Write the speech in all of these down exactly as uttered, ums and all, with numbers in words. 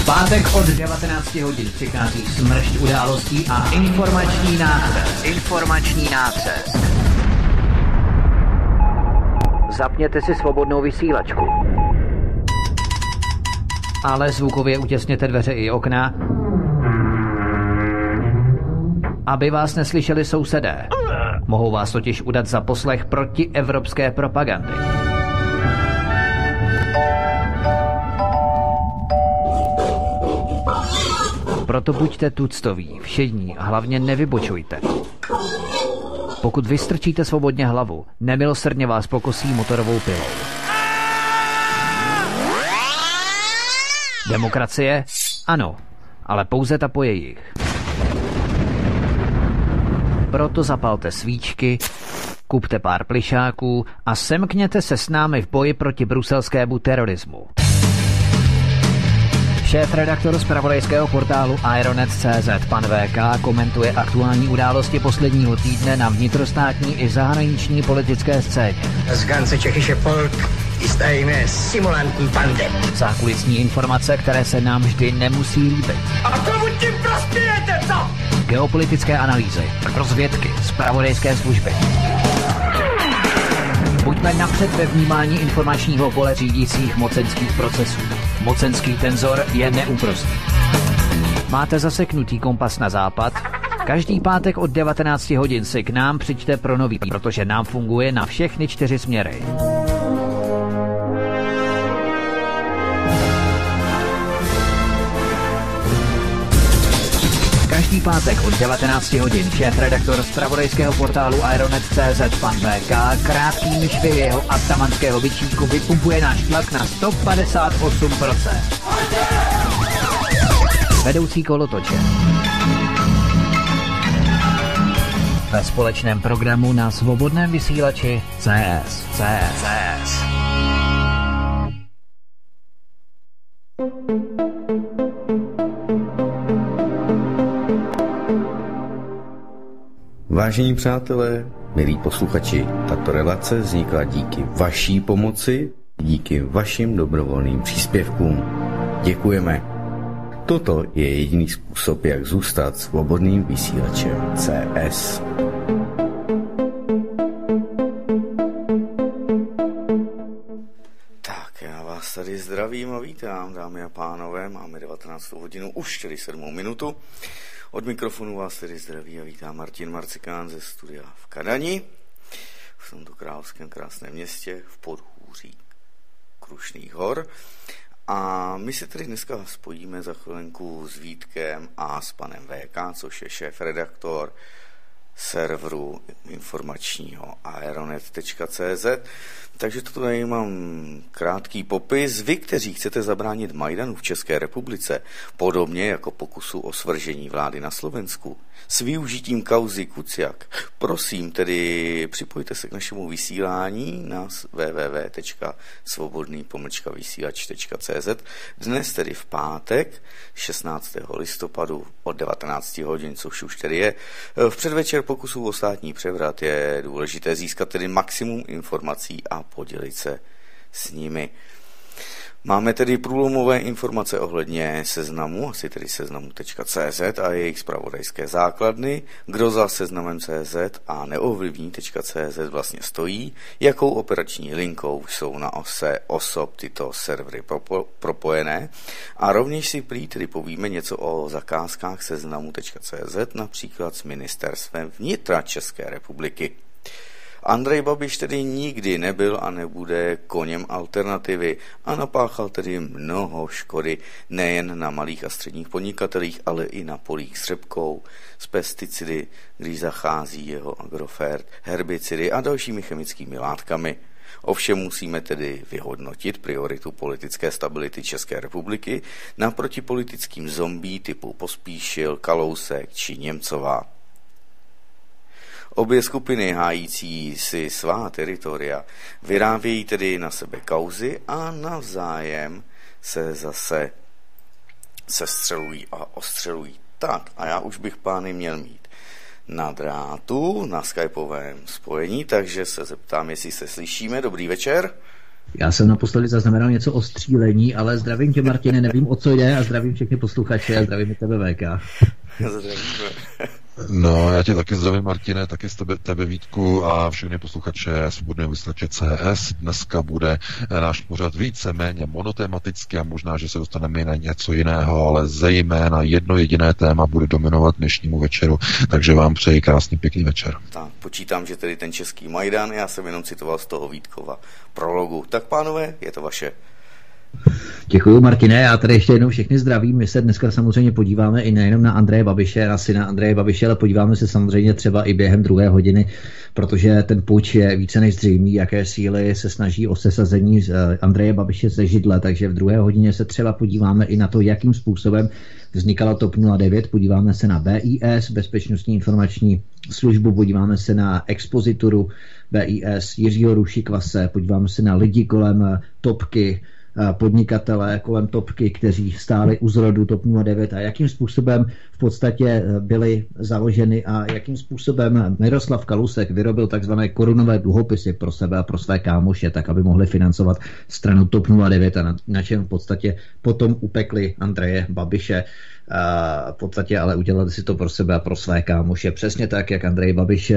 Pátek od devatenácti hodin přichází smršť událostí a informační nácest. Informační nácest. Zapněte si svobodnou vysílačku. Ale zvukově utěsněte dveře i okna, aby vás neslyšeli sousedé. Mohou vás totiž udat za poslech protievropské propagandy. Proto buďte tuctoví, všední a hlavně nevybočujte. Pokud vystrčíte svobodně hlavu, nemilosrdně vás pokosí motorovou pilou. Demokracie? Ano, ale pouze ta po jejich. Proto zapalte svíčky, kupte pár plišáků a semkněte se s námi v boji proti bruselskému terorismu. Šéf-redaktor zpravodajského portálu Ironet tečka cé zet pan vé ká komentuje aktuální události posledního týdne na vnitrostátní i zahraniční politické scéně. Das ganze tschechische Volk ist eine simulantní bande. Zákulisní informace, které se nám vždy nemusí líbit. A komu tím prospějete, co? Geopolitické analýzy, rozvědky, zpravodajské služby. Buďme napřed ve vnímání informačního pole řídících mocenských procesů. Mocenský tenzor je neúprostný. Máte zaseknutý kompas na západ? Každý pátek od devatenácti hodin si k nám přijďte pro nový, protože nám funguje na všechny čtyři směry. Každý pátek od devatenácti hodin šéf-redaktor zpravodajského portálu Ironet tečka cé zet pan vé ká krátkým švy jeho atamanského bičíku vypumpuje náš tlak na sto padesát osm procent. Vedoucí kolotoče. Ve společném programu na svobodném vysílači C S. C S. C S. Vážení přátelé, milí posluchači, tato relace vznikla díky vaší pomoci, díky vašim dobrovolným příspěvkům. Děkujeme. Toto je jediný způsob, jak zůstat svobodným vysílačem C S. Tak, já vás tady zdravím a vítám, dámy a pánové. Máme devatenáctou hodinu, už čtyřicet sedmou minutu. Od mikrofonu vás tedy zdraví a vítá Martin Marcikán ze studia v Kadani, v tomto královském krásném městě v podhůří Krušných hor. A my se tedy dneska spojíme za chvilenku s Vítkem a s panem vé ká, což je šéf-redaktor serveru informačního Ironet tečka cé zet. Takže to tady mám krátký popis. Vy, kteří chcete zabránit Majdanu v České republice, podobně jako pokusu o svržení vlády na Slovensku, s využitím kauzy Kuciak, prosím tedy připojte se k našemu vysílání na w w w tečka svobodný pomlčka vysílač tečka cé zet. Dnes tedy v pátek šestnáctého listopadu od devatenácti hodin, což už tedy je. V předvečer pokusu o státní převrat je důležité získat tedy maximum informací a podělit se s nimi. Máme tedy průlomové informace ohledně Seznamu, asi tedy seznamu tečka cé zet a jejich zpravodajské základny, kdo za Seznamem tečka cé zet a neovlivní tečka cé zet vlastně stojí, jakou operační linkou jsou na ose osob tyto servery propojené a rovněž si prý tedy povíme něco o zakázkách Seznamu tečka cé zet, například s ministerstvem vnitra České republiky. Andrej Babiš tedy nikdy nebyl a nebude koněm alternativy a napáchal tedy mnoho škody nejen na malých a středních podnikatelích, ale i na polích s řepkou, s pesticidy, když zachází jeho Agrofert, herbicidy a dalšími chemickými látkami. Ovšem musíme tedy vyhodnotit prioritu politické stability České republiky naproti politickým zombí typu Pospíšil, Kalousek či Němcová. Obě skupiny hájící si svá teritoria vyrábějí tedy na sebe kauzy a navzájem se zase sestřelují a ostřelují. Tak a já už bych pány měl mít na drátu, na skypovém spojení, takže se zeptám, jestli se slyšíme. Dobrý večer. Já jsem naposledy zaznamenal něco o střílení, ale zdravím tě, Martine, nevím, o co jde, a zdravím všechny posluchače a zdravím i tebe, V K. No, já tě taky zdravím, Martine, taky z tebe, tebe Vítku a všechny posluchače Svobodného vysílače C S. Dneska bude náš pořad více méně monotematický a možná, že se dostaneme i na něco jiného, ale zejména jedno jediné téma bude dominovat dnešnímu večeru, takže vám přeji krásný pěkný večer. Tak, počítám, že tedy ten český Majdan, já jsem jenom citoval z toho Vítkova prologu. Tak pánové, je to vaše. Děkuju, Martine, já tady ještě jednou všechny zdravím. My se dneska samozřejmě podíváme i nejenom na Andreje Babiše, na syna Andreje Babiše, ale podíváme se samozřejmě třeba i během druhé hodiny, protože ten puč je více než zřejmý, jaké síly se snaží o sesazení Andreje Babiše ze židle, takže v druhé hodině se třeba podíváme i na to, jakým způsobem vznikala TOP nula devět, podíváme se na B I S, Bezpečnostní informační službu, podíváme se na expozituru B I S Jiřího Rušikvase, podíváme se na lidi kolem Topky, podnikatelé kolem Topky, kteří stáli u zrodu TOP nula devět a jakým způsobem v podstatě byly založeny a jakým způsobem Miroslav Kalousek vyrobil takzvané korunové dluhopisy pro sebe a pro své kámoše, tak aby mohli financovat stranu TOP nula devět a na, na čem v podstatě potom upekli Andreje Babiše. A v podstatě ale udělali si to pro sebe a pro své kámoše. Přesně tak, jak Andrej Babiš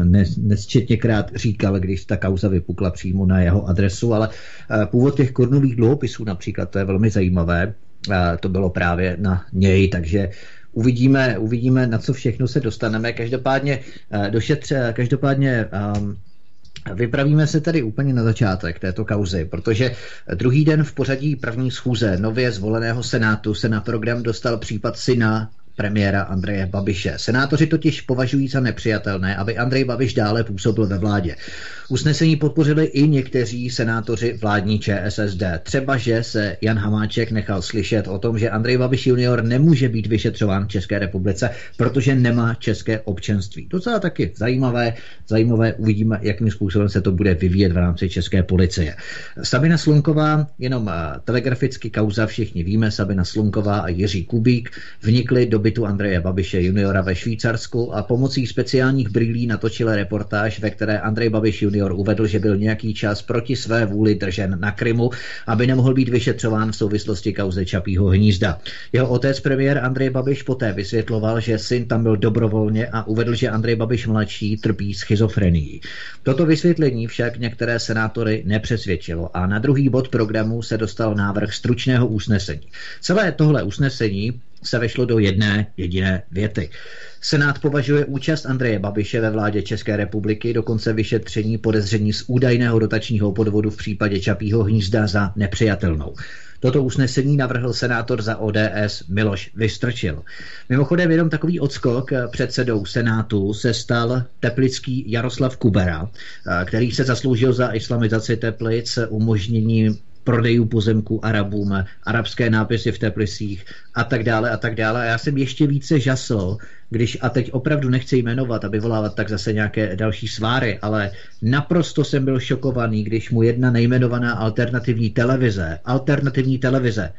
nesčetněkrát říkal, když ta kauza vypukla přímo na jeho adresu, ale původ těch korunových dluhopisů například, to je velmi zajímavé, to bylo právě na něj, takže uvidíme, uvidíme, na co všechno se dostaneme. Každopádně došetře, každopádně um, vypravíme se tady úplně na začátek této kauzy, protože druhý den v pořadí první schůze nově zvoleného Senátu se na program dostal případ syna premiéra Andreje Babiše. Senátoři totiž považují za nepřijatelné, aby Andrej Babiš dále působil ve vládě. Usnesení podpořili i někteří senátoři vládní Č S S D. Třeba, že se Jan Hamáček nechal slyšet o tom, že Andrej Babiš junior nemůže být vyšetřován v České republice, protože nemá české občanství. Docela taky zajímavé, zajímavé, uvidíme, jakým způsobem se to bude vyvíjet v rámci české policie. Sabina Slunková, jenom telegraficky kauza, všichni víme, Sabina Slunková a Jiří Kubík vnikli do bytu Andreje Babiše juniora ve Švýcarsku a pomocí speciálních brýlí natočili reportáž, ve které Andrej Babiš junior uvedl, že byl nějaký čas proti své vůli držen na Krymu, aby nemohl být vyšetřován v souvislosti kauzy Čapího hnízda. Jeho otec premiér Andrej Babiš poté vysvětloval, že syn tam byl dobrovolně a uvedl, že Andrej Babiš mladší trpí schizofrenií. Toto vysvětlení však některé senátory nepřesvědčilo a na druhý bod programu se dostal návrh stručného usnesení. Celé tohle usnesení se vešlo do jedné jediné věty. Senát považuje účast Andreje Babiše ve vládě České republiky do konce vyšetření podezření z údajného dotačního podvodu v případě Čapího hnízda za nepřijatelnou. Toto usnesení navrhl senátor za O D S Miloš Vystrčil. Mimochodem jenom takový odskok, předsedou Senátu se stal teplický Jaroslav Kubera, který se zasloužil za islamizaci Teplic umožněním prodejů pozemků Arabům, arabské nápisy v Teplicích a tak dále a tak dále. A já jsem ještě více žasl, když, a teď opravdu nechci jmenovat a vyvolávat tak zase nějaké další sváry, ale naprosto jsem byl šokovaný, když mu jedna nejmenovaná alternativní televize, alternativní televize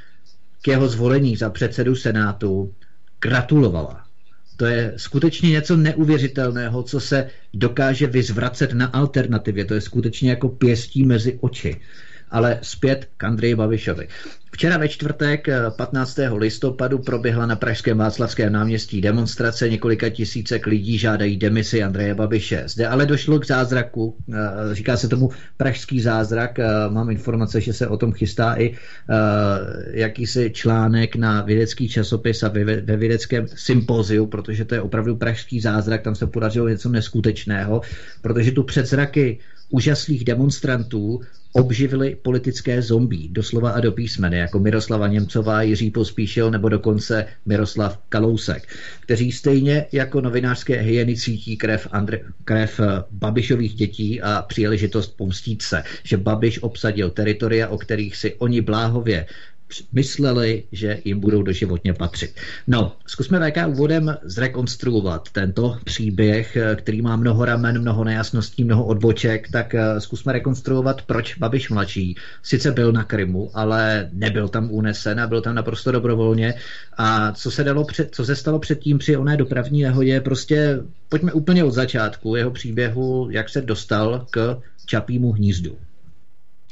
k jeho zvolení za předsedu Senátu gratulovala. To je skutečně něco neuvěřitelného, co se dokáže vyzvracet na alternativě. To je skutečně jako pěstí mezi oči. Ale zpět k Andreji Babišovi. Včera ve čtvrtek patnáctého listopadu proběhla na pražském Václavském náměstí demonstrace. Několika tisícek lidí žádají demisi Andreje Babiše. Zde ale došlo k zázraku, říká se tomu pražský zázrak. Mám informace, že se o tom chystá i jakýsi článek na vědecký časopis a ve vědeckém sympóziu, protože to je opravdu pražský zázrak, tam se podařilo něco neskutečného, protože tu předzraky úžasných demonstrantů obživili politické zombie, doslova a do písmene, jako Miroslava Němcová, Jiří Pospíšil nebo dokonce Miroslav Kalousek, kteří stejně jako novinářské hyeny cítí krev, Andre, krev Babišových dětí a příležitost pomstít se, že Babiš obsadil teritoria, o kterých si oni bláhově mysleli, že jim budou doživotně patřit. No, zkusme V K úvodem zrekonstruovat tento příběh, který má mnoho ramen, mnoho nejasností, mnoho odboček, tak zkusme rekonstruovat, proč Babiš mladší sice byl na Krymu, ale nebyl tam unesen a byl tam naprosto dobrovolně. A co se, dalo před, co se stalo předtím při oné dopravní nehodě, prostě pojďme úplně od začátku jeho příběhu, jak se dostal k Čapímu hnízdu.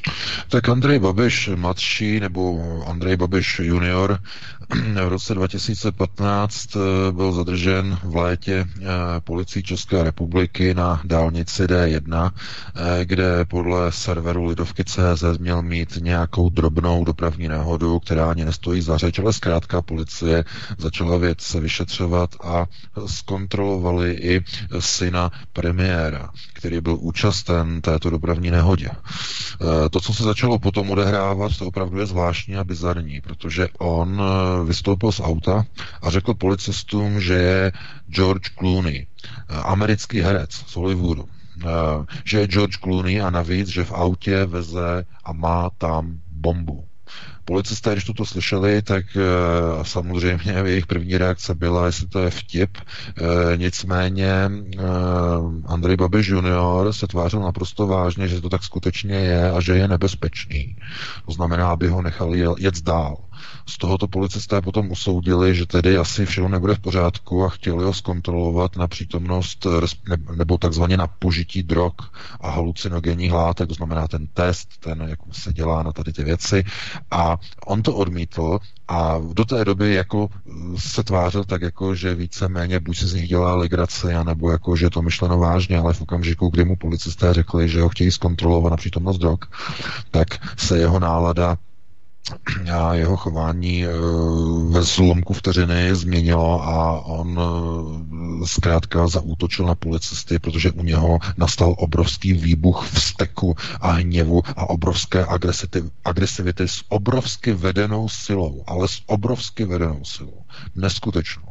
Tak Andrej Babiš mladší nebo Andrej Babiš junior v roce dva tisíce patnáct byl zadržen v létě policií České republiky na dálnici D jedna, kde podle serveru Lidovky tečka cé zet měl mít nějakou drobnou dopravní nehodu, která ani nestojí za řeč, ale zkrátka policie začala věc vyšetřovat a zkontrolovali i syna premiéra, který byl účasten této dopravní nehodě. To, co se začalo potom odehrávat, to opravdu je zvláštní a bizarní, protože on vystoupil z auta a řekl policistům, že je George Clooney, americký herec z Hollywoodu, že je George Clooney a navíc, že v autě veze a má tam bombu. Policisté, když toto slyšeli, tak e, samozřejmě jejich první reakce byla, jestli to je vtip. E, nicméně e, Andrej Babiš junior se tvářil naprosto vážně, že to tak skutečně je a že je nebezpečný. To znamená, aby ho nechali jet dál. Z tohoto policisté potom usoudili, že tedy asi všechno nebude v pořádku a chtěli ho zkontrolovat na přítomnost nebo takzvaně na požití drog a halucinogenních látek, to znamená ten test, ten, jak se dělá na tady ty věci. A on to odmítl a do té doby jako se tvářil tak, jako, že víceméně buď se z nich dělá legrace, anebo jako, že je to myšleno vážně, ale v okamžiku, kdy mu policisté řekli, že ho chtějí zkontrolovat na přítomnost drog, tak se jeho nálada a jeho chování ve zlomku vteřiny změnilo a on zkrátka zaútočil na policisty, protože u něho nastal obrovský výbuch vzteku a hněvu a obrovské agresivity s obrovsky vedenou silou, ale s obrovsky vedenou silou. Neskutečnou.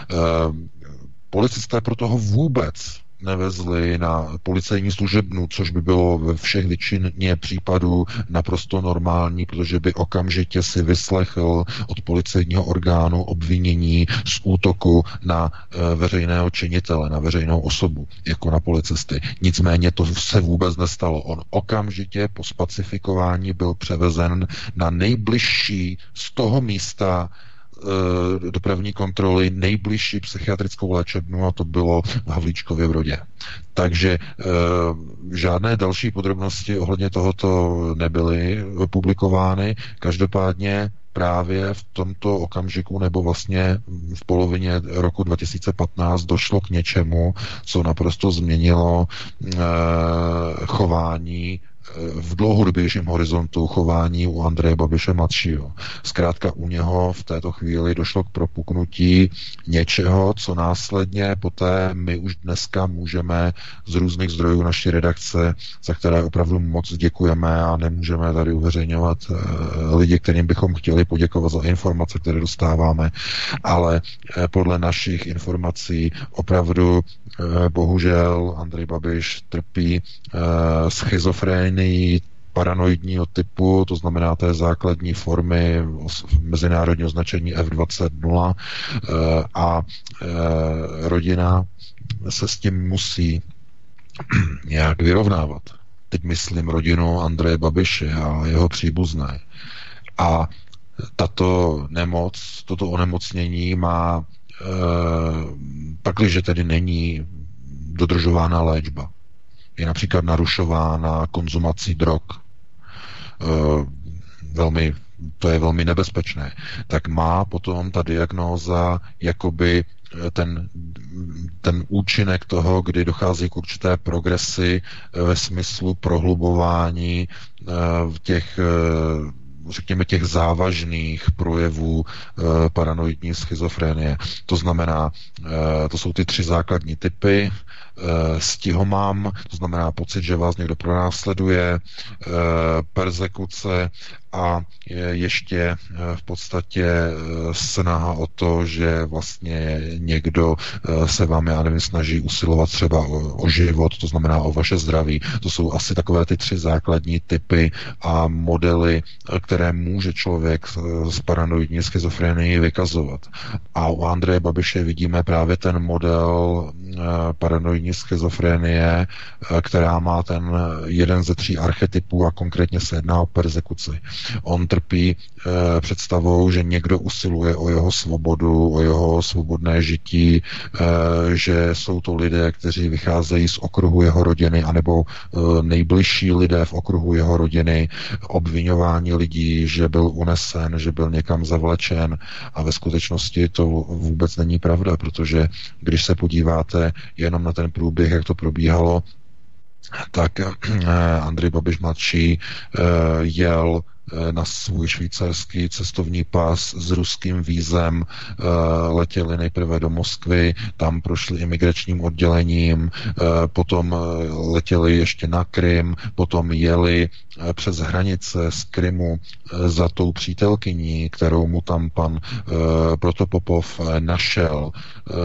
Policisté pro toho vůbec nevezli na policejní služebnu, což by bylo ve všech většině případů naprosto normální, protože by okamžitě si vyslechl od policejního orgánu obvinění z útoku na e, veřejného činitele, na veřejnou osobu, jako na policisty. Nicméně to se vůbec nestalo. On okamžitě po spacifikování byl převezen na nejbližší z toho místa dopravní kontroly nejbližší psychiatrickou léčebnu a to bylo v Havlíčkově Brodě. Takže e, žádné další podrobnosti ohledně tohoto nebyly publikovány. Každopádně právě v tomto okamžiku nebo vlastně v polovině roku dva tisíce patnáct došlo k něčemu, co naprosto změnilo e, chování v dlouhodobějším horizontu chování u Andreje Babiše mladšího. Zkrátka u něho v této chvíli došlo k propuknutí něčeho, co následně poté my už dneska můžeme z různých zdrojů naší redakce, za které opravdu moc děkujeme a nemůžeme tady uveřejňovat lidi, kterým bychom chtěli poděkovat za informace, které dostáváme, ale podle našich informací opravdu bohužel Andrej Babiš trpí schizofrenii paranoidního typu, to znamená té základní formy mezinárodního označení F dvacet nula a rodina se s tím musí nějak vyrovnávat. Teď myslím rodinu Andreje Babiše a jeho příbuzné. A tato nemoc, toto onemocnění má pakliže tedy není dodržována léčba. Je například narušována konzumací drog. Velmi, to je velmi nebezpečné. Tak má potom ta diagnóza jakoby ten, ten účinek toho, kdy dochází k určité progresi ve smyslu prohlubování v těch řekněme těch závažných projevů e, paranoidní schizofrenie. To znamená, e, to jsou ty tři základní typy. E, stihomám, to znamená pocit, že vás někdo pronásleduje, e, perzekuce a ještě v podstatě snaha o to, že vlastně někdo se vám, já nevím, snaží usilovat třeba o, o život, to znamená o vaše zdraví. To jsou asi takové ty tři základní typy a modely, které může člověk z paranoidní schizofrenii vykazovat. A u Andreje Babiše vidíme právě ten model paranoidní schizofrenie, která má ten jeden ze tří archetypů a konkrétně se jedná o perzekuci. On trpí představou, že někdo usiluje o jeho svobodu, o jeho svobodné žití, že jsou to lidé, kteří vycházejí z okruhu jeho rodiny, anebo nejbližší lidé v okruhu jeho rodiny, obviňování lidí, že byl unesen, že byl někam zavlečen, a ve skutečnosti to vůbec není pravda, protože když se podíváte jenom na ten průběh, jak to probíhalo, tak Andrej Babiš mladší jel na svůj švýcarský cestovní pas s ruským vízem, letěli nejprve do Moskvy, tam prošli imigračním oddělením, potom letěli ještě na Krym, potom jeli přes hranice z Krymu za tou přítelkyní, kterou mu tam pan Protopopov našel,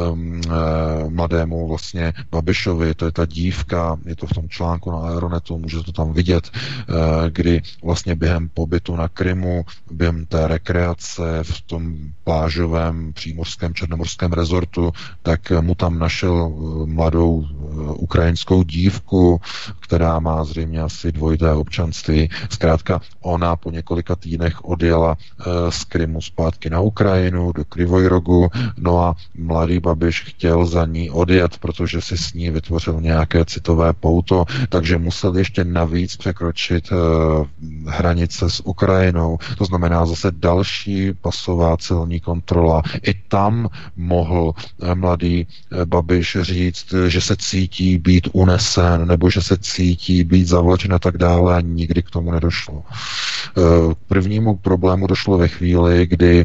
mladému vlastně Babišovi, to je ta dívka, je to v tom článku na Aeronetu, můžete to tam vidět, kdy vlastně během pobytu na Krymu, během té rekreace v tom plážovém přímořském černomorském rezortu, tak mu tam našel mladou ukrajinskou dívku, která má zřejmě asi dvojité občanství. Zkrátka ona po několika týdnech odjela z Krymu zpátky na Ukrajinu, do Krivojrogu, no a mladý Babiš chtěl za ní odjet, protože si s ní vytvořil nějaké citové pouto, takže musel ještě navíc překročit hranice s Ukrajinou. To znamená zase další pasová celní kontrola. I tam mohl mladý Babiš říct, že se cítí být unesen, nebo že se cítí být zavlečen a tak dále, a nikdy k tomu nedošlo. K prvnímu problému došlo ve chvíli, kdy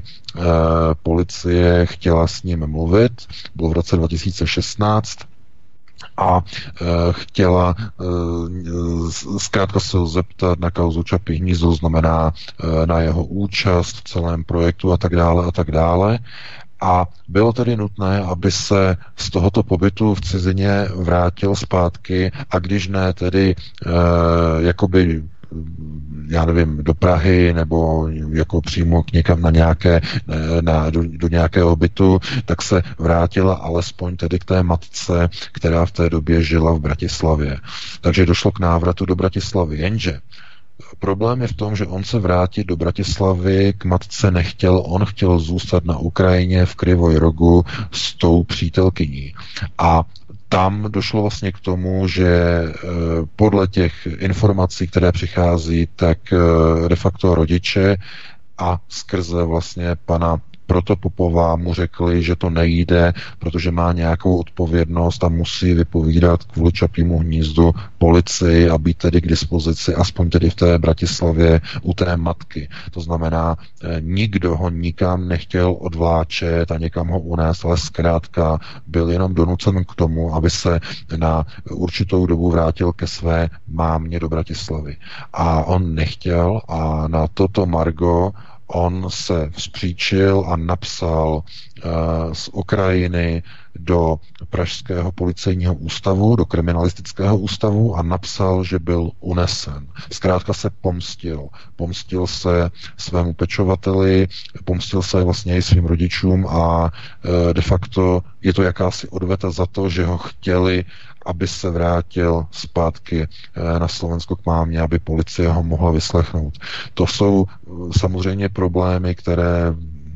policie chtěla s ním mluvit, bylo v roce dva tisíce šestnáct, a e, chtěla e, zkrátka se ho zeptat na kauzu Čapí hnízdo, znamená e, na jeho účast v celém projektu a tak dále a tak dále. A bylo tedy nutné, aby se z tohoto pobytu v cizině vrátil zpátky, a když ne tedy e, jakoby já nevím, do Prahy nebo jako přímo k někam na nějaké, na, do, do nějakého bytu, tak se vrátila alespoň tedy k té matce, která v té době žila v Bratislavě. Takže došlo k návratu do Bratislavy, jenže problém je v tom, že on se vrátit do Bratislavy k matce nechtěl, on chtěl zůstat na Ukrajině v Krivojrogu s tou přítelkyní. A tam došlo vlastně k tomu, že podle těch informací, které přichází, tak de facto rodiče a skrze vlastně pana Protopopova mu řekli, že to nejde, protože má nějakou odpovědnost a musí vypovídat kvůli Čapímu hnízdu policii a být tedy k dispozici, aspoň tedy v té Bratislavě u té matky. To znamená, nikdo ho nikam nechtěl odvláčet a někam ho unést, ale zkrátka byl jenom donucen k tomu, aby se na určitou dobu vrátil ke své mámě do Bratislavy. A on nechtěl, a na toto margo on se vzpříčil a napsal uh, z Ukrajiny do Pražského policejního ústavu, do kriminalistického ústavu a napsal, že byl unesen. Zkrátka se pomstil. Pomstil se svému pečovateli, pomstil se vlastně i svým rodičům a uh, de facto je to jakási odveta za to, že ho chtěli, aby se vrátil zpátky na Slovensko k mámě, aby policie ho mohla vyslechnout. To jsou samozřejmě problémy, které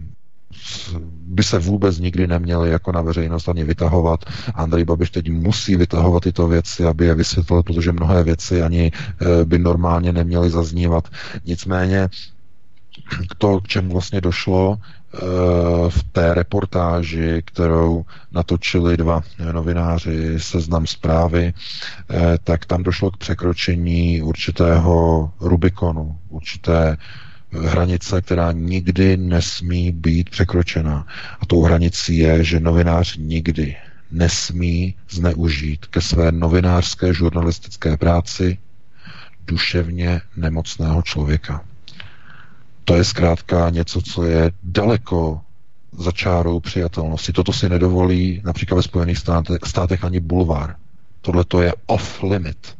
by se vůbec nikdy neměly jako na veřejnost ani vytahovat. Andrej Babiš teď musí vytahovat tyto věci, aby je vysvětlil, protože mnohé věci ani by normálně neměly zaznívat. Nicméně to, k čemu vlastně došlo v té reportáži, kterou natočili dva novináři Seznam Zprávy, tak tam došlo k překročení určitého Rubikonu, určité hranice, která nikdy nesmí být překročena. A tou hranicí je, že novinář nikdy nesmí zneužít ke své novinářské žurnalistické práci duševně nemocného člověka. To je zkrátka něco, co je daleko za čárou přijatelnosti. Toto si nedovolí například ve Spojených státech, státech ani bulvár. Tohle to je off limit.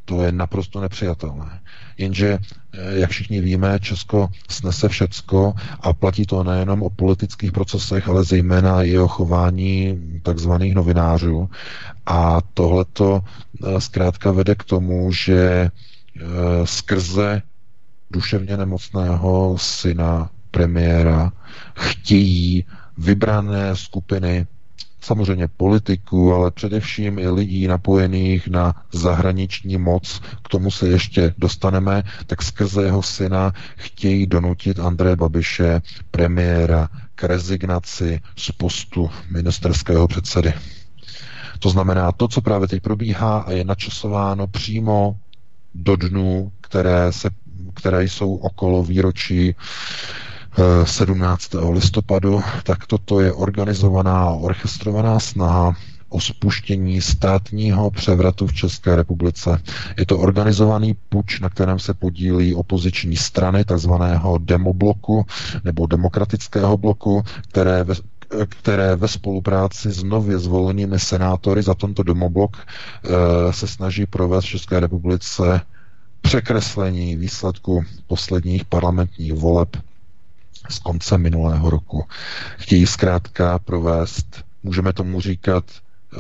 To je naprosto nepřijatelné. Jenže, jak všichni víme, Česko snese všecko a platí to nejenom o politických procesech, ale zejména i o chování takzvaných novinářů. A tohleto zkrátka vede k tomu, že skrze duševně nemocného syna premiéra chtějí vybrané skupiny, samozřejmě politiků, ale především i lidí napojených na zahraniční moc, k tomu se ještě dostaneme, tak skrze jeho syna chtějí donutit Andreje Babiše, premiéra, k rezignaci z postu ministerského předsedy. To znamená, to, co právě teď probíhá a je načasováno přímo do dnů, které, se, které jsou okolo výročí sedmnáctého listopadu, tak toto je organizovaná a orchestrovaná snaha o spuštění státního převratu v České republice. Je to organizovaný puč, na kterém se podílí opoziční strany takzvaného demobloku nebo demokratického bloku, které ve, které ve spolupráci s nově zvolenými senátory za tento demoblok e, se snaží provést v České republice překreslení výsledku posledních parlamentních voleb z konce minulého roku. Chtějí zkrátka provést, můžeme tomu říkat, uh,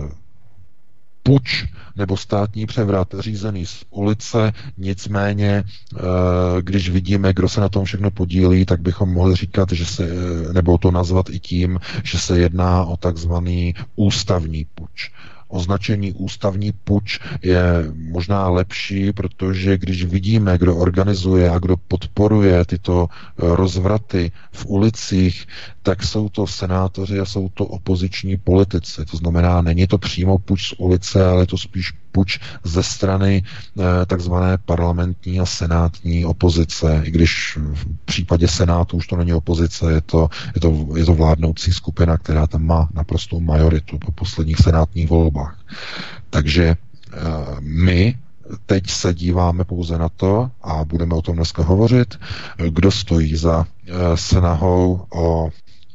puč nebo státní převrat řízený z ulice, nicméně, uh, když vidíme, kdo se na tom všechno podílí, tak bychom mohli říkat, že se, nebo to nazvat i tím, že se jedná o takzvaný ústavní puč. Označení ústavní puč je možná lepší, protože když vidíme, kdo organizuje a kdo podporuje tyto rozvraty v ulicích, tak jsou to senátoři a jsou to opoziční politici. To znamená, není to přímo puč z ulice, ale je to spíš puč ze strany eh, takzvané parlamentní a senátní opozice, i když v případě Senátu už to není opozice, je to, je to, je to vládnoucí skupina, která tam má naprostou majoritu po posledních senátních volbách. Takže eh, my teď se díváme pouze na to, a budeme o tom dneska hovořit, kdo stojí za eh, snahou o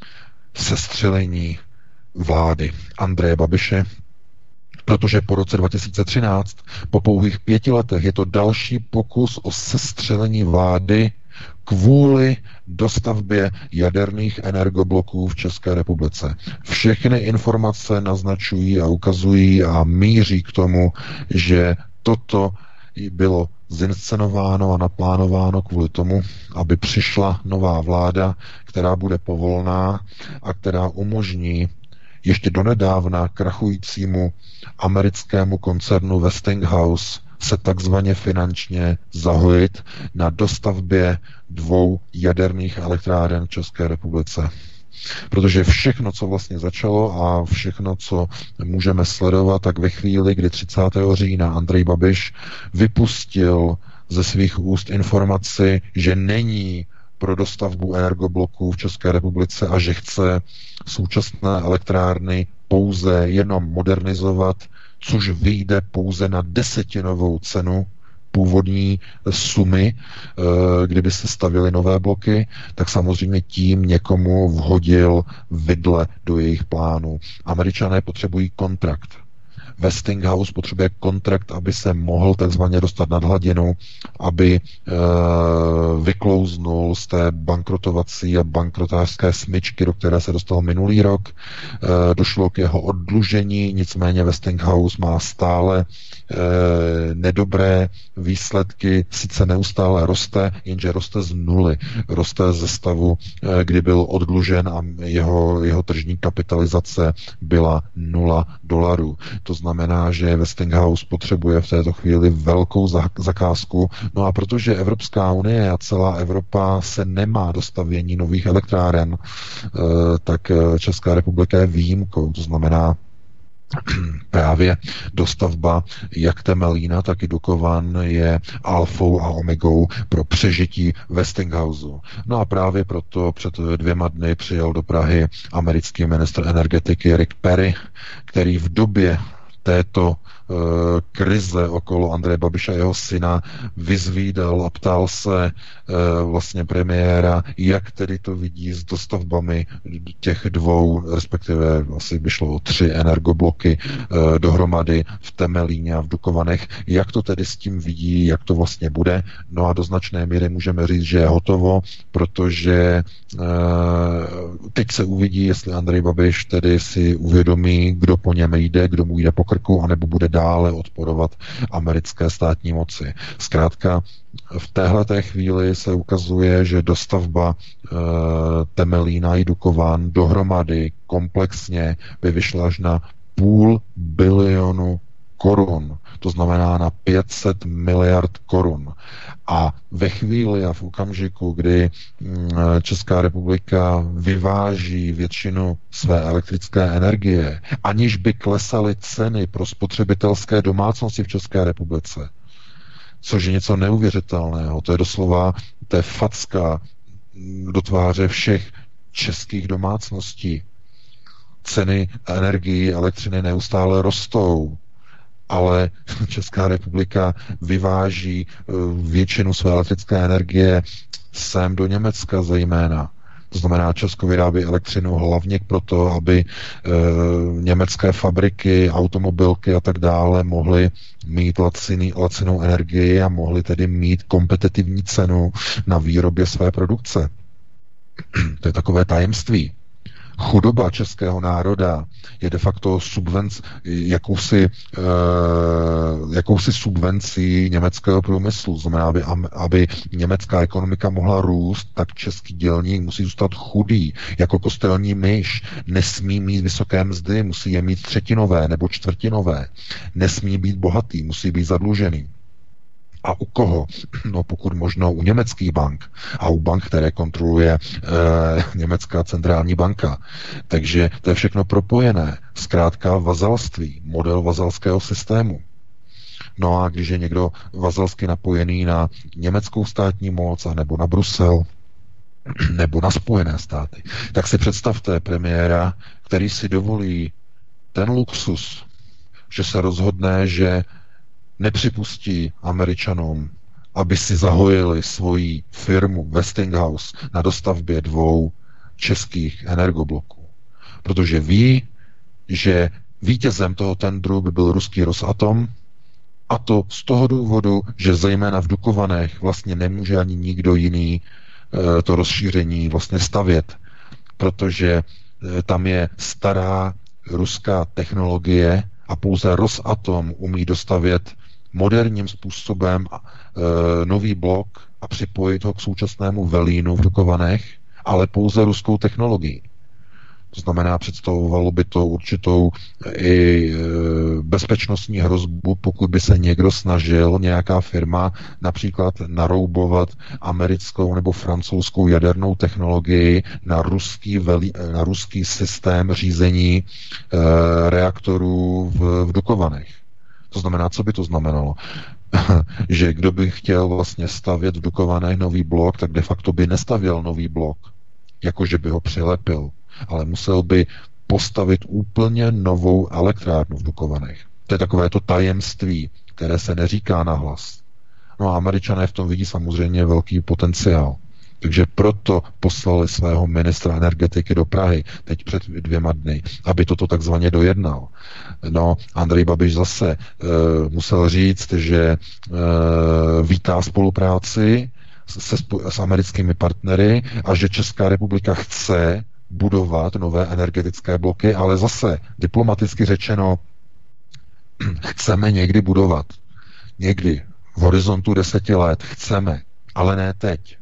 sestřelení vlády Andreje Babiše, protože po roce dva tisíce třináct, po pouhých pěti letech, je to další pokus o sestřelení vlády kvůli dostavbě jaderných energobloků v České republice. Všechny informace naznačují a ukazují a míří k tomu, že toto bylo zinscenováno a naplánováno kvůli tomu, aby přišla nová vláda, která bude povolná a která umožní ještě donedávna krachujícímu americkému koncernu Westinghouse se takzvaně finančně zahojit na dostavbě dvou jaderných elektráren v České republice. Protože všechno, co vlastně začalo a všechno, co můžeme sledovat, tak ve chvíli, kdy třicátého října Andrej Babiš vypustil ze svých úst informaci, že není pro dostavbu energobloků v České republice a že chce současné elektrárny pouze jenom modernizovat, což vyjde pouze na desetinovou cenu původní sumy, kdyby se stavěly nové bloky, tak samozřejmě tím někomu vhodil vidle do jejich plánů. Američané potřebují kontrakt. Westinghouse potřebuje kontrakt, aby se mohl takzvaně dostat nad hladinu, aby e, vyklouznul z té bankrotovací a bankrotářské smyčky, do které se dostal minulý rok. E, došlo k jeho oddlužení, nicméně Westinghouse má stále e, nedobré výsledky, sice neustále roste, jenže roste z nuly. Roste ze stavu, e, kdy byl oddlužen a jeho, jeho tržní kapitalizace byla nula dolarů. To znamená, že Westinghouse potřebuje v této chvíli velkou zakázku. No a protože Evropská unie a celá Evropa se nemá do stavění nových elektráren, tak Česká republika je výjimkou. To znamená, právě dostavba jak Temelína, tak i Dukovan je alfou a omegou pro přežití Westinghouse. No a právě proto před dvěma dny přijel do Prahy americký ministr energetiky Rick Perry, který v době této krize okolo Andreje Babiše a jeho syna vyzvídal a ptal se vlastně premiéra, jak tedy to vidí s dostavbami těch dvou, respektive asi by šlo o tři energobloky dohromady v Temelíně a v Dukovanech, jak to tedy s tím vidí, jak to vlastně bude. No a do značné míry můžeme říct, že je hotovo, protože teď se uvidí, jestli Andrej Babiš tedy si uvědomí, kdo po něm jde, kdo mu jde po krku, anebo bude dále odporovat americké státní moci. Zkrátka v téhleté chvíli se ukazuje, že dostavba e, Temelína i Dukovan dohromady komplexně by vyšla až na půl bilionu korun. To znamená na pět set miliard korun. A ve chvíli a v okamžiku, kdy Česká republika vyváží většinu své elektrické energie, aniž by klesaly ceny pro spotřebitelské domácnosti v České republice, což je něco neuvěřitelného, to je doslova, to je facka do tváře všech českých domácností. Ceny energií, elektřiny neustále rostou, ale Česká republika vyváží většinu své elektrické energie sem do Německa zejména. To znamená, Česko vyrábí elektřinu hlavně proto, aby e, německé fabriky, automobilky a tak dále mohly mít laciný, lacinou energii a mohly tedy mít kompetitivní cenu na výrobě své produkce. To je takové tajemství. Chudoba českého národa je de facto subvenc, jakousi, e, jakousi subvencí německého průmyslu. Znamená, aby, aby německá ekonomika mohla růst, tak český dělník musí zůstat chudý, jako kostelní myš. Nesmí mít vysoké mzdy, musí je mít třetinové nebo čtvrtinové. Nesmí být bohatý, musí být zadlužený. A u koho? No pokud možno u německých bank a u bank, které kontroluje e, německá centrální banka. Takže to je všechno propojené. Zkrátka vazalství, model vazalského systému. No a když je někdo vazalsky napojený na německou státní moc, nebo na Brusel, nebo na Spojené státy, tak si představte premiéra, který si dovolí ten luxus, že se rozhodne, že nepřipustí Američanům, aby si zahojili svoji firmu Westinghouse na dostavbě dvou českých energobloků. Protože ví, že vítězem toho tendru by byl ruský Rosatom, a to z toho důvodu, že zejména v Dukovanech vlastně nemůže ani nikdo jiný e, to rozšíření vlastně stavět, protože e, tam je stará ruská technologie a pouze Rosatom umí dostavět moderním způsobem e, nový blok a připojit ho k současnému velínu v Dukovanech, ale pouze ruskou technologií. To znamená, představovalo by to určitou i e, bezpečnostní hrozbu, pokud by se někdo snažil, nějaká firma, například naroubovat americkou nebo francouzskou jadernou technologii na ruský, velí, na ruský systém řízení e, reaktorů v, v Dukovanech. To znamená, co by to znamenalo? Že kdo by chtěl vlastně stavět v Dukovanech nový blok, tak de facto by nestavěl nový blok, jakože by ho přilepil, ale musel by postavit úplně novou elektrárnu v Dukovanech. To je takové to tajemství, které se neříká nahlas. No a Američané v tom vidí samozřejmě velký potenciál. Takže proto poslali svého ministra energetiky do Prahy teď před dvěma dny, aby toto takzvaně dojednal. No, Andrej Babiš zase e, musel říct, že e, vítá spolupráci se, s americkými partnery a že Česká republika chce budovat nové energetické bloky, ale zase diplomaticky řečeno chceme někdy budovat. Někdy v horizontu deseti let chceme, ale ne teď.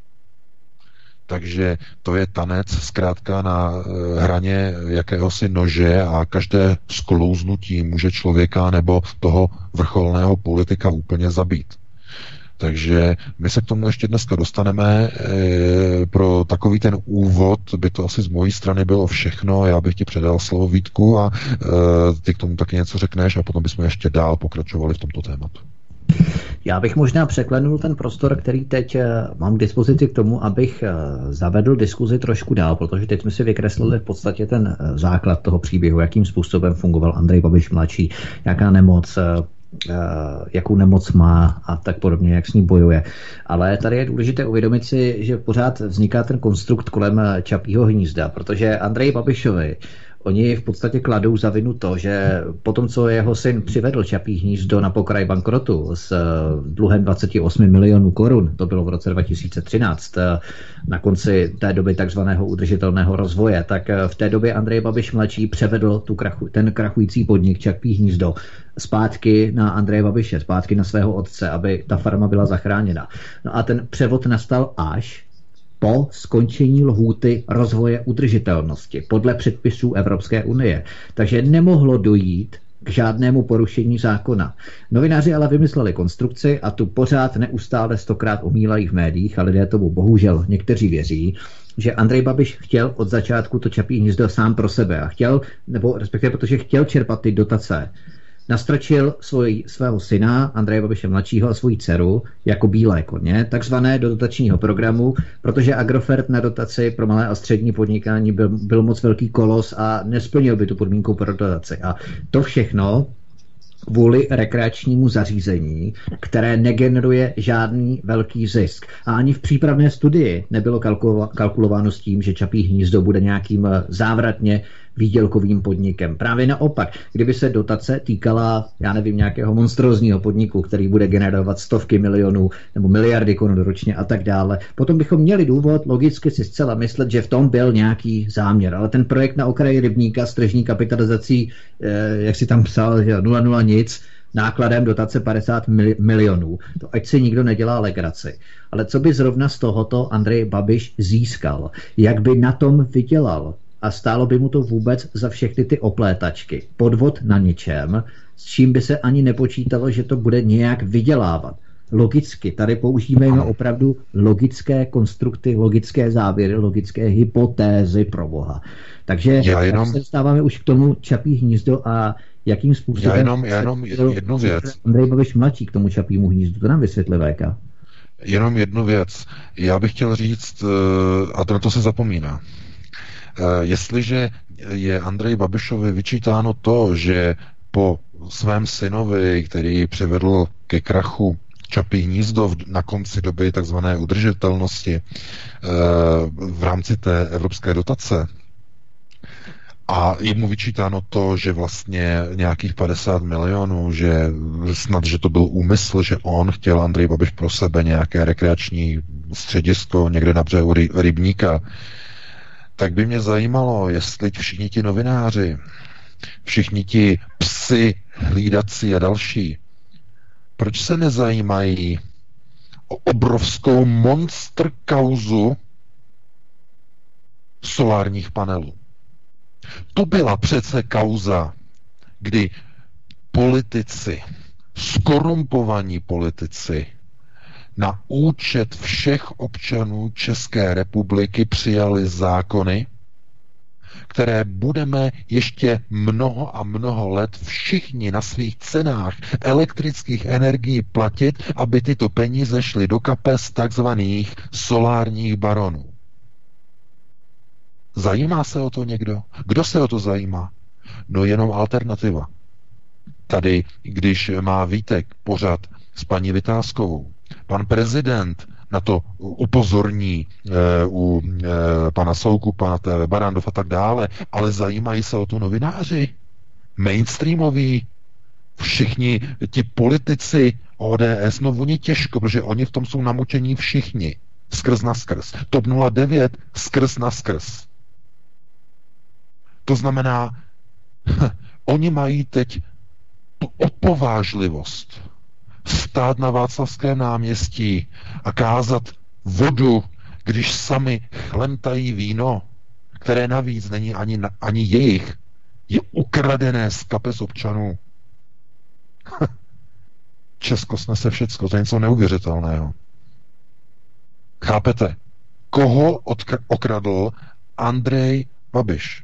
Takže to je tanec zkrátka na hraně jakéhosi nože a každé sklouznutí může člověka nebo toho vrcholného politika úplně zabít. Takže my se k tomu ještě dneska dostaneme. Pro takový ten úvod by to asi z mojí strany bylo všechno. Já bych ti předal slovo, Vítku, a ty k tomu taky něco řekneš a potom bychom ještě dál pokračovali v tomto tématu. Já bych možná překlenul ten prostor, který teď mám k dispozici k tomu, abych zavedl diskuzi trošku dál, protože teď jsme si vykreslili v podstatě ten základ toho příběhu, jakým způsobem fungoval Andrej Babiš mladší, jaká nemoc, jakou nemoc má a tak podobně, jak s ní bojuje. Ale tady je důležité uvědomit si, že pořád vzniká ten konstrukt kolem Čapího hnízda, protože Andreji Babišovi oni v podstatě kladou za vinu to, že potom, co jeho syn přivedl Čapí hnízdo na pokraj bankrotu s dluhem dvacet osm milionů korun, to bylo v roce dva tisíce třináct, na konci té doby takzvaného udržitelného rozvoje, tak v té době Andrej Babiš mladší převedl tu krachu, ten krachující podnik Čapí hnízdo zpátky na Andreje Babiše, zpátky na svého otce, aby ta farma byla zachráněna. No a ten převod nastal až po skončení lhůty rozvoje udržitelnosti podle předpisů Evropské unie. Takže nemohlo dojít k žádnému porušení zákona. Novináři ale vymysleli konstrukci a tu pořád neustále stokrát omílají v médiích a lidé tomu bohužel někteří věří, že Andrej Babiš chtěl od začátku to Čapí hnízdo sám pro sebe a chtěl, nebo respektive protože chtěl čerpat ty dotace, nastrčil svoj, svého syna Andreje Babiše mladšího a svoji dceru jako bílé koně, takzvané do dotačního programu, protože Agrofert na dotaci pro malé a střední podnikání byl, byl moc velký kolos a nesplnil by tu podmínku pro dotaci. A to všechno kvůli rekreačnímu zařízení, které negeneruje žádný velký zisk. A ani v přípravné studii nebylo kalkulováno s tím, že Čapí hnízdo bude nějakým závratně výdělkovým podnikem. Právě naopak, kdyby se dotace týkala, já nevím, nějakého monstrózního podniku, který bude generovat stovky milionů nebo miliardy korun ročně a tak dále, potom bychom měli důvod logicky si zcela myslet, že v tom byl nějaký záměr. Ale ten projekt na okraji rybníka s tržní kapitalizací, eh, jak si tam psal, že nula nula nic, nákladem dotace padesát milionů. To ať si nikdo nedělá legraci. Ale co by zrovna z tohoto Andrej Babiš získal? Jak by na tom vydělal? A stálo by mu to vůbec za všechny ty oplétačky. Podvod na ničem, s čím by se ani nepočítalo, že to bude nějak vydělávat. Logicky, tady používáme opravdu logické konstrukty, logické závěry, logické hypotézy pro Boha. Takže já jenom... se dostáváme už k tomu Čapí hnízdo a jakým způsobem... Já jenom, já jenom jednu věc. Andrej Babiš mladší k tomu Čapímu hnízdu, to nám vysvětli V K. Jenom jednu věc. Já bych chtěl říct, a to na to se zapomíná, jestliže je Andreji Babišovi vyčítáno to, že po svém synovi, který přivedl ke krachu Čapí hnízdo na konci doby takzvané udržitelnosti v rámci té evropské dotace, a je mu vyčítáno to, že vlastně nějakých padesát milionů, že snad, že to byl úmysl, že on chtěl, Andrej Babiš, pro sebe nějaké rekreační středisko někde na břehu rybníka, tak by mě zajímalo, jestli všichni ti novináři, všichni ti psi hlídací a další, proč se nezajímají o obrovskou monster kauzu solárních panelů? To byla přece kauza, kdy politici, skorumpovaní politici, na účet všech občanů České republiky přijali zákony, které budeme ještě mnoho a mnoho let všichni na svých cenách elektrických energií platit, aby tyto peníze šly do kapes takzvaných solárních baronů. Zajímá se o to někdo? Kdo se o to zajímá? No jenom Alternativa. Tady, když má Vítek pořad s paní Vitáskovou, pan prezident na to upozorní e, u e, pana Soukupa, T V Barandov a tak dále, ale zajímají se o to novináři, mainstreamoví, všichni ti politici O D S, no oni těžko, protože oni v tom jsou namočení všichni, skrz na skrz. TOP nula devět skrz na skrz. To znamená, oni mají teď tu opovážlivost stát na Václavském náměstí a kázat vodu, když sami chlemtají víno, které navíc není ani, ani jejich, je ukradené z kapes občanů. Česko snese všecko, to je něco neuvěřitelného. Chápete? Koho odkr- okradl Andrej Babiš?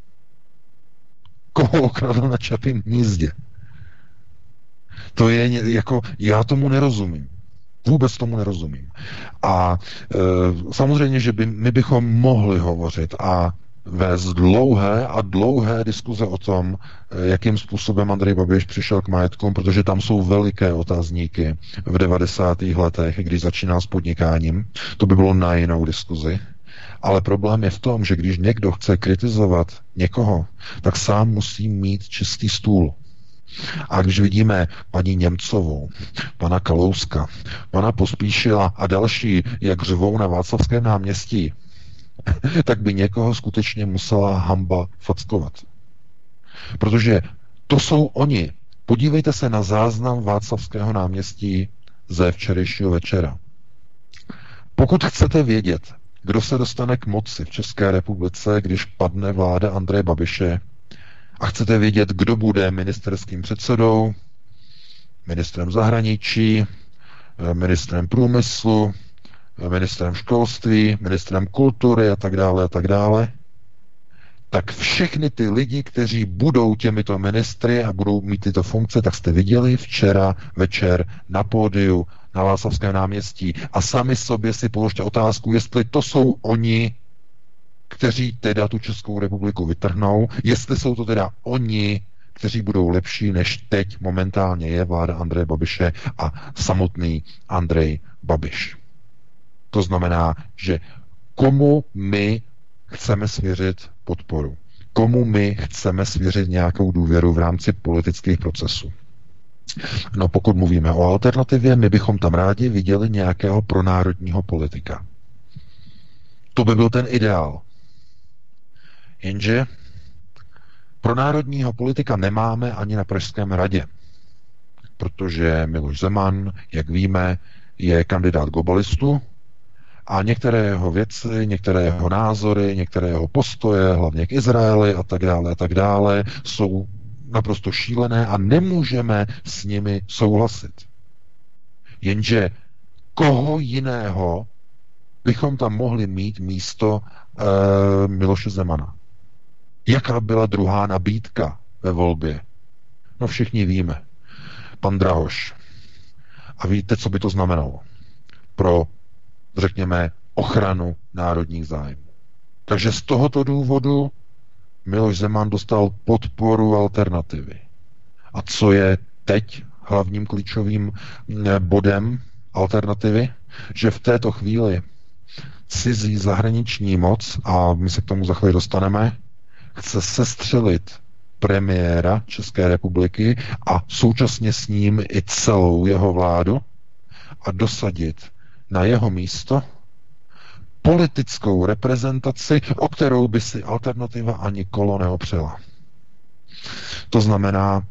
Koho okradl na Čapím hnízdě? To je jako, já tomu nerozumím. Vůbec tomu nerozumím. A e, samozřejmě, že by, my bychom mohli hovořit a vést dlouhé a dlouhé diskuze o tom, jakým způsobem Andrej Babiš přišel k majetkům, protože tam jsou veliké otazníky v devadesátých letech, když začínal s podnikáním. To by bylo na jinou diskuzi. Ale problém je v tom, že když někdo chce kritizovat někoho, tak sám musí mít čistý stůl. A když vidíme paní Němcovou, pana Kalouska, pana Pospíšila a další, jak řvou na Václavském náměstí, tak by někoho skutečně musela hanba fackovat. Protože to jsou oni. Podívejte se na záznam Václavského náměstí ze včerejšího večera. Pokud chcete vědět, kdo se dostane k moci v České republice, když padne vláda Andreje Babiše, a chcete vědět, kdo bude ministerským předsedou, ministrem zahraničí, ministrem průmyslu, ministrem školství, ministrem kultury a tak dále a tak dále, tak všechny ty lidi, kteří budou těmito ministry a budou mít tyto funkce, tak jste viděli včera večer na pódiu na Václavském náměstí a sami sobě si položte otázku, jestli to jsou oni, kteří teda tu Českou republiku vytrhnou, jestli jsou to teda oni, kteří budou lepší, než teď momentálně je vláda Andreje Babiše a samotný Andrej Babiš. To znamená, že komu my chceme svěřit podporu, komu my chceme svěřit nějakou důvěru v rámci politických procesů. No pokud mluvíme o alternativě, my bychom tam rádi viděli nějakého pronárodního politika. To by byl ten ideál. Jenže pronárodního politika nemáme ani na Pražském hradě, protože Miloš Zeman, jak víme, je kandidát globalistů a některé jeho věci, některé jeho názory, některé jeho postoje, hlavně k Izraeli a tak dále a tak dále, jsou naprosto šílené a nemůžeme s nimi souhlasit. Jenže koho jiného bychom tam mohli mít místo e, Miloše Zemana? Jaká byla druhá nabídka ve volbě? No všichni víme. Pan Drahoš. A víte, co by to znamenalo pro, řekněme, ochranu národních zájmů. Takže z tohoto důvodu Miloš Zeman dostal podporu alternativy. A co je teď hlavním klíčovým bodem alternativy? Že v této chvíli cizí zahraniční moc, a my se k tomu za chvíli dostaneme, chce sestřelit premiéra České republiky a současně s ním i celou jeho vládu a dosadit na jeho místo politickou reprezentaci, o kterou by si alternativa ani kolo neopřela. To znamená,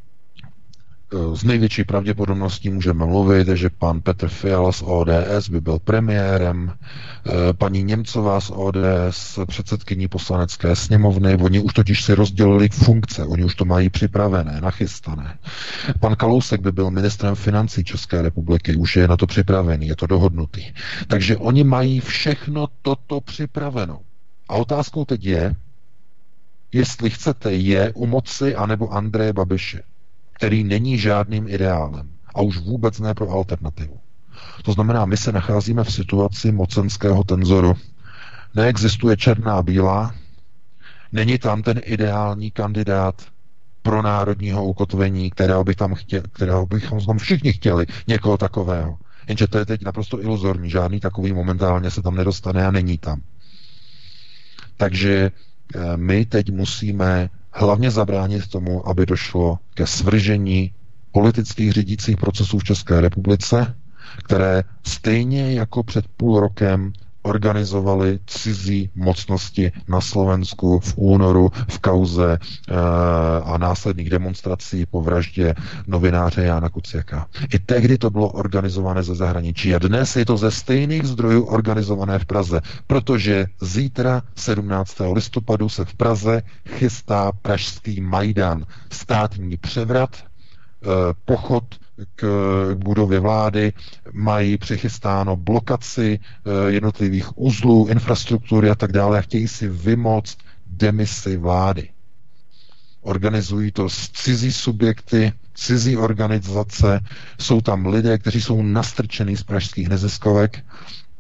s největší pravděpodobností můžeme mluvit, že pan Petr Fiala z O D S by byl premiérem, paní Němcová z O D S předsedkyní poslanecké sněmovny, oni už totiž si rozdělili funkce, oni už to mají připravené, nachystané. Pan Kalousek by byl ministrem financí České republiky, už je na to připravený, je to dohodnutý. Takže oni mají všechno toto připraveno. A otázkou teď je, jestli chcete je u moci anebo Andreje Babiše, který není žádným ideálem a už vůbec ne pro alternativu. To znamená, my se nacházíme v situaci mocenského tenzoru. Neexistuje černá bílá, není tam ten ideální kandidát pro národního ukotvení, kterého, bych tam chtěl, kterého bychom tam všichni chtěli, někoho takového. Jenže to je teď naprosto iluzorní, žádný takový momentálně se tam nedostane a není tam. Takže my teď musíme hlavně zabránit tomu, aby došlo ke svržení politických řídících procesů v České republice, které stejně jako před půl rokem organizovali cizí mocnosti na Slovensku v únoru v kauze e, a následných demonstrací po vraždě novináře Jána Kuciaka. I tehdy to bylo organizované ze zahraničí a dnes je to ze stejných zdrojů organizované v Praze, protože zítra sedmnáctého listopadu se v Praze chystá pražský Majdan, státní převrat, e, pochod k budově vlády, mají přichystáno blokaci jednotlivých uzlů, infrastruktury a tak dále a chtějí si vymoct demisi vlády. Organizují to s cizí subjekty, cizí organizace, jsou tam lidé, kteří jsou nastrčený z pražských neziskovek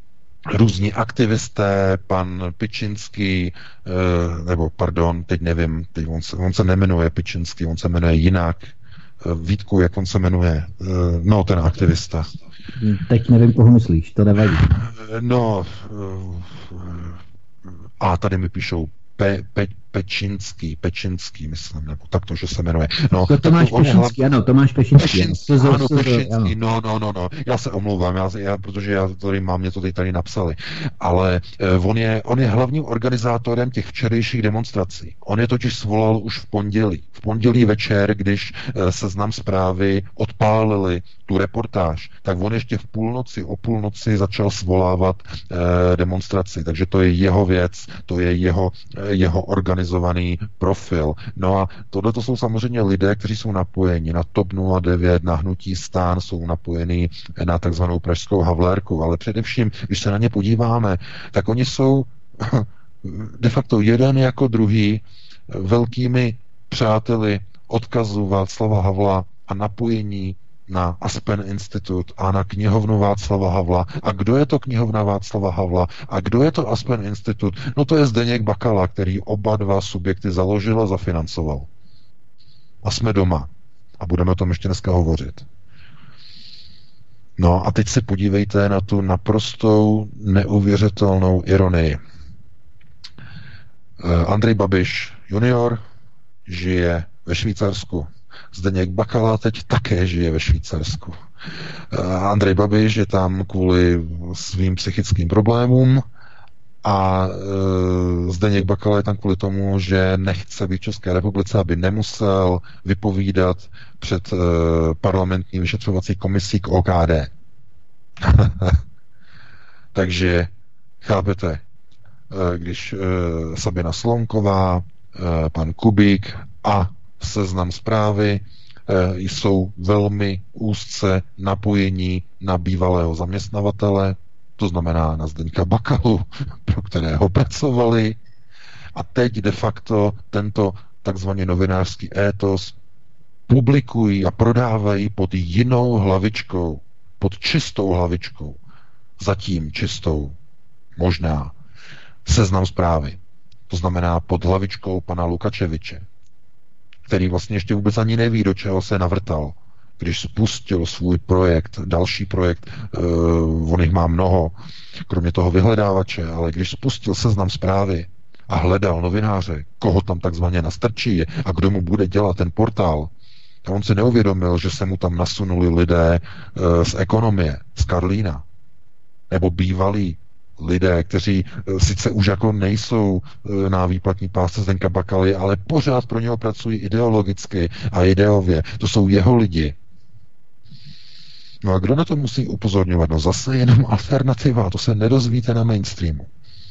různí aktivisté, pan Pičinský, nebo pardon, teď nevím, teď on, se, on se nemenuje Pičinský, on se jmenuje jinak. Vítku, jak on se jmenuje? No, ten aktivista. Teď nevím, koho myslíš, to nevadí. No, a tady mi píšou Pe, pe, Pečinský, Pečinský, myslím, nebo takto, že se jmenuje. No, to Tomáš to Pečinský, hla... ano, Tomáš Pečinský. Pečinský, ano, ano, Pečinský, no, no, no, no, já se omlouvám, já, já, protože já tady mám, mě to tady, tady napsali, ale uh, on, je, on je hlavním organizátorem těch včerejších demonstrací. On je totiž svolal už v pondělí. V pondělí večer, když uh, Seznam Zprávy odpálili tu reportáž, tak on ještě v půlnoci, o půlnoci začal svolávat uh, demonstraci, takže to je jeho věc, to je jeho, uh, jeho organizovaný profil. No a tohle to jsou samozřejmě lidé, kteří jsou napojeni na TOP nula devět, na Hnutí STAN, jsou napojeni na takzvanou pražskou Havlérku, ale především, když se na ně podíváme, tak oni jsou de facto jeden jako druhý velkými přáteli odkazu Václava Havla a napojení na Aspen Institut a na knihovnu Václava Havla. A kdo je to knihovna Václava Havla? A kdo je to Aspen Institut? No to je Zdeněk Bakala, který oba dva subjekty založil a zafinancoval. A jsme doma. A budeme o tom ještě dneska hovořit. No a teď se podívejte na tu naprostou neuvěřitelnou ironii. Andrej Babiš junior žije ve Švýcarsku. Zdeněk Bakala teď také žije ve Švýcarsku. Andrej Babiš je tam kvůli svým psychickým problémům a Zdeněk Bakala je tam kvůli tomu, že nechce být v České republice, aby nemusel vypovídat před parlamentní vyšetřovací komisí k O K D. Takže chápete, když Sabina Slonková, pan Kubík a Seznam Zprávy e, jsou velmi úzce napojení na bývalého zaměstnavatele, to znamená na Zdeňka Bakalu, pro kterého pracovali. A teď de facto tento takzvaný novinářský étos publikují a prodávají pod jinou hlavičkou, pod čistou hlavičkou, zatím čistou, možná, Seznam Zprávy. To znamená pod hlavičkou pana Lukačeviče, který vlastně ještě vůbec ani neví, do čeho se navrtal, když spustil svůj projekt, další projekt, uh, on jich má mnoho, kromě toho vyhledávače, ale když spustil Seznam Zprávy a hledal novináře, koho tam takzvaně nastrčí a kdo mu bude dělat ten portál, a on si neuvědomil, že se mu tam nasunuli lidé uh, z ekonomie, z Karlína, nebo bývalí lidé, kteří sice už jako nejsou na výplatní pásce Zdeňka Bakaly, ale pořád pro něho pracují ideologicky a ideově. To jsou jeho lidi. No a kdo na to musí upozorňovat? No zase jenom Alternativa, to se nedozvíte na mainstreamu.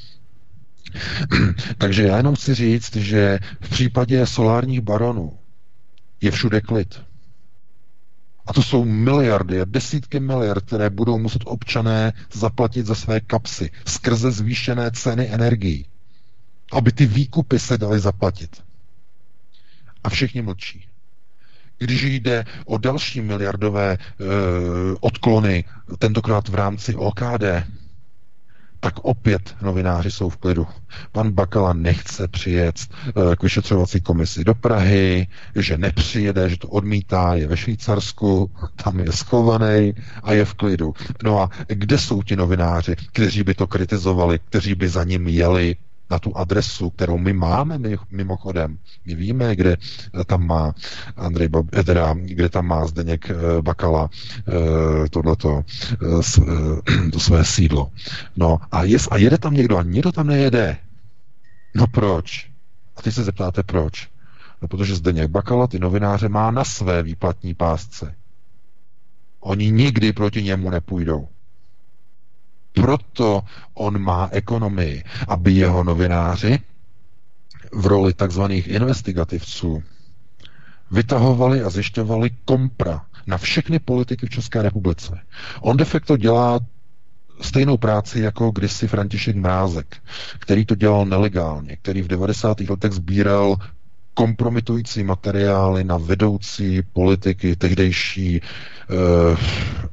Takže já jenom chci říct, že v případě solárních baronů je všude klid. A to jsou miliardy a desítky miliard, které budou muset občané zaplatit za své kapsy skrze zvýšené ceny energií, aby ty výkupy se daly zaplatit. A všichni mlčí. Když jde o další miliardové e, odklony, tentokrát v rámci O K D, tak opět novináři jsou v klidu. Pan Bakala nechce přijet k vyšetřovací komisi do Prahy, že nepřijede, že to odmítá, je ve Švýcarsku, tam je schovaný a je v klidu. No a kde jsou ti novináři, kteří by to kritizovali, kteří by za ním jeli na tu adresu, kterou my máme mimochodem. My víme, kde tam má Andrej Bab, teda, kde tam má Zdeněk Bakala tohleto, to své sídlo. No a, jest, a jede tam někdo a někdo tam nejede. No proč? A teď se zeptáte proč? No protože Zdeněk Bakala ty novináře má na své výplatní pásce. Oni nikdy proti němu nepůjdou. Proto on má ekonomii, aby jeho novináři v roli takzvaných investigativců vytahovali a zjišťovali kompra na všechny politiky v České republice. On de facto dělá stejnou práci jako kdysi František Mrázek, který to dělal nelegálně, který v devadesátých letech sbíral kompromitující materiály na vedoucí politiky tehdejší eh,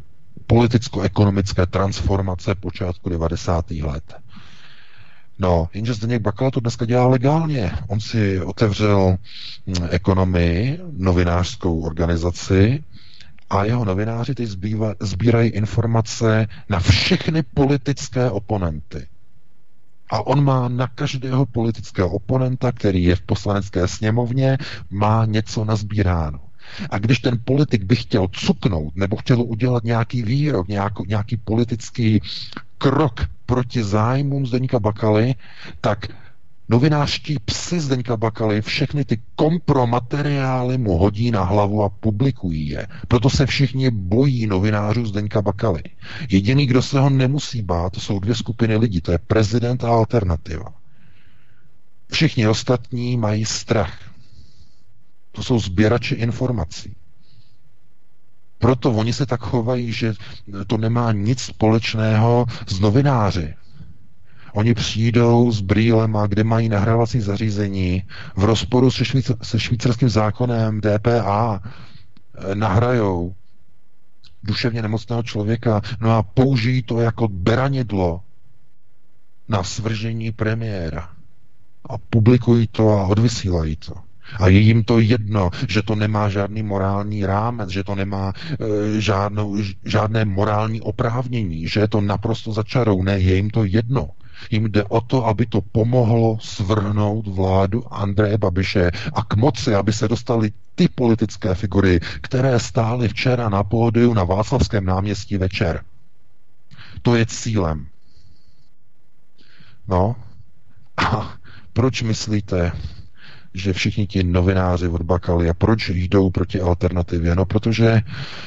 politicko-ekonomické transformace počátku devadesátých let. No, jenže Zdeněk Bakala to dneska dělá legálně. On si otevřel Ekonomii, novinářskou organizaci, a jeho novináři teď zbýva, sbírají informace na všechny politické oponenty. A on má na každého politického oponenta, který je v poslanecké sněmovně, má něco nazbíráno. A když ten politik by chtěl cuknout, nebo chtěl udělat nějaký výrok, nějaký, nějaký politický krok proti zájmům Zdeňka Bakaly, tak novinářští psi Zdeňka Bakaly všechny ty kompromateriály mu hodí na hlavu a publikují je. Proto se všichni bojí novinářů Zdeňka Bakaly. Jediný, kdo se ho nemusí bát, to jsou dvě skupiny lidí. To je prezident a alternativa. Všichni ostatní mají strach. To jsou sběrači informací. Proto oni se tak chovají, že to nemá nic společného s novináři. Oni přijdou s brýlema, kde mají nahrávací zařízení, v rozporu se, švýc- se švýcarským zákonem D P A nahrajou duševně nemocného člověka, no a použijí to jako beranidlo na svržení premiéra. A publikují to a odvysílají to. A je jim to jedno, že to nemá žádný morální rámec, že to nemá e, žádnou, žádné morální oprávnění, že je to naprosto za čarou. Ne, je jim to jedno. Jim jde o to, aby to pomohlo svrhnout vládu Andreje Babiše a k moci, aby se dostaly ty politické figury, které stály včera na pódiu na Václavském náměstí večer. To je cílem. No a proč myslíte, že všichni ti novináři od Bakaly a proč jdou proti alternativě? No, protože e,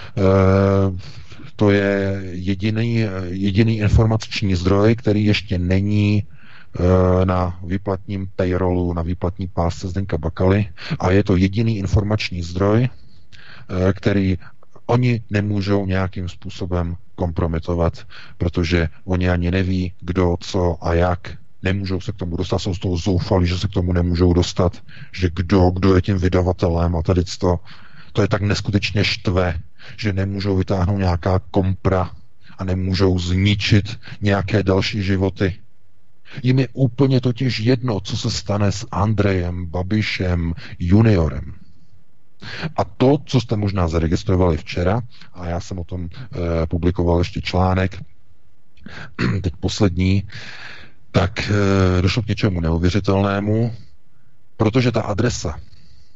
to je jediný, jediný informační zdroj, který ještě není e, na výplatním payrollu, na výplatní pásce Zdeňka Bakaly a je to jediný informační zdroj, e, který oni nemůžou nějakým způsobem kompromitovat, protože oni ani neví, kdo, co a jak. Nemůžou se k tomu dostat, jsou z toho zoufalí, že se k tomu nemůžou dostat, že kdo, kdo je tím vydavatelem a tady to, to je tak neskutečně štve, že nemůžou vytáhnout nějaká kompra a nemůžou zničit nějaké další životy. Jim je úplně totiž jedno, co se stane s Andrejem Babišem juniorem. A to, co jste možná zaregistrovali včera, a já jsem o tom e, publikoval ještě článek, teď poslední, tak e, došlo k něčemu neuvěřitelnému, protože ta adresa e,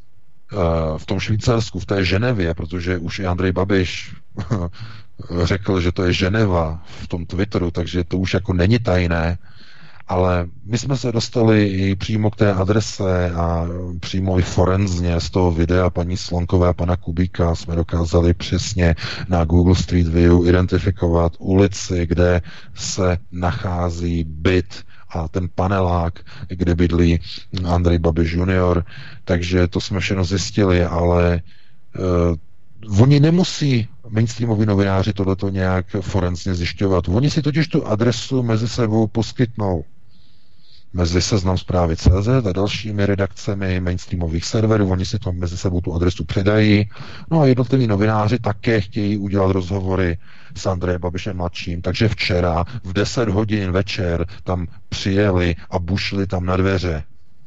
v tom Švýcarsku, v té Ženevě, protože už i Andrej Babiš řekl, že to je Ženeva v tom Twitteru, takže to už jako není tajné, ale my jsme se dostali i přímo k té adrese a přímo i forenzně z toho videa paní Slonkové a pana Kubíka jsme dokázali přesně na Google Street View identifikovat ulici, kde se nachází byt a ten panelák, kde bydlí Andrej Babiš junior. Takže to jsme všechno zjistili, ale uh, oni nemusí mainstreamoví novináři tohleto nějak forenzně zjišťovat. Oni si totiž tu adresu mezi sebou poskytnou. Mezi Seznam Zprávy tečka cé zet a dalšími redakcemi mainstreamových serverů, oni si to mezi sebou tu adresu předají. No a jednotliví novináři také chtějí udělat rozhovory s Andrejem Babišem mladším. Takže včera v deset hodin večer tam přijeli a bušli tam na dveře.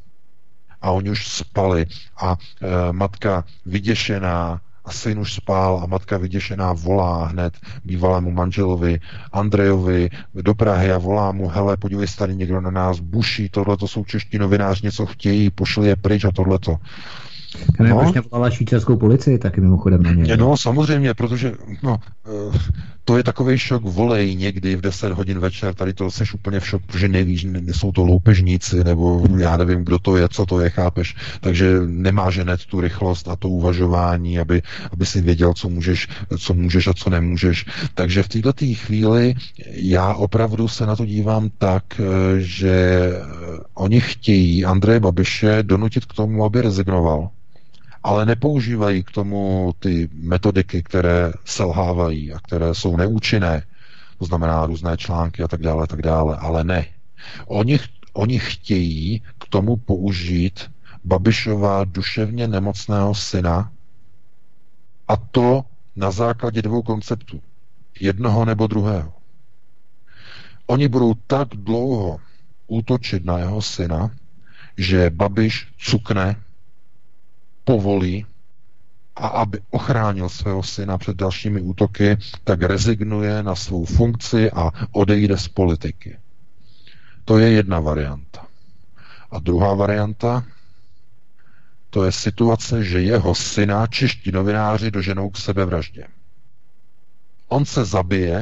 A oni už spali a e, matka vyděšená a syn už spál a matka vyděšená volá hned bývalému manželovi Andrejovi do Prahy a volá mu, hele, podívej se, tady někdo na nás buší, tohleto jsou čeští novináři, něco chtějí, pošli je pryč a tohleto. Kamil no. Vlastně volala švýcarskou policii taky mimochodem na ně. No, samozřejmě, protože no, to je takovej šok, volej někdy v deset hodin večer, tady to seš úplně v šok, protože nevíš, jsou to loupežníci, nebo já nevím, kdo to je, co to je, chápeš. Takže nemáš hned tu rychlost a to uvažování, aby, aby si věděl, co můžeš, co můžeš a co nemůžeš. Takže v této chvíli já opravdu se na to dívám tak, že oni chtějí Andreje Babiše donutit k tomu, aby rezignoval. Ale nepoužívají k tomu ty metodiky, které selhávají a které jsou neúčinné, to znamená různé články a tak dále, tak dále, ale ne. Oni, oni chtějí k tomu použít Babišova duševně nemocného syna a to na základě dvou konceptů. jednoho nebo druhého. Oni budou tak dlouho útočit na jeho syna, že Babiš cukne, povolí a aby ochránil svého syna před dalšími útoky, tak rezignuje na svou funkci a odejde z politiky. To je jedna varianta. A druhá varianta, to je situace, že jeho syna čeští novináři doženou k sebevraždě. On se zabije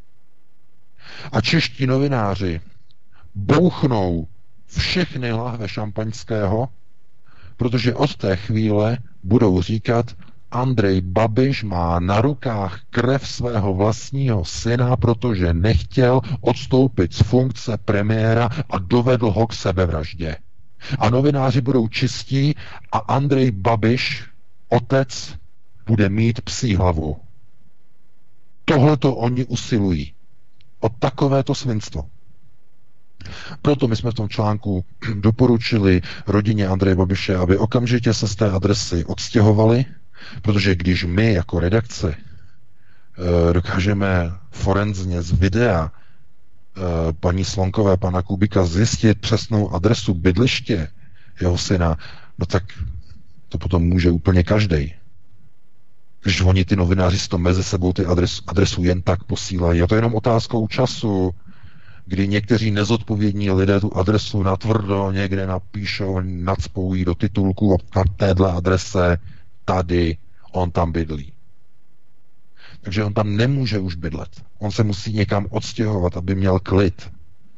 a čeští novináři bouchnou všechny lahve šampaňského, protože od té chvíle budou říkat, Andrej Babiš má na rukách krev svého vlastního syna, protože nechtěl odstoupit z funkce premiéra a dovedl ho k sebevraždě. A novináři budou čistí a Andrej Babiš, otec, bude mít psí hlavu. Tohleto oni usilují. O takovéto svinstvo. Proto my jsme v tom článku doporučili rodině Andreje Babiše, aby okamžitě se z té adresy odstěhovali, protože když my jako redakce dokážeme forenzně z videa paní Slonkové, pana Kubika zjistit přesnou adresu bydliště jeho syna, no tak to potom může úplně každej. Když oni, ty novináři, si to mezi sebou ty adresu, adresu jen tak posílají. A to je jenom otázkou času, kdy někteří nezodpovědní lidé tu adresu natvrdo někde napíšou, nacpou jí do titulku a na téhle adrese tady on tam bydlí. Takže on tam nemůže už bydlet. On se musí někam odstěhovat, aby měl klid.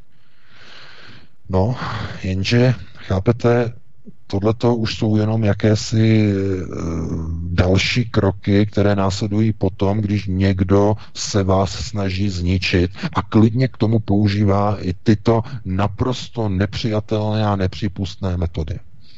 No, jenže, chápete, tohleto už jsou jenom jakési další kroky, které následují potom, když někdo se vás snaží zničit a klidně k tomu používá i tyto naprosto nepřijatelné a nepřípustné metody.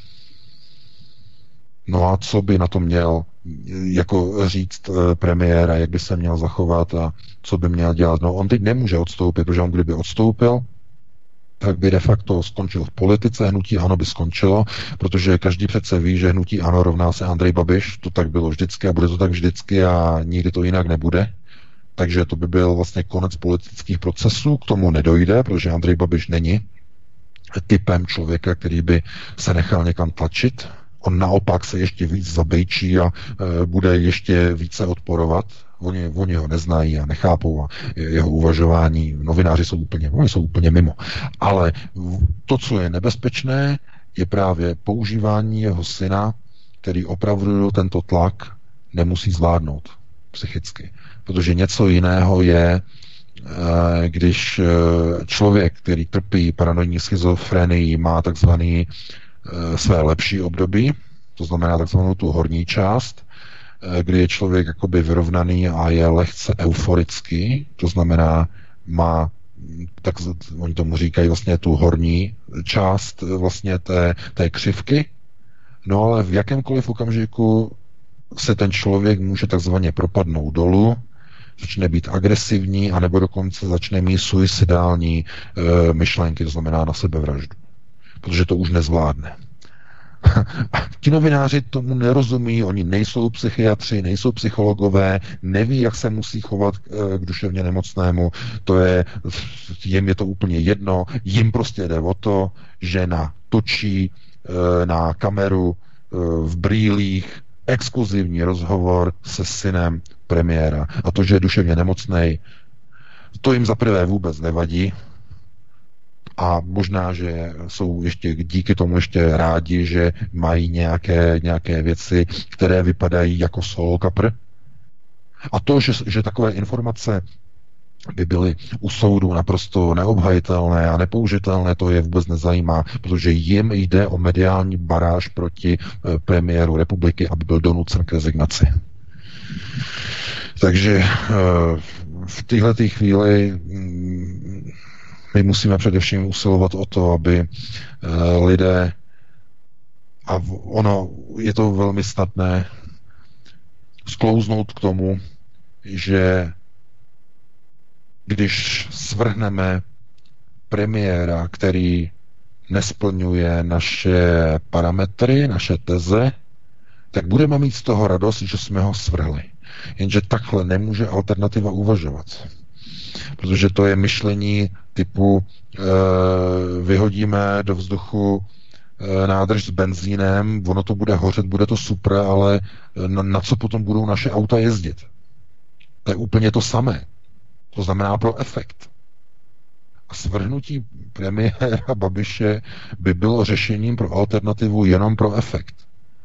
No a co by na to měl jako říct premiéra, jak by se měl zachovat a co by měl dělat? No on teď nemůže odstoupit, protože on kdyby odstoupil, tak by de facto skončil v politice, hnutí ANO by skončilo, protože každý přece ví, že hnutí ANO rovná se Andrej Babiš, to tak bylo vždycky a bude to tak vždycky a nikdy to jinak nebude. Takže to by byl vlastně konec politických procesů, k tomu nedojde, protože Andrej Babiš není typem člověka, který by se nechal někam tlačit. On naopak se ještě víc zabejčí a e, bude ještě více odporovat. Oni, oni ho neznají a nechápou a jeho uvažování. Novináři jsou úplně, oni jsou úplně mimo. Ale to, co je nebezpečné, je právě používání jeho syna, který opravdu tento tlak nemusí zvládnout psychicky. Protože něco jiného je, když člověk, který trpí paranoidní schizofrenii, má takzvaný své lepší období, to znamená takzvanou tu horní část, kdy je člověk jakoby vyrovnaný a je lehce euforický, to znamená má, tak oni tomu říkají vlastně tu horní část vlastně té, té křivky, no ale v jakémkoliv okamžiku se ten člověk může takzvaně propadnout dolů, začne být agresivní, anebo dokonce začne mít suicidální e, myšlenky, to znamená na sebevraždu, protože to už nezvládne. Ti novináři tomu nerozumí, oni nejsou psychiatři, nejsou psychologové, neví, jak se musí chovat k duševně nemocnému, to je, jim je to úplně jedno, jim prostě jde o to, žena točí na kameru v brýlích exkluzivní rozhovor se synem premiéra. A to, že je duševně nemocnej, to jim zaprvé vůbec nevadí, a možná, že jsou ještě díky tomu ještě rádi, že mají nějaké, nějaké věci, které vypadají jako solo kapr. A to, že, že takové informace by byly u soudu naprosto neobhajitelné a nepoužitelné, to je vůbec nezajímá, protože jim jde o mediální baráž proti premiéru republiky, aby byl donucen k rezignaci. Takže v téhleté chvíli my musíme především usilovat o to, aby lidé, a ono je to velmi snadné, sklouznout k tomu, že když svrhneme premiéra, který nesplňuje naše parametry, naše teze, tak budeme mít z toho radost, že jsme ho svrhli. Jenže takhle nemůže alternativa uvažovat. Protože to je myšlení typu e, vyhodíme do vzduchu e, nádrž s benzínem, ono to bude hořet, bude to super, ale na, na co potom budou naše auta jezdit? To je úplně to samé. To znamená pro efekt. A svrhnutí premiéra Babiše by bylo řešením pro alternativu jenom pro efekt.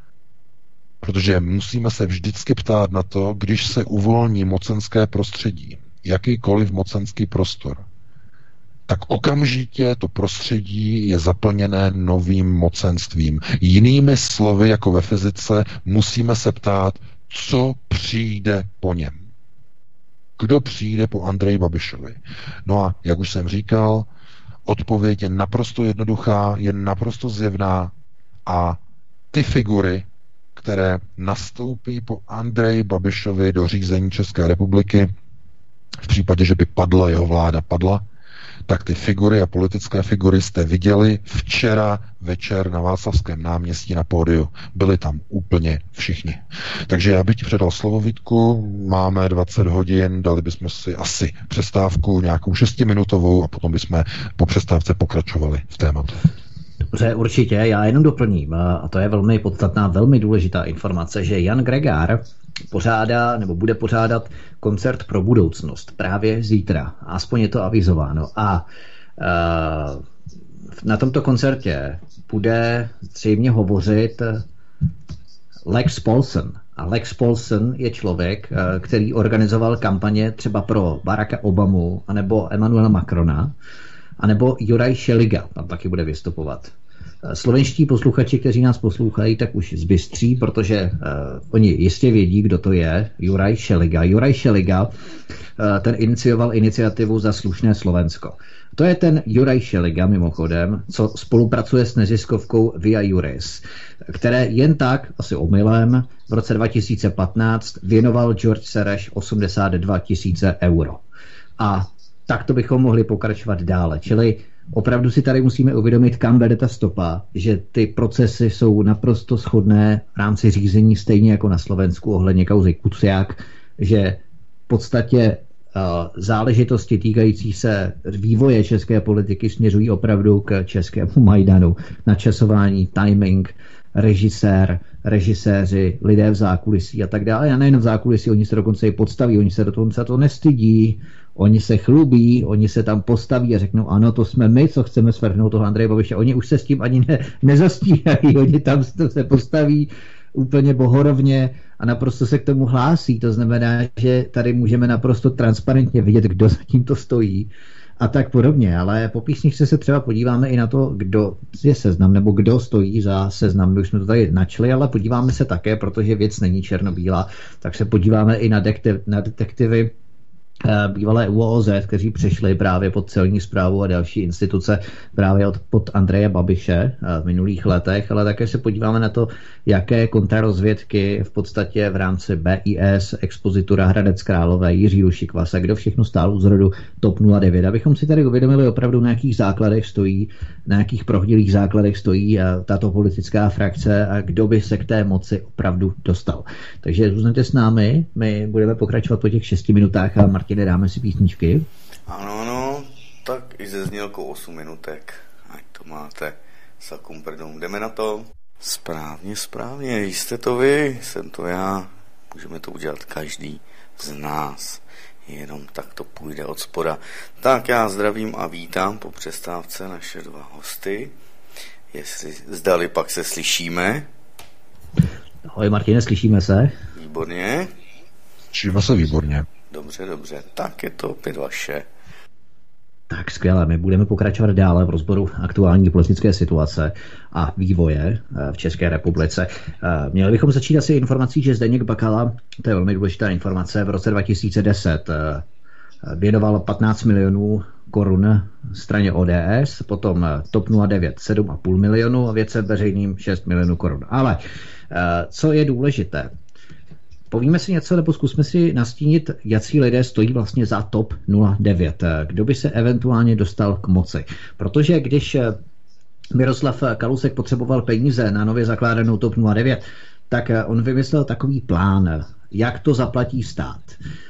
Protože musíme se vždycky ptát na to, když se uvolní mocenské prostředí, jakýkoliv mocenský prostor, tak okamžitě to prostředí je zaplněné novým mocenstvím. Jinými slovy, jako ve fyzice, musíme se ptát, co přijde po něm. Kdo přijde po Andreji Babišovi? No a, jak už jsem říkal, odpověď je naprosto jednoduchá, je naprosto zjevná a ty figury, které nastoupí po Andreji Babišovi do řízení České republiky, v případě, že by padla jeho vláda, padla, tak ty figury a politické figury jste viděli včera večer na Václavském náměstí na pódiu. Byli tam úplně všichni. Takže já bych ti předal slovo, Vítku, máme dvacet hodin, dali bychom si asi přestávku nějakou šestiminutovou a potom bychom po přestávce pokračovali v tématu. Dobře, určitě, já jenom doplním, a to je velmi podstatná, velmi důležitá informace, že Jan Gregár pořádá, nebo bude pořádat koncert pro budoucnost právě zítra, aspoň je to avizováno. A uh, na tomto koncertě bude zřejmě hovořit Lex Paulsen. A Lex Paulsen je člověk, který organizoval kampaně třeba pro Baracka Obamu, anebo Emmanuela Macrona, anebo Juraj Šeliga, tam taky bude vystupovat. Slovenští posluchači, kteří nás poslouchají, tak už zbystří, protože uh, oni jistě vědí, kdo to je, Juraj Šeliga. Juraj Šeliga, uh, ten inicioval iniciativu Za slušné Slovensko. To je ten Juraj Šeliga, mimochodem, co spolupracuje s neziskovkou Via Juris, které jen tak, asi omylem, v roce dva tisíce patnáct věnoval George Soros osmdesát dva tisíce euro. A tak to bychom mohli pokračovat dále. Čili opravdu si tady musíme uvědomit, kam vede ta stopa, že ty procesy jsou naprosto shodné v rámci řízení, stejně jako na Slovensku ohledně kauzy Kuciak, že v podstatě uh, záležitosti týkající se vývoje české politiky směřují opravdu k českému Majdanu. Načasování, timing, režisér, režiséři, lidé v zákulisí a tak dále. A nejen v zákulisí, oni se dokonce i podstaví, oni se dokonce to nestydí, oni se chlubí, oni se tam postaví a řeknou, ano, to jsme my, co chceme svrhnout toho Andreje Babiše. Oni už se s tím ani ne, nezastíhají, oni tam se postaví úplně bohorovně a naprosto se k tomu hlásí. To znamená, že tady můžeme naprosto transparentně vidět, kdo za tím to stojí a tak podobně. Ale po písničce se třeba podíváme i na to, kdo je Seznam, nebo kdo stojí za Seznam. My už jsme to tady načli, ale podíváme se také, protože věc není černobílá, tak se podíváme i na, dektiv, na detektivy bývalé U O Z, kteří přešli právě pod celní správu a další instituce právě od, pod Andreje Babiše v minulých letech, ale také se podíváme na to, jaké kontrarozvědky v podstatě v rámci B I S, Expozitura Hradec Králové, Jiří Rušik Vasa, kdo všechno stál u zrodu TOP nula devět, abychom si tady uvědomili opravdu, na jakých základech stojí, na jakých prohnilých základech stojí tato politická frakce a kdo by se k té moci opravdu dostal. Takže zůstaňte s námi, my budeme pokračovat po těch šesti minutách a Martin, dáme si písničky. Ano, ano, tak i ze znělkou osm minutek. Ať to máte. Sakum prdum. Jdeme na to. Správně, správně. Jste to vy, jsem to já. Můžeme to udělat každý z nás. Jenom tak to půjde od spoda. Tak já zdravím a vítám po přestávce naše dva hosty. Jestli zdali pak se slyšíme. Ahoj Martine, slyšíme se. Výborně. Slyšíme se výborně. Dobře, dobře. Tak je to opět vaše. Tak skvěle, my budeme pokračovat dále v rozboru aktuální politické situace a vývoje v České republice. Měli bychom začít asi informací, že Zdeněk Bakala, to je velmi důležitá informace, v roce dva tisíce deset věnoval patnáct milionů korun straně O D S, potom TOP nula devět sedm a půl milionu a věcem veřejným šest milionů korun. Ale co je důležité? Povíme si něco, nebo zkusme si nastínit, jací lidé stojí vlastně za TOP nula devět. Kdo by se eventuálně dostal k moci. Protože když Miroslav Kalousek potřeboval peníze na nově zakládanou TOP nula devět, tak on vymyslel takový plán, jak to zaplatí stát.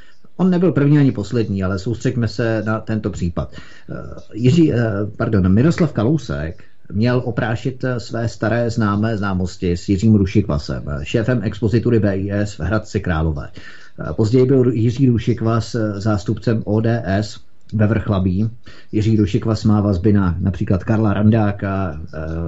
On nebyl první ani poslední, ale soustřeďme se na tento případ. Jiří, pardon, Miroslav Kalousek měl oprášit své staré známé známosti s Jiřím Rušikvasem, šéfem expozitury B I S v Hradci Králové. Později byl Jiří Rušikvas zástupcem O D S ve Vrchlabí. Jiří Rušikvas má vazby na například Karla Randáka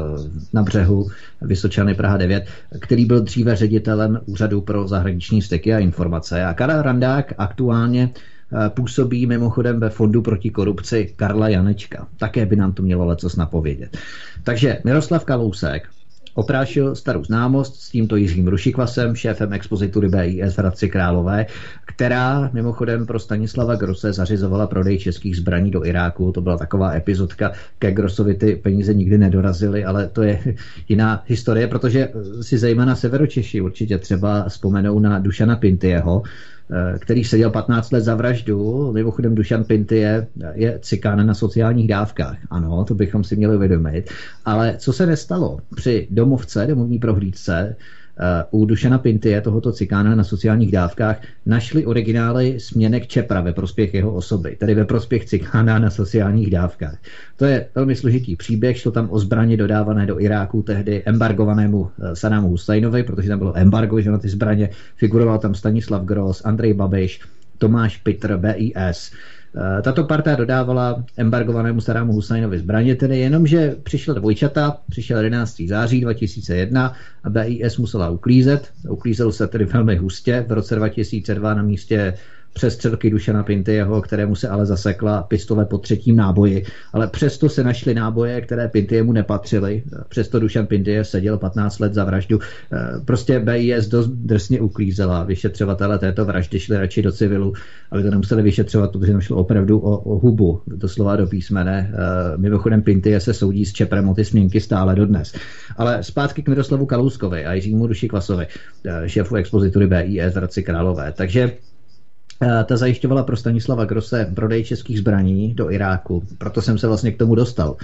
na břehu Vysočany Praha devět, který byl dříve ředitelem Úřadu pro zahraniční styky a informace. A Karel Randák aktuálně působí mimochodem ve Fondu proti korupci Karla Janečka. Také by nám to mělo lecos napovědět. Takže Miroslav Kalousek oprášil starou známost s tímto Jiřím Rušikvasem, šéfem expozitury B I S v Hradci Králové, která mimochodem pro Stanislava Grosse zařizovala prodej českých zbraní do Iráku. To byla taková epizodka, ke Grossovi ty peníze nikdy nedorazily, ale to je jiná historie, protože si zejména Severočeši určitě třeba vzpomenou na Dušana Pintyjeho, který seděl patnáct let za vraždu. Mimochodem Dušan Pintyje je cikán na sociálních dávkách. Ano, to bychom si měli uvědomit. Ale co se nestalo při domovce, domovní prohlídce, u Dušana Pintyje, tohoto cikána na sociálních dávkách, našli originály směnek Čepra ve prospěch jeho osoby, tedy ve prospěch cikána na sociálních dávkách. To je velmi složitý příběh, šlo tam o zbraně dodávané do Iráku tehdy embargovanému Saddamu Husajnovi, protože tam bylo embargo, že na ty zbraně, figuroval tam Stanislav Gross, Andrej Babiš, Tomáš Pitr, B I S. Tato parta dodávala embargovanému Saddamu Husajnovi zbraně, tedy jenom, že přišla dvojčata, přišel jedenáctého září dva tisíce jedna a B I S musela uklízet. Uklízel se tedy velmi hustě v roce dva tisíce dva na místě přestřelky Dušana Pintyjeho, kterému se ale zasekla pistole po třetím náboji, ale přesto se našly náboje, které Pintyjemu nepatřily. Přesto Dušan Pintyje seděl patnáct let za vraždu. Prostě B I S dost drsně uklízela. Vyšetřovatelé této vraždy šli radši do civilu, aby to nemuseli vyšetřovat, protože tam šlo opravdu o, o hubu, doslova do písmene. Mimochodem Pintyje se soudí s Čeprem o ty směnky stále dodnes. Ale zpátky k Miroslavu Kalouskovi a Jiřímu Rušikvasovi, šéfu expozitury B I S v Hradci Králové. Takže ta zajišťovala pro Stanislava Grosse prodej českých zbraní do Iráku. Proto jsem se vlastně k tomu dostal.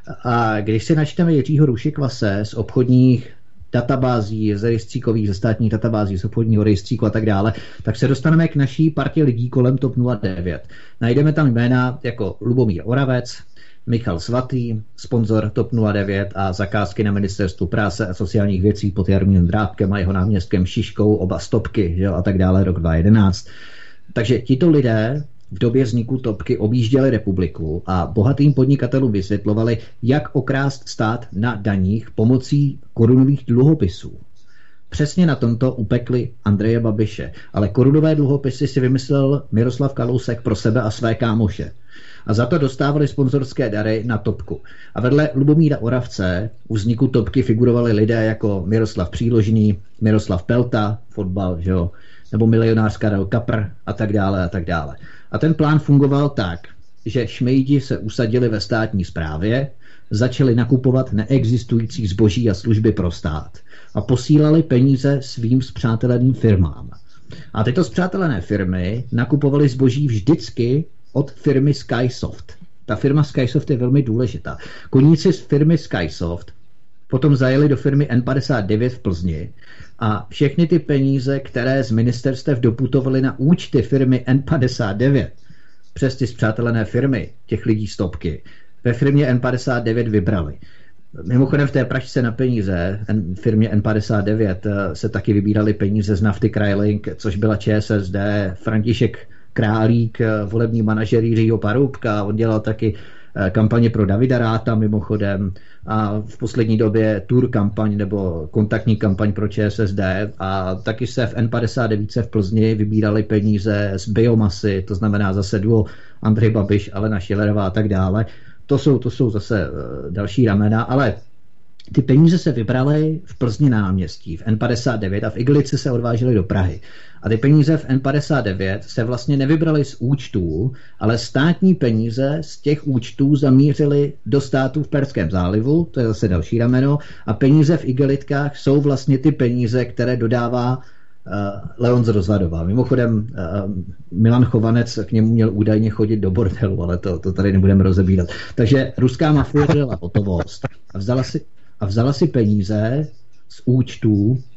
A když si načteme Jiřího Rušikvase z obchodních databází, z rejstříkových, ze státních databází, z obchodního rejstříku a tak dále, tak se dostaneme k naší partě lidí kolem TOP nula devět. Najdeme tam jména jako Lubomír Oravec, Michal Svatý, sponzor TOP nula devět a zakázky na ministerstvu práce a sociálních věcí pod Jaromírem Drábkem a jeho náměstkem Šiškou, oba stopky, že, a tak dále, rok dva tisíce jedenáct. Takže tito lidé v době vzniku topky objížděli republiku a bohatým podnikatelům vysvětlovali, jak okrást stát na daních pomocí korunových dluhopisů. Přesně na tomto upekli Andreje Babiše, ale korunové dluhopisy si vymyslel Miroslav Kalousek pro sebe a své kámoše. A za to dostávali sponzorské dary na topku. A vedle Lubomíra Oravce u vzniku topky figurovali lidé jako Miroslav Příložný, Miroslav Pelta, fotbal, že jo, nebo milionář Karel Kapr a tak dále a tak dále. A ten plán fungoval tak, že šmejdi se usadili ve státní správě, začali nakupovat neexistující zboží a služby pro stát a posílali peníze svým spřáteleným firmám. A tyto spřátelené firmy nakupovaly zboží vždycky od firmy Skysoft. Ta firma Skysoft je velmi důležitá. Koníci z firmy Skysoft potom zajeli do firmy N padesát devět v Plzni a všechny ty peníze, které z ministerstev doputovaly na účty firmy N padesát devět přes ty spřátelené firmy těch lidí z topky, ve firmě N padesát devět vybrali. Mimochodem v té pračce na peníze v firmě N padesát devět se taky vybíraly peníze z nafty Krajlink, což byla ČSSD, František Králík, volební manažer Jiřího Paroubka, on dělal taky kampaně pro Davida Ráta mimochodem a v poslední době tour kampaň nebo kontaktní kampaň pro ČSSD a taky se v N padesát devět v Plzni vybírali peníze z biomasy, to znamená zase duo Andrej Babiš, Alena Schillerová a tak dále. To jsou, to jsou zase další ramena, ale ty peníze se vybraly v Plzni na náměstí, v N padesát devět a v Iglici se odvážely do Prahy. A ty peníze v N padesát devět se vlastně nevybraly z účtů, ale státní peníze z těch účtů zamířily do států v Perském zálivu, to je zase další rameno, a peníze v igelitkách jsou vlastně ty peníze, které dodává uh, Leon z Rozvadova. Mimochodem uh, Milan Chovanec k němu měl údajně chodit do bordelu, ale to, to tady nebudeme rozebírat. Takže ruská mafie dala hotovost a vzala si, a vzala si peníze z účtů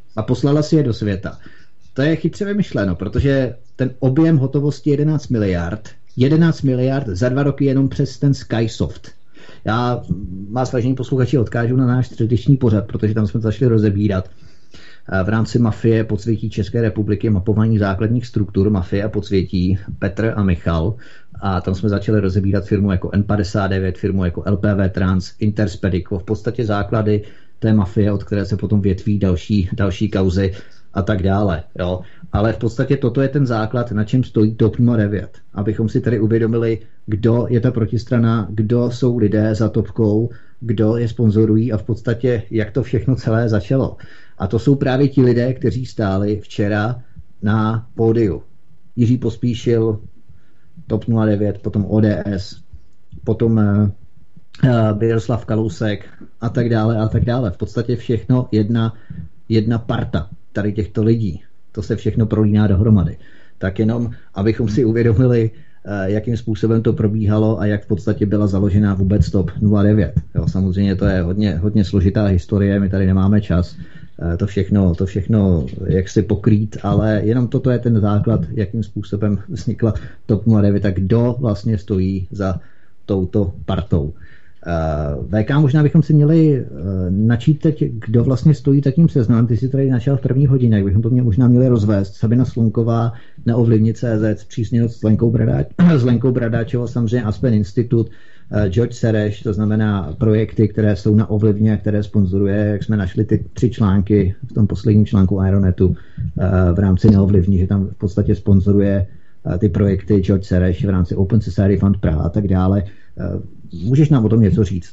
a poslala si je do světa. To je chytře vymyšleno, protože ten objem hotovosti jedenáct miliard, jedenáct miliard za dva roky jenom přes ten Skysoft. Já vás, vážení posluchači, odkážu na náš tradiční pořad, protože tam jsme začali rozebírat v rámci mafie podsvětí České republiky mapování základních struktur mafie a podsvětí Petr a Michal. A tam jsme začali rozebírat firmu jako N padesát devět, firmu jako L P V Trans, Interspedico, v podstatě základy té mafie, od které se potom větví další, další kauzy a tak dále. Jo. Ale v podstatě toto je ten základ, na čem stojí TOP nula devět. Abychom si tedy uvědomili, kdo je ta protistrana, kdo jsou lidé za topkou, kdo je sponzorují a v podstatě jak to všechno celé začalo. A to jsou právě ti lidé, kteří stáli včera na pódiu. Jiří Pospíšil, TOP nula devět, potom O D S, potom uh, Miroslav Kalousek a tak dále a tak dále. V podstatě všechno jedna, jedna parta tady těchto lidí. To se všechno prolíná dohromady. Tak jenom, abychom si uvědomili, jakým způsobem to probíhalo a jak v podstatě byla založena vůbec TOP nula devět. Jo, samozřejmě to je hodně, hodně složitá historie, my tady nemáme čas to všechno, to všechno jak si pokrýt, ale jenom toto je ten základ, jakým způsobem vznikla TOP nula devět a kdo vlastně stojí za touto partou. V K možná bychom si měli načít teď, kdo vlastně stojí za tím seznamem. Ty si tady načal v první hodině, jak bychom to mě možná měli rozvést. Sabina Slunková, Neovlivnit tečka cé zet, přísně s Lenkou, Bradáč, s Lenkou Bradáčovou, samozřejmě Aspen Institute, George Sereš, to znamená projekty, které jsou na Ovlivně, které sponzoruje, jak jsme našli ty tři články v tom posledním článku Aeronetu v rámci Neovlivní, že tam v podstatě sponzoruje ty projekty George Sereš v rámci Open Society Fund Praha a tak dále. Můžeš nám o tom něco říct?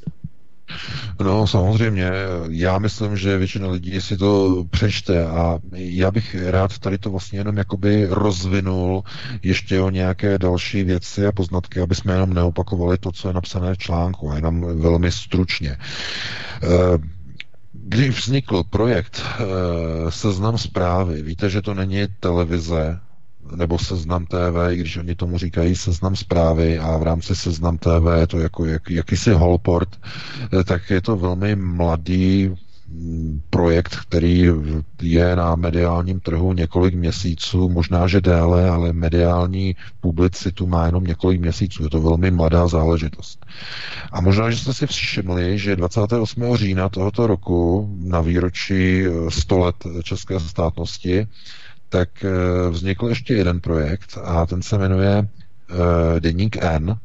No samozřejmě, já myslím, že většina lidí si to přečte a já bych rád tady to vlastně jenom jakoby rozvinul ještě o nějaké další věci a poznatky, aby jsme jenom neopakovali to, co je napsané v článku, a jenom velmi stručně. Když vznikl projekt Seznam Zprávy, víte, že to není televize, nebo Seznam T V, i když oni tomu říkají Seznam Zprávy a v rámci Seznam T V je to jako jak, jakýsi holport, tak je to velmi mladý projekt, který je na mediálním trhu několik měsíců, možná, že déle, ale mediální publicitu má jenom několik měsíců. Je to velmi mladá záležitost. A možná, že jste si všimli, že dvacátého osmého října tohoto roku na výročí sto let české státnosti tak vznikl ještě jeden projekt a ten se jmenuje uh, Deník N.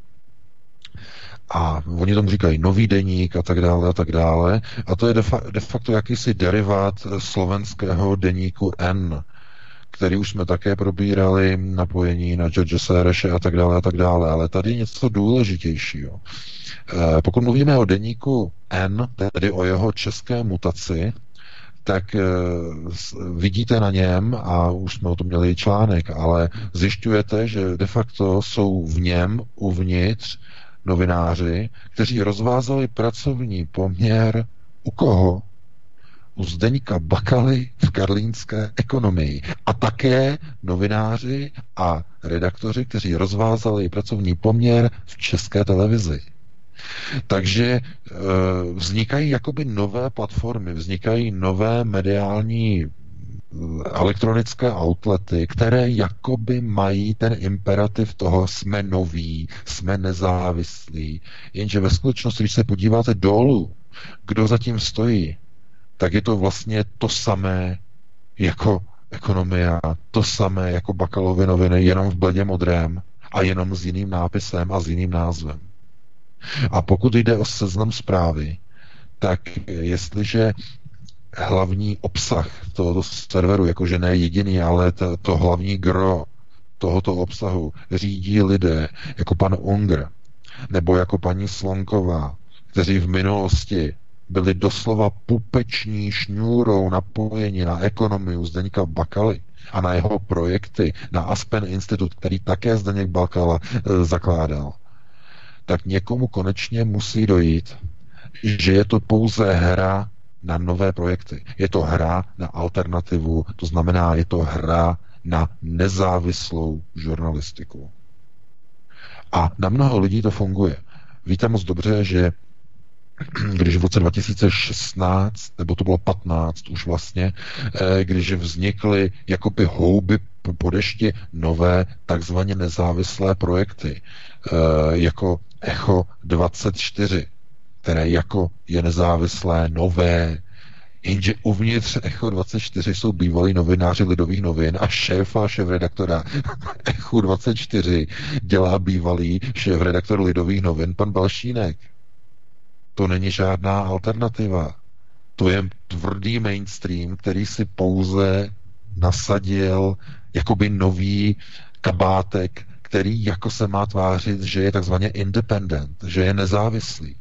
A oni tomu říkají nový deník a tak dále a tak dále. A to je de, fa- de facto jakýsi derivát slovenského deníku N, který už jsme také probírali, napojení na George Sereše a tak dále a tak dále. Ale tady je něco důležitějšího. Uh, pokud mluvíme o deníku N, tedy o jeho české mutaci, tak e, vidíte na něm, a už jsme o tom měli článek, ale zjišťujete, že de facto jsou v něm uvnitř novináři, kteří rozvázali pracovní poměr u koho? U Zdeňka Bakaly v karlínské Ekonomii. A také novináři a redaktoři, kteří rozvázali pracovní poměr v České televizi. Takže e, vznikají jakoby nové platformy, vznikají nové mediální elektronické outlety, které jakoby mají ten imperativ toho jsme noví, jsme nezávislí, jenže ve skutečnosti, když se podíváte dolů, kdo zatím stojí, tak je to vlastně to samé jako Ekonomia, to samé jako Bakalovy noviny, jenom v bledě modrém a jenom s jiným nápisem a s jiným názvem. A pokud jde o Seznam Zprávy, tak jestliže hlavní obsah tohoto serveru, jakože ne jediný, ale to, to hlavní gro tohoto obsahu řídí lidé jako pan Unger nebo jako paní Slonková, kteří v minulosti byli doslova pupeční šňůrou napojeni na Ekonomiu Zdeňka Bakaly a na jeho projekty, na Aspen Institute, který také Zdeněk Bakala e, zakládal, tak někomu konečně musí dojít, že je to pouze hra na nové projekty. Je to hra na alternativu, to znamená, je to hra na nezávislou když v roce dva tisíce šestnáct, nebo to bylo patnáct už vlastně, když vznikly jakoby houby po dešti nové takzvaně nezávislé projekty, jako Echo dvacet čtyři, které jako je nezávislé, nové, jenže uvnitř Echo dvacet čtyři jsou bývalí novináři Lidových novin a šéfa, šéfredaktora Echo dvacet čtyři dělá bývalý šéfredaktor Lidových novin pan Balšínek. To není žádná alternativa. To je tvrdý mainstream, který si pouze nasadil jakoby nový kabátek, který jako se má tvářit, že je takzvaně independent, že je nezávislý.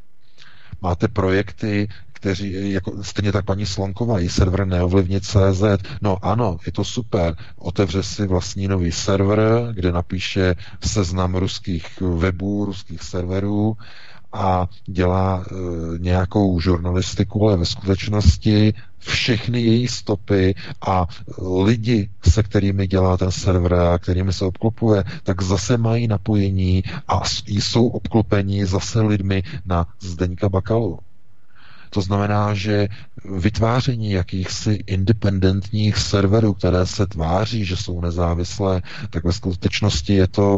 Máte projekty, kteří, jako stejně tak paní Slonková, i server neovlivnit tečka cé zet. No ano, je to super. Otevře si vlastní nový server, kde napíše seznam ruských webů, ruských serverů a dělá e, nějakou žurnalistiku, ale ve skutečnosti všechny její stopy a lidi, se kterými dělá ten server a kterými se obklopuje, tak zase mají napojení a jsou obklopeni zase lidmi na Zdeňka Bakalu. To znamená, že vytváření jakýchsi independentních serverů, které se tváří, že jsou nezávislé, tak ve skutečnosti je to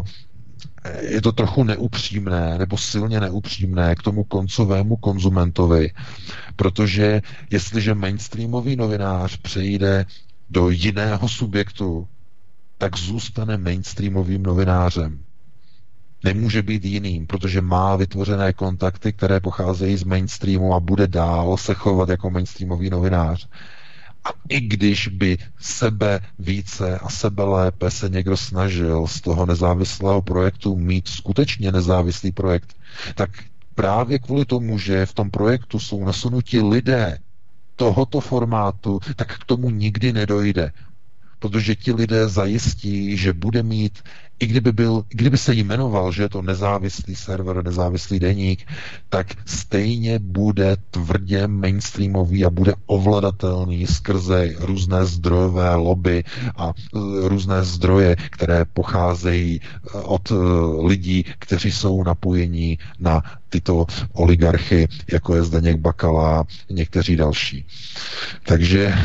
je to trochu neupřímné, nebo silně neupřímné k tomu koncovému konzumentovi, protože jestliže mainstreamový novinář přejde do jiného subjektu, tak zůstane mainstreamovým novinářem. Nemůže být jiným, protože má vytvořené kontakty, které pocházejí z mainstreamu a bude dál se chovat jako mainstreamový novinář. A i když by sebe více a sebe lépe se někdo snažil z toho nezávislého projektu mít skutečně nezávislý projekt, tak právě kvůli tomu, že v tom projektu jsou nasunuti lidé tohoto formátu, tak k tomu nikdy nedojde. Protože ti lidé zajistí, že bude mít, i kdyby, byl, i kdyby se jmenoval, že je to nezávislý server, nezávislý deník, tak stejně bude tvrdě mainstreamový a bude ovladatelný skrze různé zdrojové lobby a různé zdroje, které pocházejí od lidí, kteří jsou napojení na tyto oligarchy, jako je Zdeněk Bakala, někteří další. Takže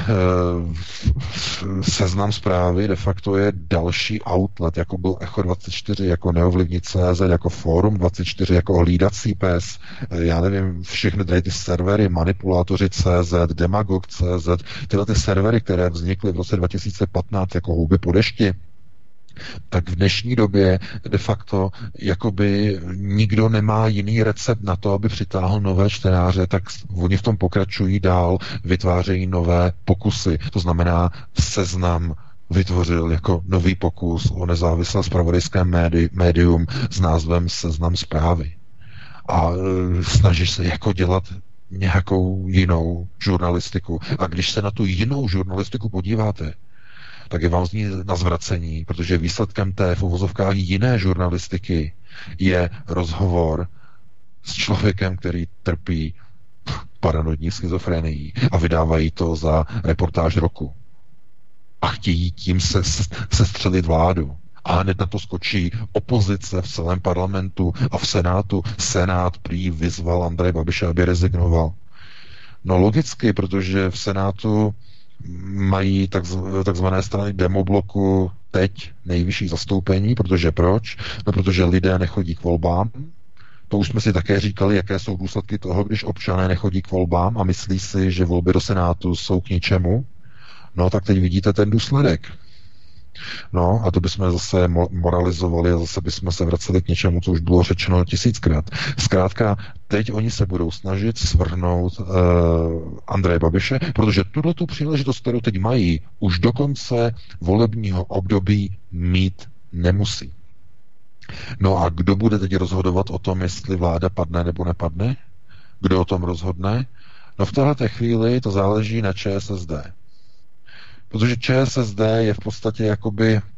Seznam Zprávy de facto je další outlet, jako byl Echo dvacet čtyři, jako neovlivnit tečka cé zet, jako Fórum dvacet čtyři, jako hlídací pes, já nevím, všechny tady ty servery, manipulátoři tečka cé zet, demagog tečka cé zet, tyhle ty servery, které vznikly v roce dva tisíce patnáct jako houby po dešti, tak v dnešní době de facto jakoby nikdo nemá jiný recept na to, aby přitáhl nové čtenáře, tak oni v tom pokračují dál, vytvářejí nové pokusy. To znamená, Seznam vytvořil jako nový pokus o nezávislé zpravodajské médi- médium s názvem Seznam Zprávy. A e, snaží se jako dělat nějakou jinou žurnalistiku. A když se na tu jinou žurnalistiku podíváte, tak je vám z ní na zvracení, protože výsledkem té v uvozovkách jiné žurnalistiky je rozhovor s člověkem, který trpí paranoidní schizofrenií a vydávají to za reportáž roku. A chtějí tím se, se střelit vládu. A hned na to skočí opozice v celém parlamentu a v Senátu. Senát prý vyzval Andreje Babiše, aby rezignoval. No logicky, protože v Senátu mají takzvané strany demobloku teď nejvyšší zastoupení, protože proč? No protože lidé nechodí k volbám. To už jsme si také říkali, jaké jsou důsledky toho, když občané nechodí k volbám a myslí si, že volby do Senátu jsou k ničemu. No tak teď vidíte ten důsledek. No a to bychom zase moralizovali a zase bychom se vraceli k něčemu, co už bylo řečeno tisíckrát. Zkrátka, teď oni se budou snažit svrhnout uh, Andreje Babiše, protože tuto tu příležitost, kterou teď mají, už do konce volebního období mít nemusí. No a kdo bude teď rozhodovat o tom, jestli vláda padne nebo nepadne? Kdo o tom rozhodne? No v této chvíli to záleží na ČSSD. Protože ČSSD je v podstatě jakoby e,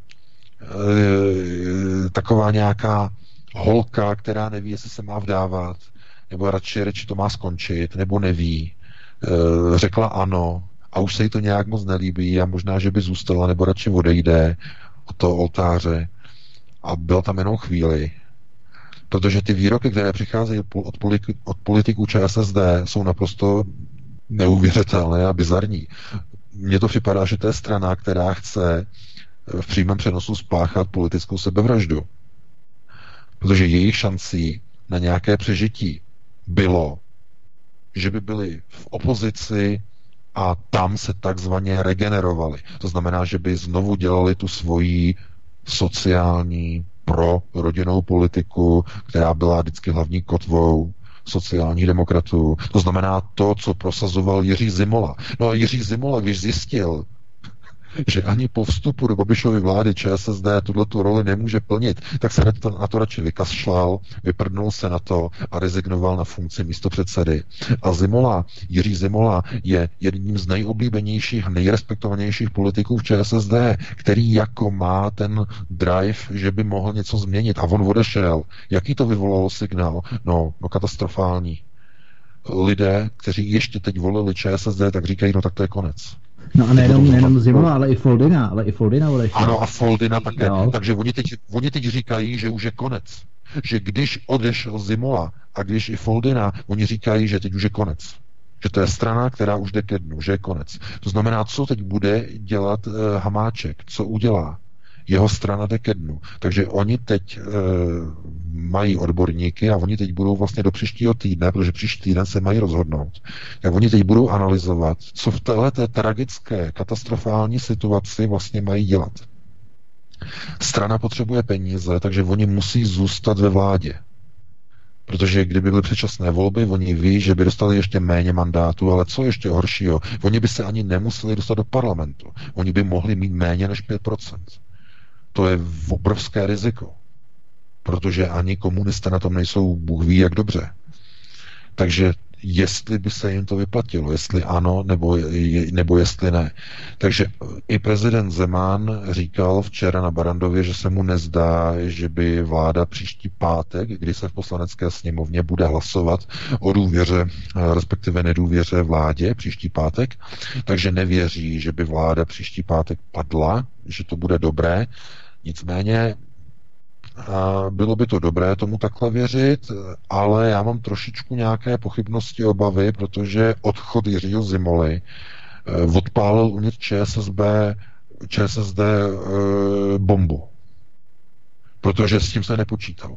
taková nějaká holka, která neví, jestli se má vdávat, nebo radši, radši to má skončit, nebo neví. E, řekla ano a už se jí to nějak moc nelíbí a možná, že by zůstala, nebo radši odejde od toho oltáře a byla tam jenom chvíli. Protože ty výroky, které přicházejí od, politi- od politiků ČSSD, jsou naprosto neuvěřitelné a bizarní. Mně to připadá, že to je strana, která chce v přímém přenosu spáchat politickou sebevraždu. Protože jejich šancí na nějaké přežití bylo, že by byli v opozici a tam se takzvaně regenerovali. To znamená, že by znovu dělali tu svoji sociální pro rodinnou politiku, která byla vždycky hlavní kotvou sociálních demokratů. To znamená to, co prosazoval Jiří Zimola. No a Jiří Zimola, když zjistil, že ani po vstupu do Babišovy vlády ČSSD tuhletu roli nemůže plnit, tak se na to radši vykašlal, vyprdnul se na to a rezignoval na funkci místopředsedy. A Zimola, Jiří Zimola je jedním z nejoblíbenějších, nejrespektovanějších politiků v ČSSD, který jako má ten drive, že by mohl něco změnit. A on odešel. Jaký to vyvolalo signál? No, no katastrofální. Lidé, kteří ještě teď volili ČSSD, tak říkají, no tak to je konec. No a nejenom, nejenom Zimola, ale i Foldina, ale i Foldina odešel. Ano, a Foldina také. Jo. Takže oni teď, oni teď říkají, že už je konec. Že když odešel Zimola a když i Foldina, oni říkají, že teď už je konec. Že to je strana, která už jde ke dnu, že je konec. To znamená, co teď bude dělat uh, Hamáček? Co udělá? Jeho strana jde ke dnu. Takže oni teď e, mají odborníky a oni teď budou vlastně do příštího týdne, protože příští týden se mají rozhodnout, tak oni teď budou analyzovat, co v této tragické, katastrofální situaci vlastně mají dělat. Strana potřebuje peníze, takže oni musí zůstat ve vládě. Protože kdyby byly předčasné volby, oni ví, že by dostali ještě méně mandátů, ale co ještě horšího, oni by se ani nemuseli dostat do parlamentu. Oni by mohli mít méně než pět procent. To je obrovské riziko, protože ani komunisté na tom nejsou, Bůh ví, jak dobře. Takže jestli by se jim to vyplatilo, jestli ano, nebo, nebo jestli ne. Takže i prezident Zeman říkal včera na Barrandově, že se mu nezdá, že by vláda příští pátek, kdy se v poslanecké sněmovně bude hlasovat o důvěře, respektive nedůvěře vládě příští pátek, takže nevěří, že by vláda příští pátek padla, že to bude dobré. Nicméně a bylo by to dobré tomu takhle věřit, ale já mám trošičku nějaké pochybnosti, obavy, protože odchod Jiřího Zimoly odpálil uvnitř ČSSB, ČSSD e, bombu. Protože s tím se nepočítalo.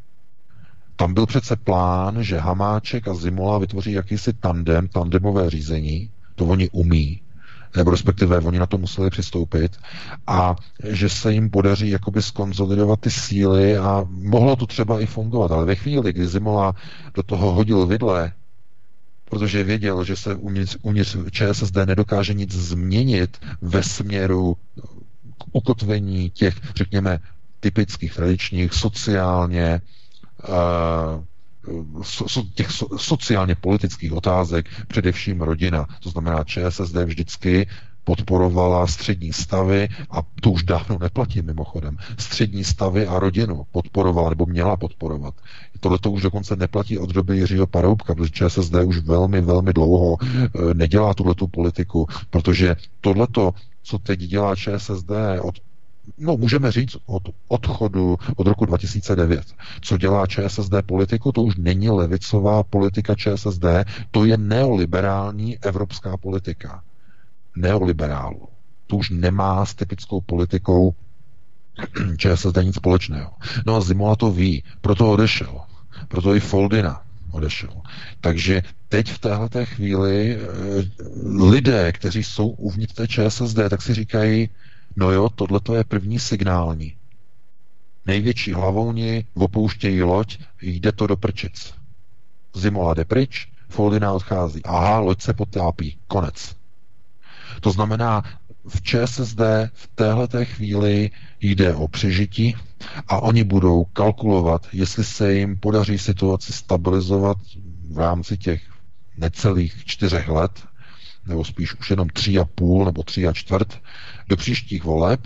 Tam byl přece plán, že Hamáček a Zimola vytvoří jakýsi tandem, tandemové řízení, to oni umí, nebo respektive oni na to museli přistoupit, a že se jim podaří jakoby skonsolidovat ty síly a mohlo to třeba i fungovat, ale ve chvíli, kdy Zimola do toho hodil vidle, protože věděl, že se uvnitř, uvnitř ČSSD nedokáže nic změnit ve směru k ukotvení těch, řekněme, typických, tradičních, sociálně uh, So, těch so, sociálně politických otázek, především rodina. To znamená, ČSSD vždycky podporovala střední stavy, a to už dávno neplatí mimochodem, střední stavy a rodinu podporovala, nebo měla podporovat. Tohle to už dokonce neplatí od doby Jiřího Paroubka, protože ČSSD už velmi, velmi dlouho e, nedělá tuhletu politiku, protože tohleto, co teď dělá ČSSD od No, můžeme říct od odchodu od roku dva tisíce devět. Co dělá ČSSD politiku, to už není levicová politika ČSSD, to je neoliberální evropská politika. Neoliberálu. To už nemá s typickou politikou ČSSD nic společného. No a Zimola to ví, proto odešel. Proto i Foldina odešel. Takže teď v téhleté chvíli lidé, kteří jsou uvnitř té ČSSD, tak si říkají, no jo, tohleto je první signální. Největší hlavouni opouštějí loď, jde to do prčic. Zimola jde pryč, Foldina odchází. Aha, loď se potápí. Konec. To znamená, v ČSSD v téhleté chvíli jde o přežití a oni budou kalkulovat, jestli se jim podaří situaci stabilizovat v rámci těch necelých čtyřech let, nebo spíš už jenom tři a půl nebo tři a čtvrt do příštích voleb,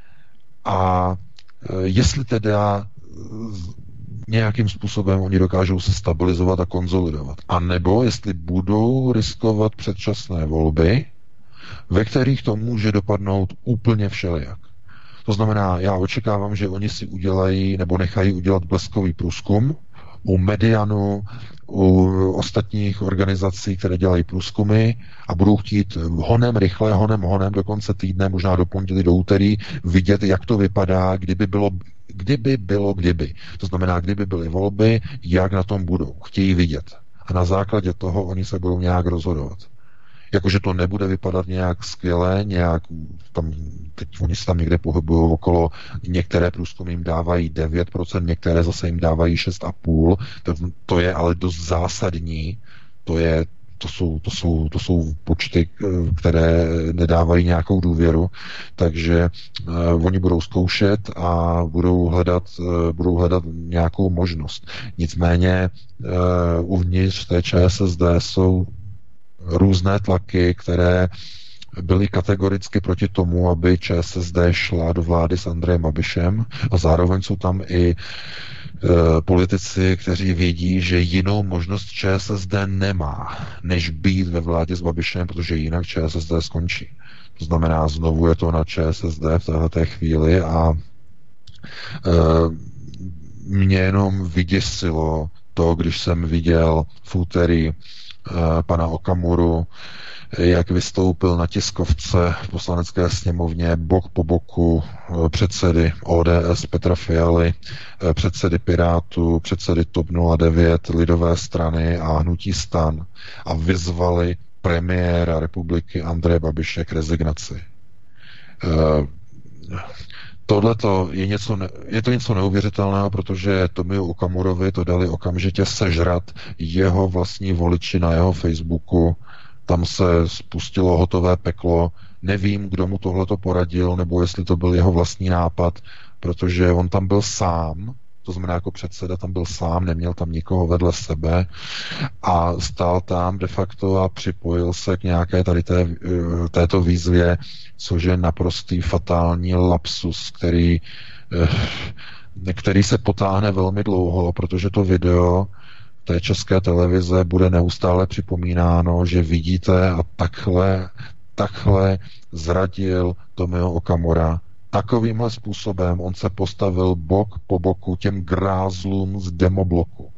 a jestli teda nějakým způsobem oni dokážou se stabilizovat a konsolidovat. A nebo jestli budou riskovat předčasné volby, ve kterých to může dopadnout úplně všelijak. To znamená, já očekávám, že oni si udělají nebo nechají udělat bleskový průzkum u Medianu, u ostatních organizací, které dělají průzkumy a budou chtít honem, rychle, honem, honem do konce týdne, možná do pondělí, do úterý, vidět, jak to vypadá, kdyby bylo, kdyby bylo, kdyby. To znamená, kdyby byly volby, jak na tom budou. Chtějí vidět. A na základě toho oni se budou nějak rozhodovat. Jakože to nebude vypadat nějak skvěle, nějak tam, teď oni se tam někde pohybují okolo, některé průzkumy jim dávají devět procent, některé zase jim dávají šest celá pět procenta, to, to je ale dost zásadní, to je To jsou, to, jsou, to jsou počty, které nedávají nějakou důvěru, takže uh, oni budou zkoušet a budou hledat, uh, budou hledat nějakou možnost. Nicméně uh, uvnitř té ČSSD jsou různé tlaky, které byly kategoricky proti tomu, aby ČSSD šla do vlády s Andrejem Babišem a zároveň jsou tam i politici, kteří vědí, že jinou možnost ČSSD nemá, než být ve vládě s Babišem, protože jinak ČSSD skončí. To znamená, znovu je to na ČSSD v této chvíli a e, mě jenom vyděsilo to, když jsem viděl v úterý e, pana Okamuru, jak vystoupil na tiskovce v poslanecké sněmovně bok po boku předsedy O D S Petra Fialy, předsedy Pirátů, předsedy TOP nula devět, Lidové strany a Hnutí STAN a vyzvali premiéra republiky Andreje Babiše k rezignaci. Tohleto je něco, je to něco neuvěřitelného, protože Tomio Okamurovi to dali okamžitě sežrat jeho vlastní voliči na jeho Facebooku. Tam se spustilo hotové peklo. Nevím, kdo mu tohleto poradil, nebo jestli to byl jeho vlastní nápad, protože on tam byl sám, to znamená jako předseda tam byl sám, neměl tam nikoho vedle sebe a stál tam de facto a připojil se k nějaké tady té, této výzvě, což je naprostý fatální lapsus, který, který se potáhne velmi dlouho, protože to video té české televize bude neustále připomínáno, že vidíte a takhle, takhle zradil Tomio Okamura. Takovýmhle způsobem on se postavil bok po boku těm grázlům z demobloku.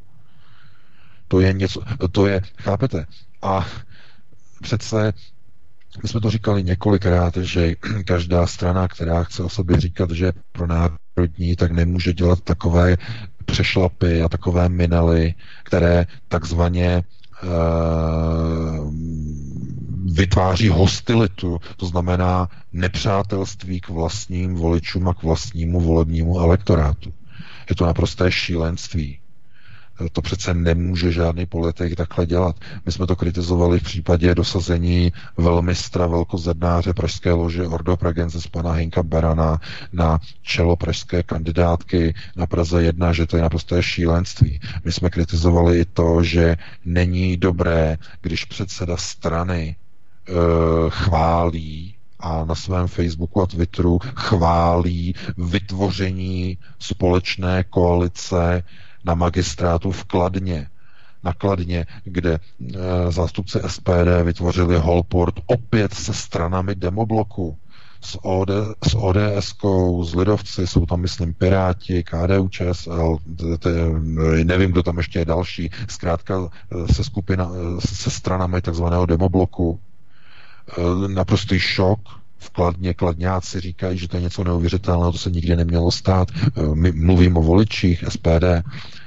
To je něco, to je, chápete? A přece my jsme to říkali několikrát, že každá strana, která chce o sobě říkat, že je pro národní, tak nemůže dělat takové přešlapy a takové minely, které takzvaně uh, vytváří hostilitu, to znamená nepřátelství k vlastním voličům a k vlastnímu volebnímu elektorátu. Je to naprosté šílenství. To přece nemůže žádný politik takhle dělat. My jsme to kritizovali v případě dosazení velmistra velkozednáře pražské lože Ordo Pragensis pana Hinka Berana na čelo pražské kandidátky na Praze jedna, že to je naprosté šílenství. My jsme kritizovali i to, že není dobré, když předseda strany e, chválí a na svém Facebooku a Twitteru chválí vytvoření společné koalice na magistrátu v Kladně, na Kladně, kde e, zástupci S P D vytvořili holport opět se stranami demobloku, s, OD, s ODSkou, s lidovci, jsou tam, myslím, Piráti, K D U Č S L, nevím, kdo tam ještě je další, zkrátka se skupina, se stranami takzvaného demobloku. E, naprostý šok. V Kladně Kladňáci říkají, že to je něco neuvěřitelného, to se nikdy nemělo stát. My mluvím o voličích S P D.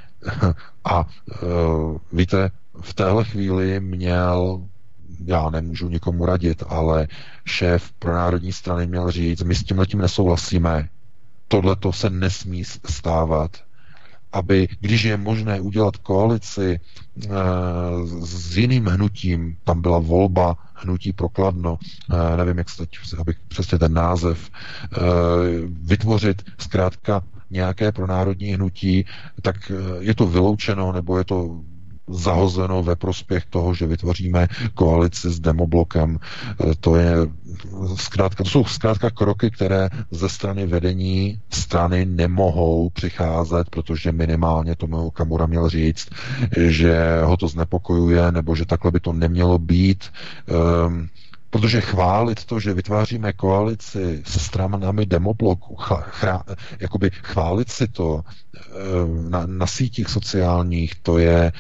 A uh, víte, v téhle chvíli měl, já nemůžu nikomu radit, ale šéf pro národní strany měl říct, my s tímhletím nesouhlasíme, tohleto se nesmí stávat, aby, když je možné udělat koalici e, s jiným hnutím, tam byla volba hnutí pro Kladno, e, nevím, jak se teď, abych přesně ten název, e, vytvořit zkrátka nějaké pronárodní hnutí, tak je to vyloučeno, nebo je to zahozeno ve prospěch toho, že vytvoříme koalici s demoblokem. To je zkrátka, to jsou zkrátka kroky, které ze strany vedení strany nemohou přicházet, protože minimálně Tomio Okamura měl říct, že ho to znepokojuje, nebo že takhle by to nemělo být. Um, Protože chválit to, že vytváříme koalici se stranami demobloku, chra, jakoby chválit si to na, na sítích sociálních, to je,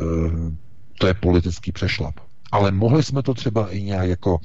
to je politický přešlap. Ale mohli jsme to třeba i nějak jako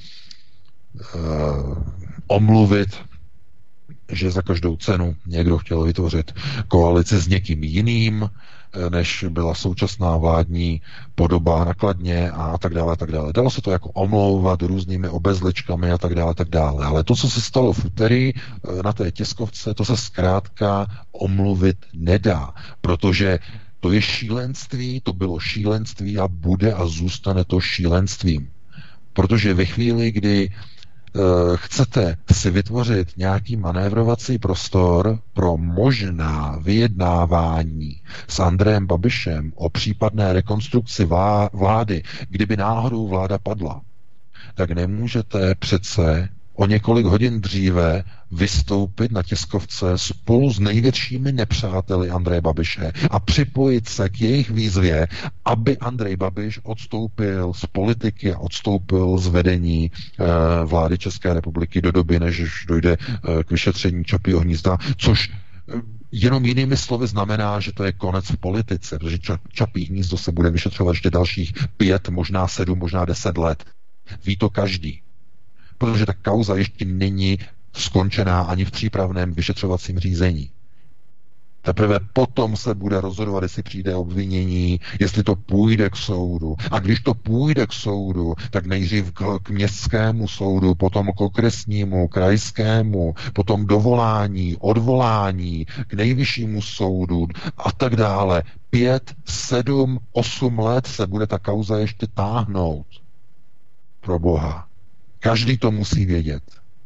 uh, omluvit, že za každou cenu někdo chtěl vytvořit koalici s někým jiným, než byla současná vládní podoba nakladně a tak dále, a tak dále. Dalo se to jako omlouvat různými obezličkami a tak dále, a tak dále. Ale to, co se stalo v úterý na té tiskovce, to se zkrátka omluvit nedá, protože to je šílenství, to bylo šílenství a bude a zůstane to šílenstvím. Protože ve chvíli, kdy chcete si vytvořit nějaký manévrovací prostor pro možná vyjednávání s Andrejem Babišem o případné rekonstrukci vlády, kdyby náhodou vláda padla, tak nemůžete přece o několik hodin dříve vystoupit na tiskovce spolu s největšími nepřáteli Andreje Babiše a připojit se k jejich výzvě, aby Andrej Babiš odstoupil z politiky a odstoupil z vedení e, vlády České republiky do doby, než dojde e, k vyšetření Čapího hnízda, což jenom jinými slovy znamená, že to je konec v politice, protože Čapí hnízdo se bude vyšetřovat ještě dalších pět, možná sedm, možná deset let. Ví to každý. Protože ta kauza ještě není skončená ani v přípravném vyšetřovacím řízení. Teprve potom se bude rozhodovat, jestli přijde obvinění, jestli to půjde k soudu. A když to půjde k soudu, tak nejdřív k, k městskému soudu, potom k okresnímu, krajskému, potom dovolání, odvolání, k nejvyššímu soudu a tak dále. Pět, sedm, osm let se bude ta kauza ještě táhnout. Pro Boha. Každý to musí vědět.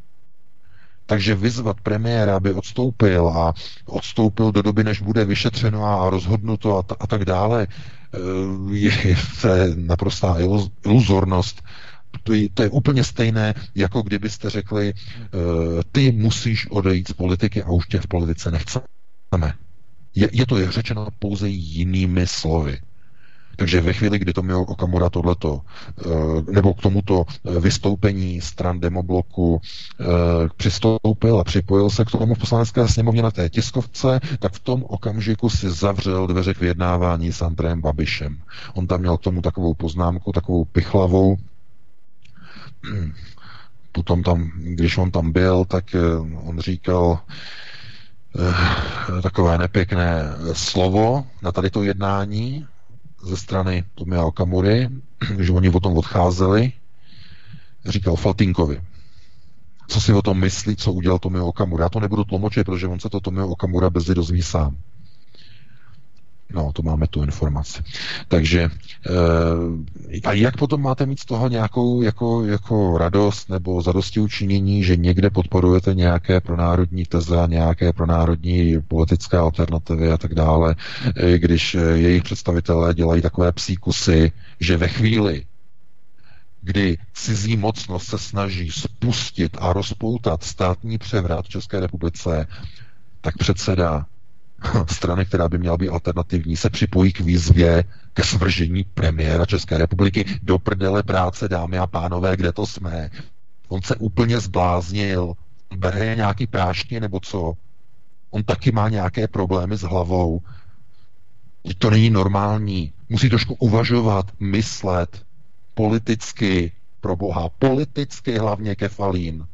Takže vyzvat premiéra, aby odstoupil a odstoupil do doby, než bude vyšetřeno a rozhodnuto a, t- a tak dále, je, je naprostá iluzornost. To je, to je úplně stejné, jako kdybyste řekli, ty musíš odejít z politiky a už tě v politice nechceme. Je, je to řečeno pouze jinými slovy. Takže ve chvíli, kdy Tomio Okamura tohleto, nebo k tomuto vystoupení stran demobloku přistoupil a připojil se k tomu v poslanecké sněmovně na té tiskovce, tak v tom okamžiku si zavřel dveře k vyjednávání s Andrejem Babišem. On tam měl k tomu takovou poznámku, takovou pichlavou. Potom tam, když on tam byl, tak on říkal takové nepěkné slovo na tady to jednání ze strany Tomia Okamury, že oni o tom odcházeli, říkal Faltýnkovi. Co si o tom myslí, co udělal Tomio Okamura? Já to nebudu tlumočit, protože on se to Tomio Okamura brzy dozví sám. No, to máme tu informaci. Takže e, a jak potom máte mít z toho nějakou jako, jako radost nebo zadostiučinění, že někde podporujete nějaké pronárodní teze, nějaké pronárodní politické alternativy a tak dále, když jejich představitelé dělají takové psí kusy, že ve chvíli, kdy cizí mocnost se snaží spustit a rozpoutat státní převrat v České republice, tak předseda strany, která by měla být alternativní, se připojí k výzvě ke svržení premiéra České republiky. Do prdele práce, dámy a pánové, kde to jsme? On se úplně zbláznil. Bere nějaký prášně nebo co? On taky má nějaké problémy s hlavou. To není normální. Musí trošku uvažovat, myslet politicky, pro Boha, politicky hlavně Kefalín.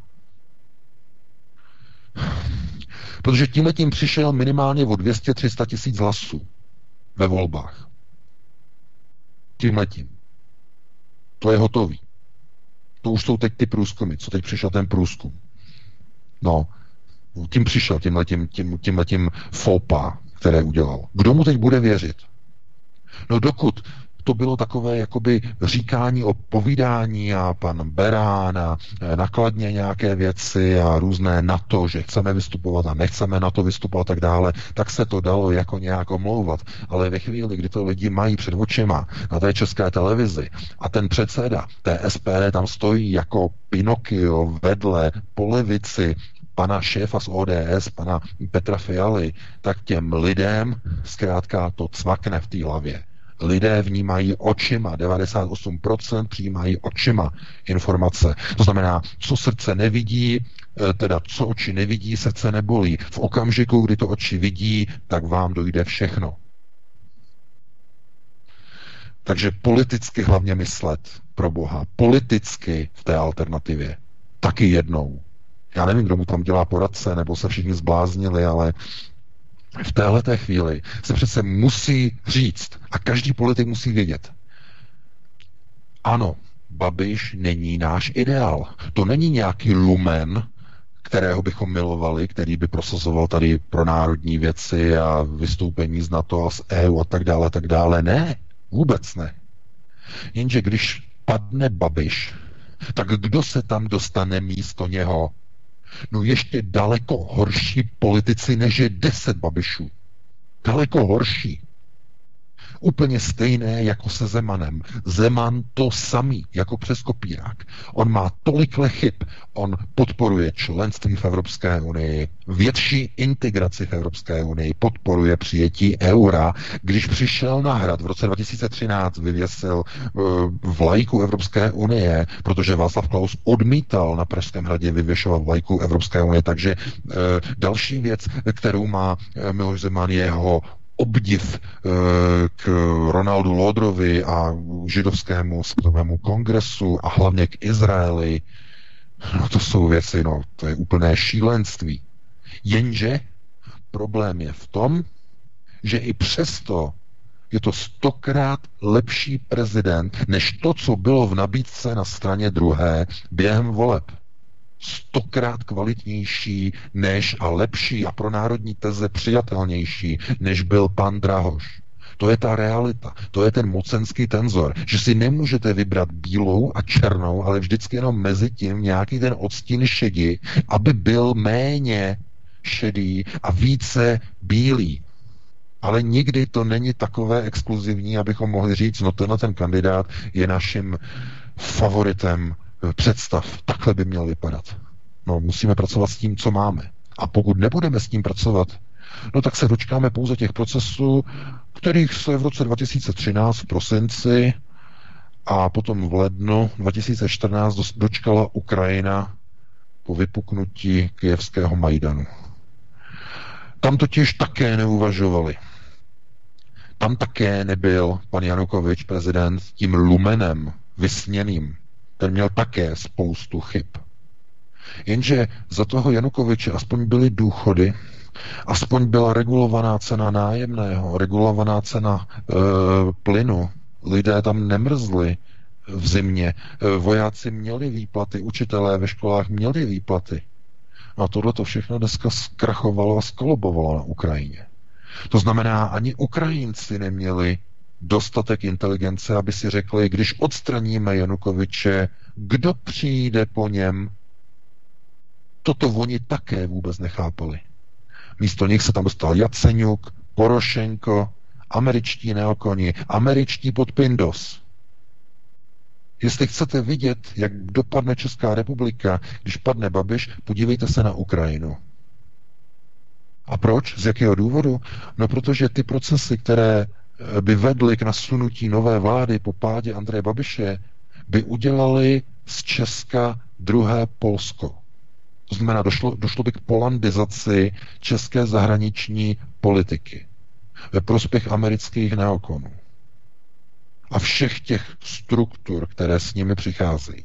Protože tímhletím přišel minimálně o dvě stě až tři sta tisíc hlasů ve volbách. Tímhletím. To je hotový. To už jsou teď ty průzkumy, co teď přišel ten průzkum. No, tím přišel, tímhletím, tím, tímhletím fópa, které udělal. Kdo mu teď bude věřit? No dokud to bylo takové jakoby říkání o povídání a pan Berán a nakladně nějaké věci a různé na to, že chceme vystupovat a nechceme na to vystupovat a tak dále, tak se to dalo jako nějak omlouvat. Ale ve chvíli, kdy to lidi mají před očima na té české televizi a ten předseda té S P D tam stojí jako Pinokio vedle po levici pana šéfa z O D S, pana Petra Fialy, tak těm lidem zkrátka to cvakne v té hlavě. Lidé vnímají očima, devadesát osm procent přijímají očima informace. To znamená, co srdce nevidí, teda co oči nevidí, srdce nebolí. V okamžiku, kdy to oči vidí, tak vám dojde všechno. Takže politicky hlavně myslet, pro Boha. Politicky v té alternativě. Taky jednou. Já nevím, kdo mu tam dělá poradce, nebo se všichni zbláznili, ale v téhleté chvíli se přece musí říct, a každý politik musí vědět, ano, Babiš není náš ideál. To není nějaký lumen, kterého bychom milovali, který by prosazoval tady pro národní věci a vystoupení z NATO a z E U a tak dále, tak dále. Ne, vůbec ne. Jenže když padne Babiš, tak kdo se tam dostane místo něho? No ještě daleko horší politici, než je deset Babišů. Daleko horší. Úplně stejné jako se Zemanem. Zeman to samý, jako přes kopírák. On má tolikle chyb. On podporuje členství v Evropské unii, větší integraci v Evropské unii, podporuje přijetí eura. Když přišel na Hrad v roce dva tisíce třináct, vyvěsil uh, vlajku Evropské unie, protože Václav Klaus odmítal na Pražském hradě vyvěšovat vlajku Evropské unie. Takže uh, další věc, kterou má uh, Miloš Zeman, je jeho obdiv k Ronaldu Lodrovi a židovskému světovému kongresu a hlavně k Izraeli. No to jsou věci, no to je úplné šílenství. Jenže problém je v tom, že i přesto je to stokrát lepší prezident, než to, co bylo v nabídce na straně druhé během voleb. Stokrát kvalitnější než a lepší a pro národní teze přijatelnější, než byl pan Drahoš. To je ta realita, to je ten mocenský tenzor, že si nemůžete vybrat bílou a černou, ale vždycky jenom mezi tím nějaký ten odstín šedí, aby byl méně šedý a více bílý. Ale nikdy to není takové exkluzivní, abychom mohli říct, no tenhle ten kandidát je naším favoritem představ. Takhle by měl vypadat. No, musíme pracovat s tím, co máme. A pokud nebudeme s tím pracovat, no tak se dočkáme pouze těch procesů, kterých se v roce dva tisíce třináct v prosinci a potom v lednu dva tisíce čtrnáct dočkala Ukrajina po vypuknutí kyjevského Majdanu. Tam totiž také neuvažovali. Tam také nebyl pan Janukovič, prezident, tím lumenem vysněným. Ten měl také spoustu chyb. Jenže za toho Janukoviče aspoň byly důchody, aspoň byla regulovaná cena nájemného, regulovaná cena e, plynu. Lidé tam nemrzli v zimě. E, vojáci měli výplaty, učitelé ve školách měli výplaty. A tohle to všechno dneska zkrachovalo a skolobovalo na Ukrajině. To znamená, ani Ukrajinci neměli dostatek inteligence, aby si řekli, když odstraníme Janukoviče, kdo přijde po něm? Toto oni také vůbec nechápali. Místo nich se tam dostal Jaceňuk, Porošenko, američtí neokoni, američtí podpindos. Jestli chcete vidět, jak dopadne Česká republika, když padne Babiš, podívejte se na Ukrajinu. A proč? Z jakého důvodu? No protože ty procesy, které by vedly k nasunutí nové vlády po pádě Andreje Babiše, by udělali z Česka druhé Polsko. To znamená, došlo, došlo by k polandizaci české zahraniční politiky ve prospěch amerických neokonů a všech těch struktur, které s nimi přicházejí.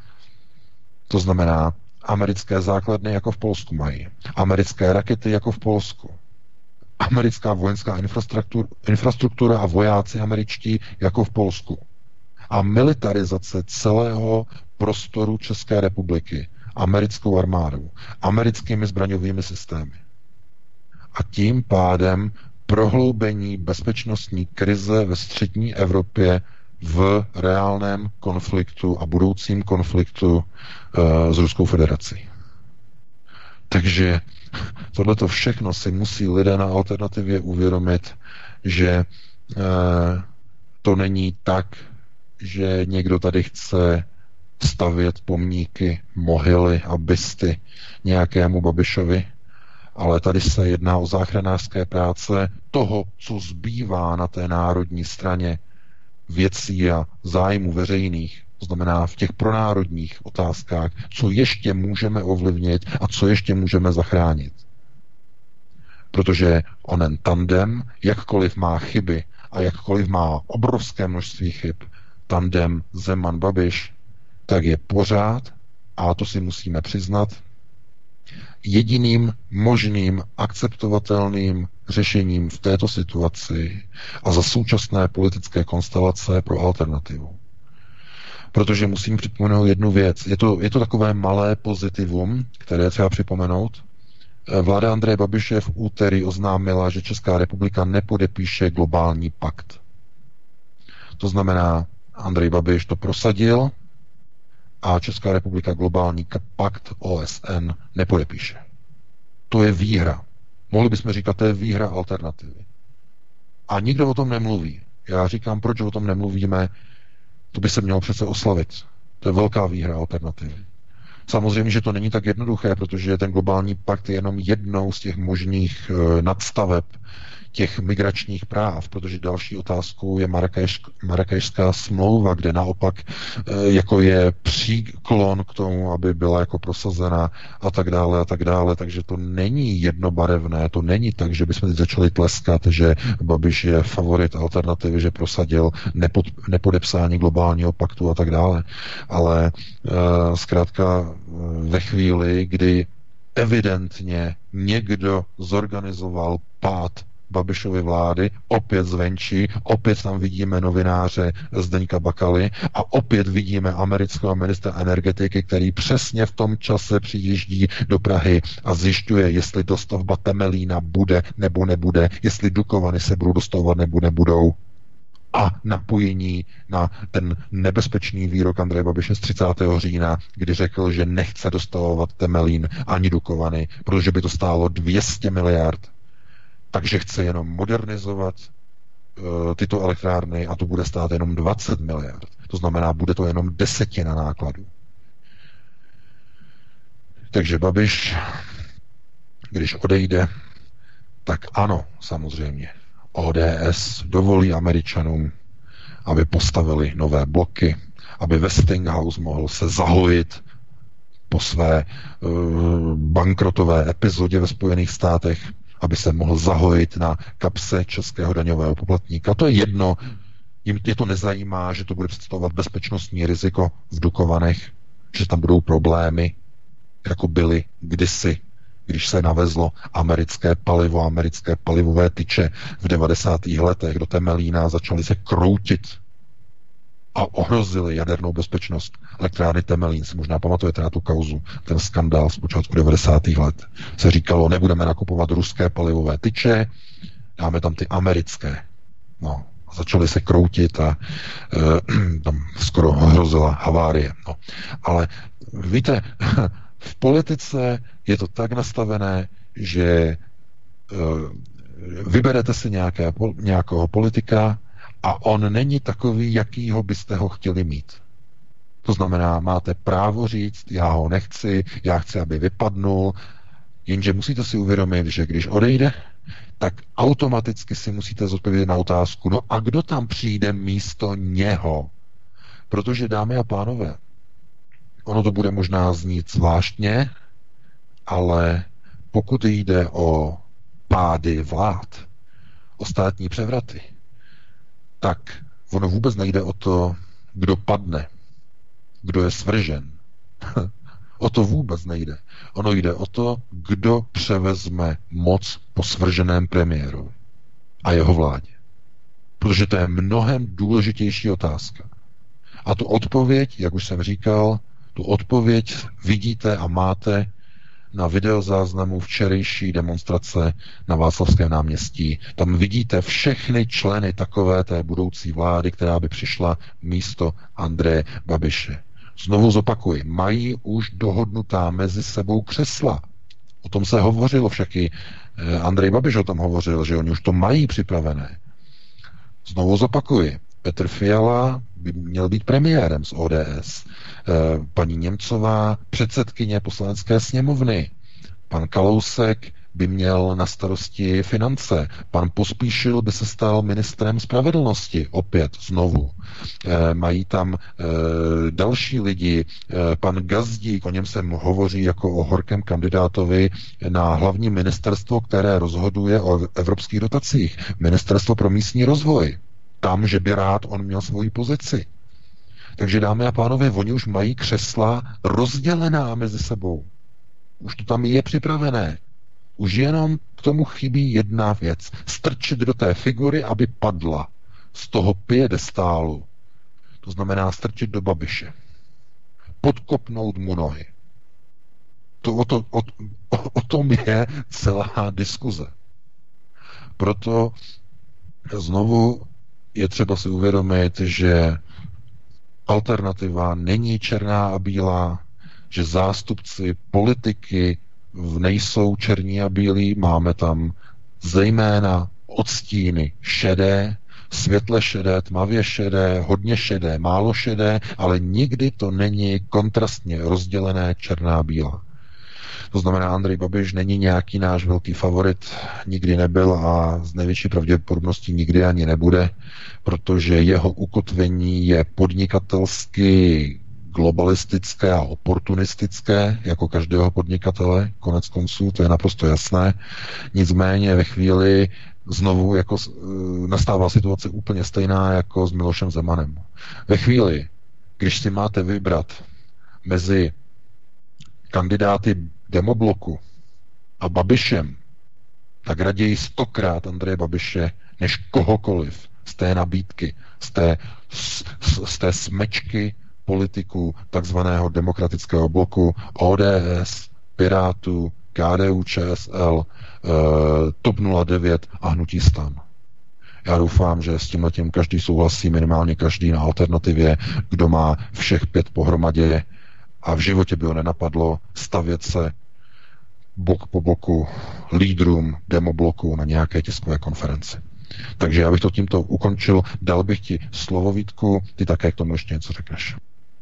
To znamená, americké základny jako v Polsku mají, americké rakety jako v Polsku, americká vojenská infrastruktura, infrastruktura a vojáci američtí jako v Polsku a militarizace celého prostoru České republiky americkou armádou, americkými zbraňovými systémy. A tím pádem prohloubení bezpečnostní krize ve střední Evropě v reálném konfliktu a budoucím konfliktu uh, s Ruskou federací. Takže tohleto všechno si musí lidé na alternativě uvědomit, že uh, to není tak, že někdo tady chce stavět pomníky, mohyly a bysty nějakému Babišovi ale tady se jedná o záchranářské práce toho, co zbývá na té národní straně věcí a zájmu veřejných, to znamená v těch pronárodních otázkách, co ještě můžeme ovlivnit a co ještě můžeme zachránit. Protože onen tandem, jakkoliv má chyby a jakkoliv má obrovské množství chyb, tandem Zeman-Babiš, tak je pořád, a to si musíme přiznat, jediným možným akceptovatelným řešením v této situaci a za současné politické konstelace pro alternativu. Protože musím připomenout jednu věc. Je to, je to takové malé pozitivum, které třeba připomenout. Vláda Andreje Babiše v úterý oznámila, že Česká republika nepodepíše globální pakt. To znamená, Andrej Babiš to prosadil a Česká republika globální pakt O S N nepodepíše. To je výhra. Mohli bychom říkat, to je výhra alternativy. A nikdo o tom nemluví. Já říkám, proč o tom nemluvíme, to by se mělo přece oslavit. To je velká výhra alternativy. Samozřejmě, že to není tak jednoduché, protože ten globální pakt je jenom jednou z těch možných e, nadstaveb těch migračních práv, protože další otázkou je Marrakešská smlouva, kde naopak e, jako je příklon k tomu, aby byla jako prosazena a tak dále a tak dále, takže to není jednobarevné, to není tak, že bychom teď začali tleskat, že Babiš je favorit alternativy, že prosadil nepod, nepodepsání globálního paktu a tak dále, ale e, zkrátka ve chvíli, kdy evidentně někdo zorganizoval pád Babišovy vlády, opět zvenčí, opět tam vidíme novináře Zdeňka Bakaly a opět vidíme amerického ministra energetiky, který přesně v tom čase přijíždí do Prahy a zjišťuje, jestli dostavba Temelína bude nebo nebude, jestli Dukovany se budou dostavovat nebo nebudou. A napojení na ten nebezpečný výrok Andreje Babiše z třicátého října, kdy řekl, že nechce dostavovat Temelín ani Dukovany, protože by to stálo dvě stě miliard. Takže chce jenom modernizovat uh, tyto elektrárny a to bude stát jenom dvacet miliard. To znamená, bude to jenom desetina nákladů. Takže Babiš, když odejde, tak ano, samozřejmě, O D S dovolí Američanům, aby postavili nové bloky, aby Westinghouse mohl se zahojit po své uh, bankrotové epizodě ve Spojených státech, aby se mohl zahojit na kapse českého daňového poplatníka. To je jedno, jim je to nezajímá, že to bude představovat bezpečnostní riziko v Dukovanech, že tam budou problémy, jako byly kdysi, když se navezlo americké palivo, americké palivové tyče v devadesátých letech do Temelína, začaly se kroutit a ohrozili jadernou bezpečnost elektrárny Temelín. Si možná pamatujete na tu kauzu, ten skandál z počátku devadesátých let. Se říkalo, nebudeme nakupovat ruské palivové tyče, dáme tam ty americké. No, začaly se kroutit a e, tam skoro hrozila havárie. No. Ale víte, v politice je to tak nastavené, že e, vyberete si nějaké, nějakého politika a on není takový, jakýho byste ho chtěli mít. To znamená, máte právo říct, já ho nechci, já chci, aby vypadnul, jenže musíte si uvědomit, že když odejde, tak automaticky si musíte zodpovědět na otázku, no a kdo tam přijde místo něho? Protože, dámy a pánové, ono to bude možná znít zvláštně, ale pokud jde o pády vlád, o státní převraty, tak ono vůbec nejde o to, kdo padne, kdo je svržen. O to vůbec nejde. Ono jde o to, kdo převezme moc po svrženém premiérovi a jeho vládě. Protože to je mnohem důležitější otázka. A tu odpověď, jak už jsem říkal, tu odpověď vidíte a máte na videozáznamu včerejší demonstrace na Václavském náměstí. Tam vidíte všechny členy takové té budoucí vlády, která by přišla místo Andreje Babiše. Znovu zopakuji, mají už dohodnutá mezi sebou křesla. O tom se hovořilo, však i Andrej Babiš o tom hovořil, že oni už to mají připravené. Znovu zopakuji, Petr Fiala by měl být premiérem z O D S. Paní Němcová, předsedkyně poslanecké sněmovny. Pan Kalousek, by měl na starosti finance. Pan Pospíšil by se stal ministrem spravedlnosti, opět znovu. E, mají tam e, další lidi, e, pan Gazdík, o něm se hovoří jako o horkém kandidátovi na hlavní ministerstvo, které rozhoduje o evropských dotacích. Ministerstvo pro místní rozvoj. Tam, že by rád on měl svoji pozici. Takže, dámy a pánové, oni už mají křesla rozdělená mezi sebou. Už to tam je připravené. Už jenom k tomu chybí jedna věc. Strčit do té figury, aby padla z toho piedestálu. To znamená strčit do Babiše. Podkopnout mu nohy. To, o, to, o, o tom je celá diskuze. Proto znovu je třeba si uvědomit, že alternativa není černá a bílá, že zástupci politiky nejsou černí a bílí, máme tam zejména odstíny šedé, světle šedé, tmavě šedé, hodně šedé, málo šedé, ale nikdy to není kontrastně rozdělené černá a bílá. To znamená, Andrej Babiš není nějaký náš velký favorit, nikdy nebyl a z největší pravděpodobností nikdy ani nebude, protože jeho ukotvení je podnikatelsky globalistické a oportunistické, jako každého podnikatele, konec konců, to je naprosto jasné. Nicméně ve chvíli znovu jako nastává situace úplně stejná jako s Milošem Zemanem. Ve chvíli, když si máte vybrat mezi kandidáty demobloku a Babišem, tak raději stokrát Andreje Babiše, než kohokoliv z té nabídky, z té, z, z té smečky politiků takzvaného demokratického bloku, O D S, Pirátů, K D U Č S L, eh, TOP nula devět a Hnutí STAN. Já doufám, že s tímhletím každý souhlasí, minimálně každý na alternativě, kdo má všech pět pohromadě a v životě by ho nenapadlo stavět se bok po boku lídrům demobloku na nějaké tiskové konferenci. Takže já bych to tímto ukončil. Dal bych ti slovo, Vítku, ty také k tomu ještě něco řekneš.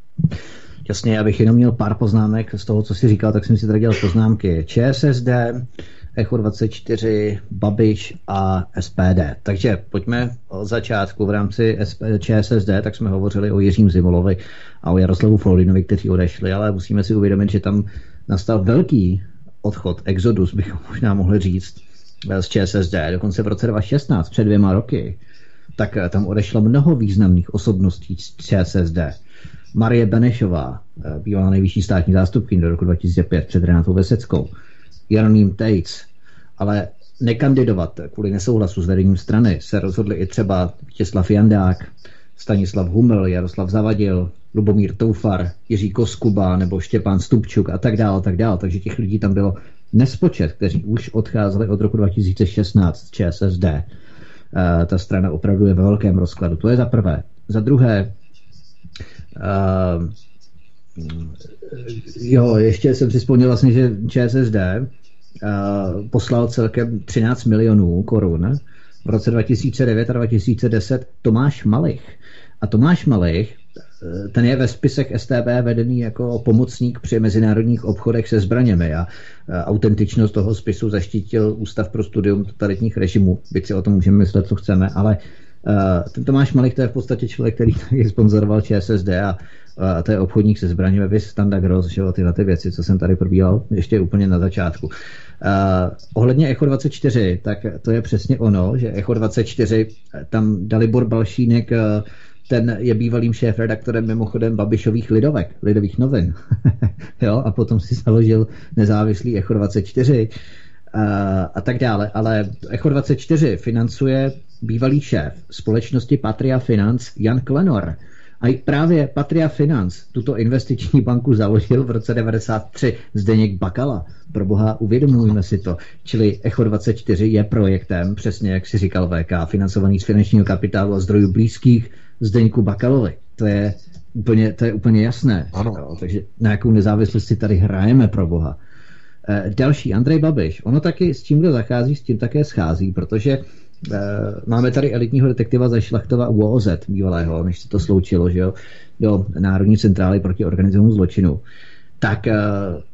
Jasně, já bych jenom měl pár poznámek z toho, co jsi říkal, tak jsem si tady dělal poznámky. ČSSD, Echo dvacet čtyři, Babiš a S P D. Takže pojďme od začátku. V rámci ČSSD tak jsme hovořili o Jiřím Zimolovi a o Jaroslavu Foldynovi, kteří odešli, ale musíme si uvědomit, že tam nastal velký odchod, exodus bychom možná mohli říct, z ČSSD. Dokonce v roce dva tisíce šestnáct, před dvěma roky, tak tam odešlo mnoho významných osobností z ČSSD. Marie Benešová, bývalá nejvyšší státní zástupkyně do roku dva tisíce pět před Renatou Veseckou, Jeroným Tejc, ale nekandidovat kvůli nesouhlasu s vedením strany se rozhodli i třeba Vítězslav Jandák, Stanislav Huml, Jaroslav Zavadil, Lubomír Toufar, Jiří Koskuba nebo Štěpán Stupčuk a tak dále, tak dále. Takže těch lidí tam bylo nespočet, kteří už odcházeli od roku dva tisíce šestnáct z ČSSD. E, ta strana opravdu je ve velkém rozkladu. To je za prvé. Za druhé, Uh, jo, ještě jsem si vzpomněl vlastně, že ČSSD uh, poslal celkem třináct milionů korun v roce dva tisíce devět a dva tisíce deset Tomáš Malich. A Tomáš Malich, ten je ve spisech S T B vedený jako pomocník při mezinárodních obchodech se zbraněmi a autentičnost toho spisu zaštítil Ústav pro studium totalitních režimů. Byť si o tom můžeme myslet, co chceme, ale Uh, ten Tomáš Malich, to je v podstatě člověk, který taky sponzoroval ČSSD a, a to je obchodník se zbraněmi, vys Standa Gross, že jo, tyhle ty věci, co jsem tady probíhal ještě úplně na začátku. Uh, ohledně Echo dvacet čtyři, tak to je přesně ono, že Echo dvacet čtyři, tam Dalibor Balšínek, uh, ten je bývalým šéfredaktorem mimochodem Babišových Lidovek, Lidových novin, jo, a potom si založil nezávislý Echo dvacet čtyři, Uh, a tak dále, ale Echo dvacet čtyři financuje bývalý šéf společnosti Patria Finance Jan Klenor. A právě Patria Finance tuto investiční banku založil v roce devadesát tři Zdeněk Bakala. Pro boha, uvědomujeme si to. Čili Echo dvacet čtyři je projektem, přesně jak si říkal V K, financovaný z finančního kapitálu a zdrojů blízkých Zdeňku Bakalovi. To je úplně, to je úplně jasné. Ano. Jo, takže na jakou nezávislost si tady hrajeme, pro boha. Další, Andrej Babiš, ono taky s tímhle zachází, s tím také schází, protože e, máme tady elitního detektiva ze Šlachtova U O Z, bývalého, než se to sloučilo, že jo, do Národní centrály proti organizovanému zločinu. Tak e,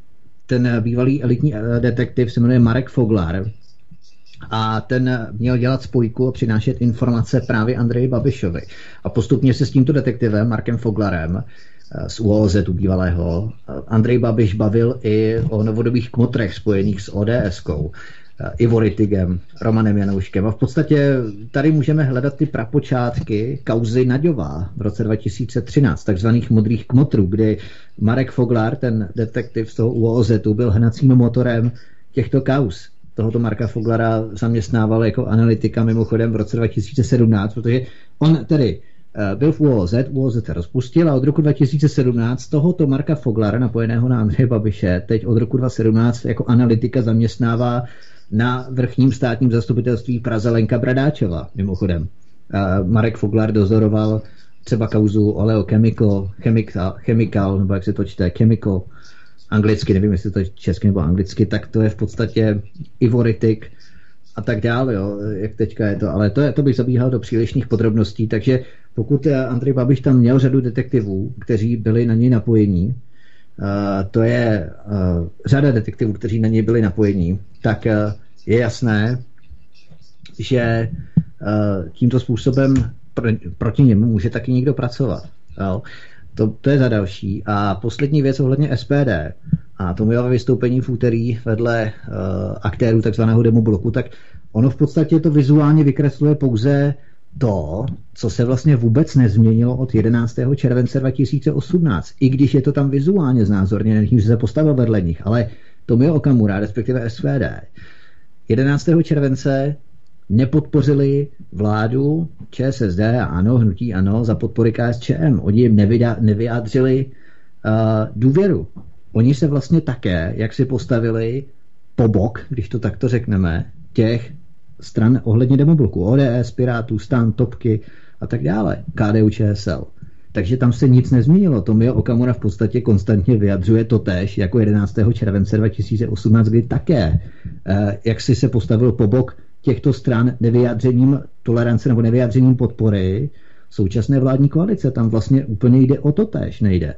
ten bývalý elitní detektiv se jmenuje Marek Foglar a ten měl dělat spojku a přinášet informace právě Andreji Babišovi. A postupně se s tímto detektivem, Markem Foglarem, z U O Z bývalého, Andrej Babiš bavil i o novodobých kmotrech spojených s ODSkou, Ivo Rittigem, Romanem Janouškem. A v podstatě tady můžeme hledat ty prapočátky kauzy Naďová v roce dva tisíce třináct, takzvaných modrých kmotrů, kdy Marek Foglar, ten detektiv z toho U O Z, byl hnacím motorem těchto kauz. Tohoto Marka Foglara zaměstnával jako analytika mimochodem v roce dva tisíce sedmnáct, protože on tedy byl v U O Z, U O Z se rozpustil a od roku dva tisíce sedmnáct tohoto Marka Foglara, napojeného na Andreje Babiše, teď od roku dva tisíce sedmnáct jako analytika zaměstnává na vrchním státním zastupitelství v Praze Lenka Bradáčová, mimochodem. Marek Foglar dozoroval třeba kauzu Oleochemical, chemical, chemical, nebo jak se to čte, chemical, anglicky, nevím, jestli to je česky nebo anglicky, tak to je v podstatě Ivo Rittig a tak dále, jo, jak teďka je to, ale to, je, to bych zabíhal do přílišných podrobností, takže pokud Andrej Babiš tam měl řadu detektivů, kteří byli na něj napojení, uh, to je uh, řada detektivů, kteří na něj byli napojení, tak uh, je jasné, že uh, tímto způsobem pro, proti němu může taky někdo pracovat. Jo. To, to je za další. A poslední věc ohledně S P D. A to mělo vystoupení v úterý vedle uh, aktérů takzvaného demobloku, tak ono v podstatě to vizuálně vykresluje pouze to, co se vlastně vůbec nezměnilo od jedenáctého července dva tisíce osmnáct. I když je to tam vizuálně znázorněné, že se postavil vedle nich. Ale Tomio Okamura, respektive S P D, jedenáctého července nepodpořili vládu ČSSD a ANO, hnutí ANO za podpory K S Č M. Oni jim nevydá, nevyjádřili uh, důvěru. Oni se vlastně také, jak si postavili po bok, když to takto řekneme, těch stran ohledně demobloku, O D S, Pirátů, STAN, Topky a tak dále, K D U Č S L. Takže tam se nic nezměnilo. Tomio Okamura v podstatě konstantně vyjadřuje to též jako jedenáctého července dva tisíce osmnáct, kdy také, eh, jak si se postavil po bok těchto stran nevyjádřením tolerance nebo nevyjádřením podpory současné vládní koalice. Tam vlastně úplně jde o to též, nejde.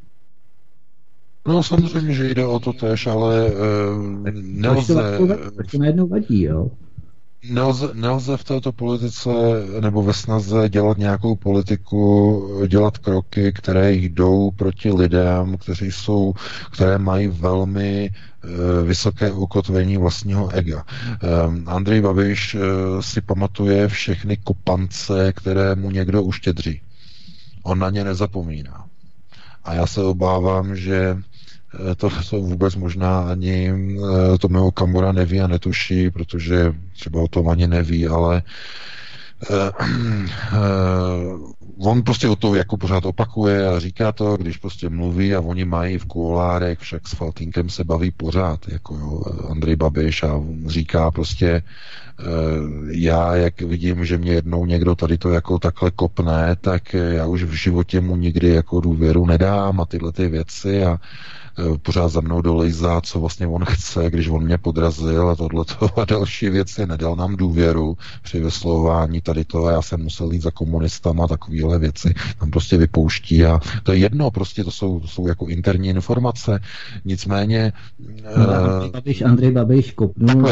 No samozřejmě, že jde o to též, ale uh, nelze... Tak to najednou vadí, jo? Nelze, nelze v této politice nebo ve snaze dělat nějakou politiku, dělat kroky, které jdou proti lidem, kteří jsou, které mají velmi uh, vysoké ukotvení vlastního ega. Um, Andrej Babiš uh, si pamatuje všechny kopance, které mu někdo uštědří. On na ně nezapomíná. A já se obávám, že to, to vůbec možná ani Tomio Okamura neví a netuší, protože třeba o tom ani neví, ale uh, uh, on prostě o to jako pořád opakuje a říká to, když prostě mluví a oni mají v kulárech, však s Faltýnkem se baví pořád, jako jo, Andrej Babiš a říká prostě uh, já, jak vidím, že mě jednou někdo tady to jako takhle kopne, tak já už v životě mu nikdy jako důvěru nedám a tyhle ty věci a pořád za mnou dolejzá, co vlastně on chce, když on mě podrazil a tohleto a další věci, nedal nám důvěru při vyslovování tady to a já jsem musel jít za komunistama, takovéhle věci tam prostě vypouští a to je jedno, prostě to jsou, to jsou jako interní informace, nicméně no, uh, Babiš, Andrej Babiš kopnul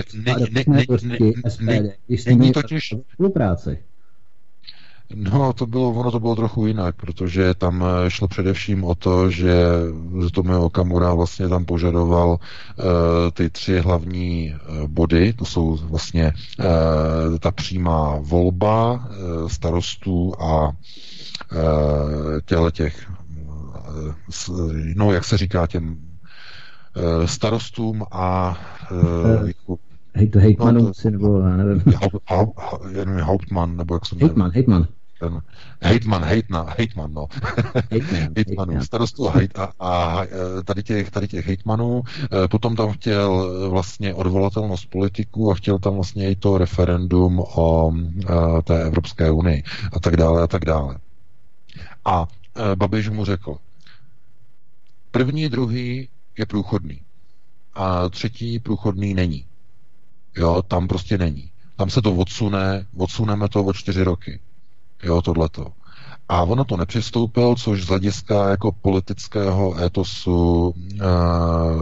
není totiž spolupráci. No, to bylo, ono to bylo trochu jinak, protože tam šlo především o to, že Tomio Okamura vlastně tam požadoval uh, ty tři hlavní uh, body, to jsou vlastně uh, ta přímá volba uh, starostů a uh, těle těch, uh, no, jak se říká těm uh, starostům a uh, jako, Hej, to hejtmanů no, si, nebo já nevím. Hauptmann, nebo jak se jmenuje. Hejtman, hejtman. Ten hejtman, hejtna, hejtman, no. Hejtman, hejtmanů, starostu hejt, a, a tady těch, tady těch hejtmanů. Potom tam chtěl vlastně odvolatelnost politiků a chtěl tam vlastně i to referendum o a, té Evropské unii a tak dále a tak dále. A, a Babiš mu řekl, první, druhý je průchodný a třetí průchodný není. Jo, tam prostě není. Tam se to odsune, odsuneme to o čtyři roky. Jo, tohleto. A ono to nepřistoupil, což z hlediska jako politického etosu e,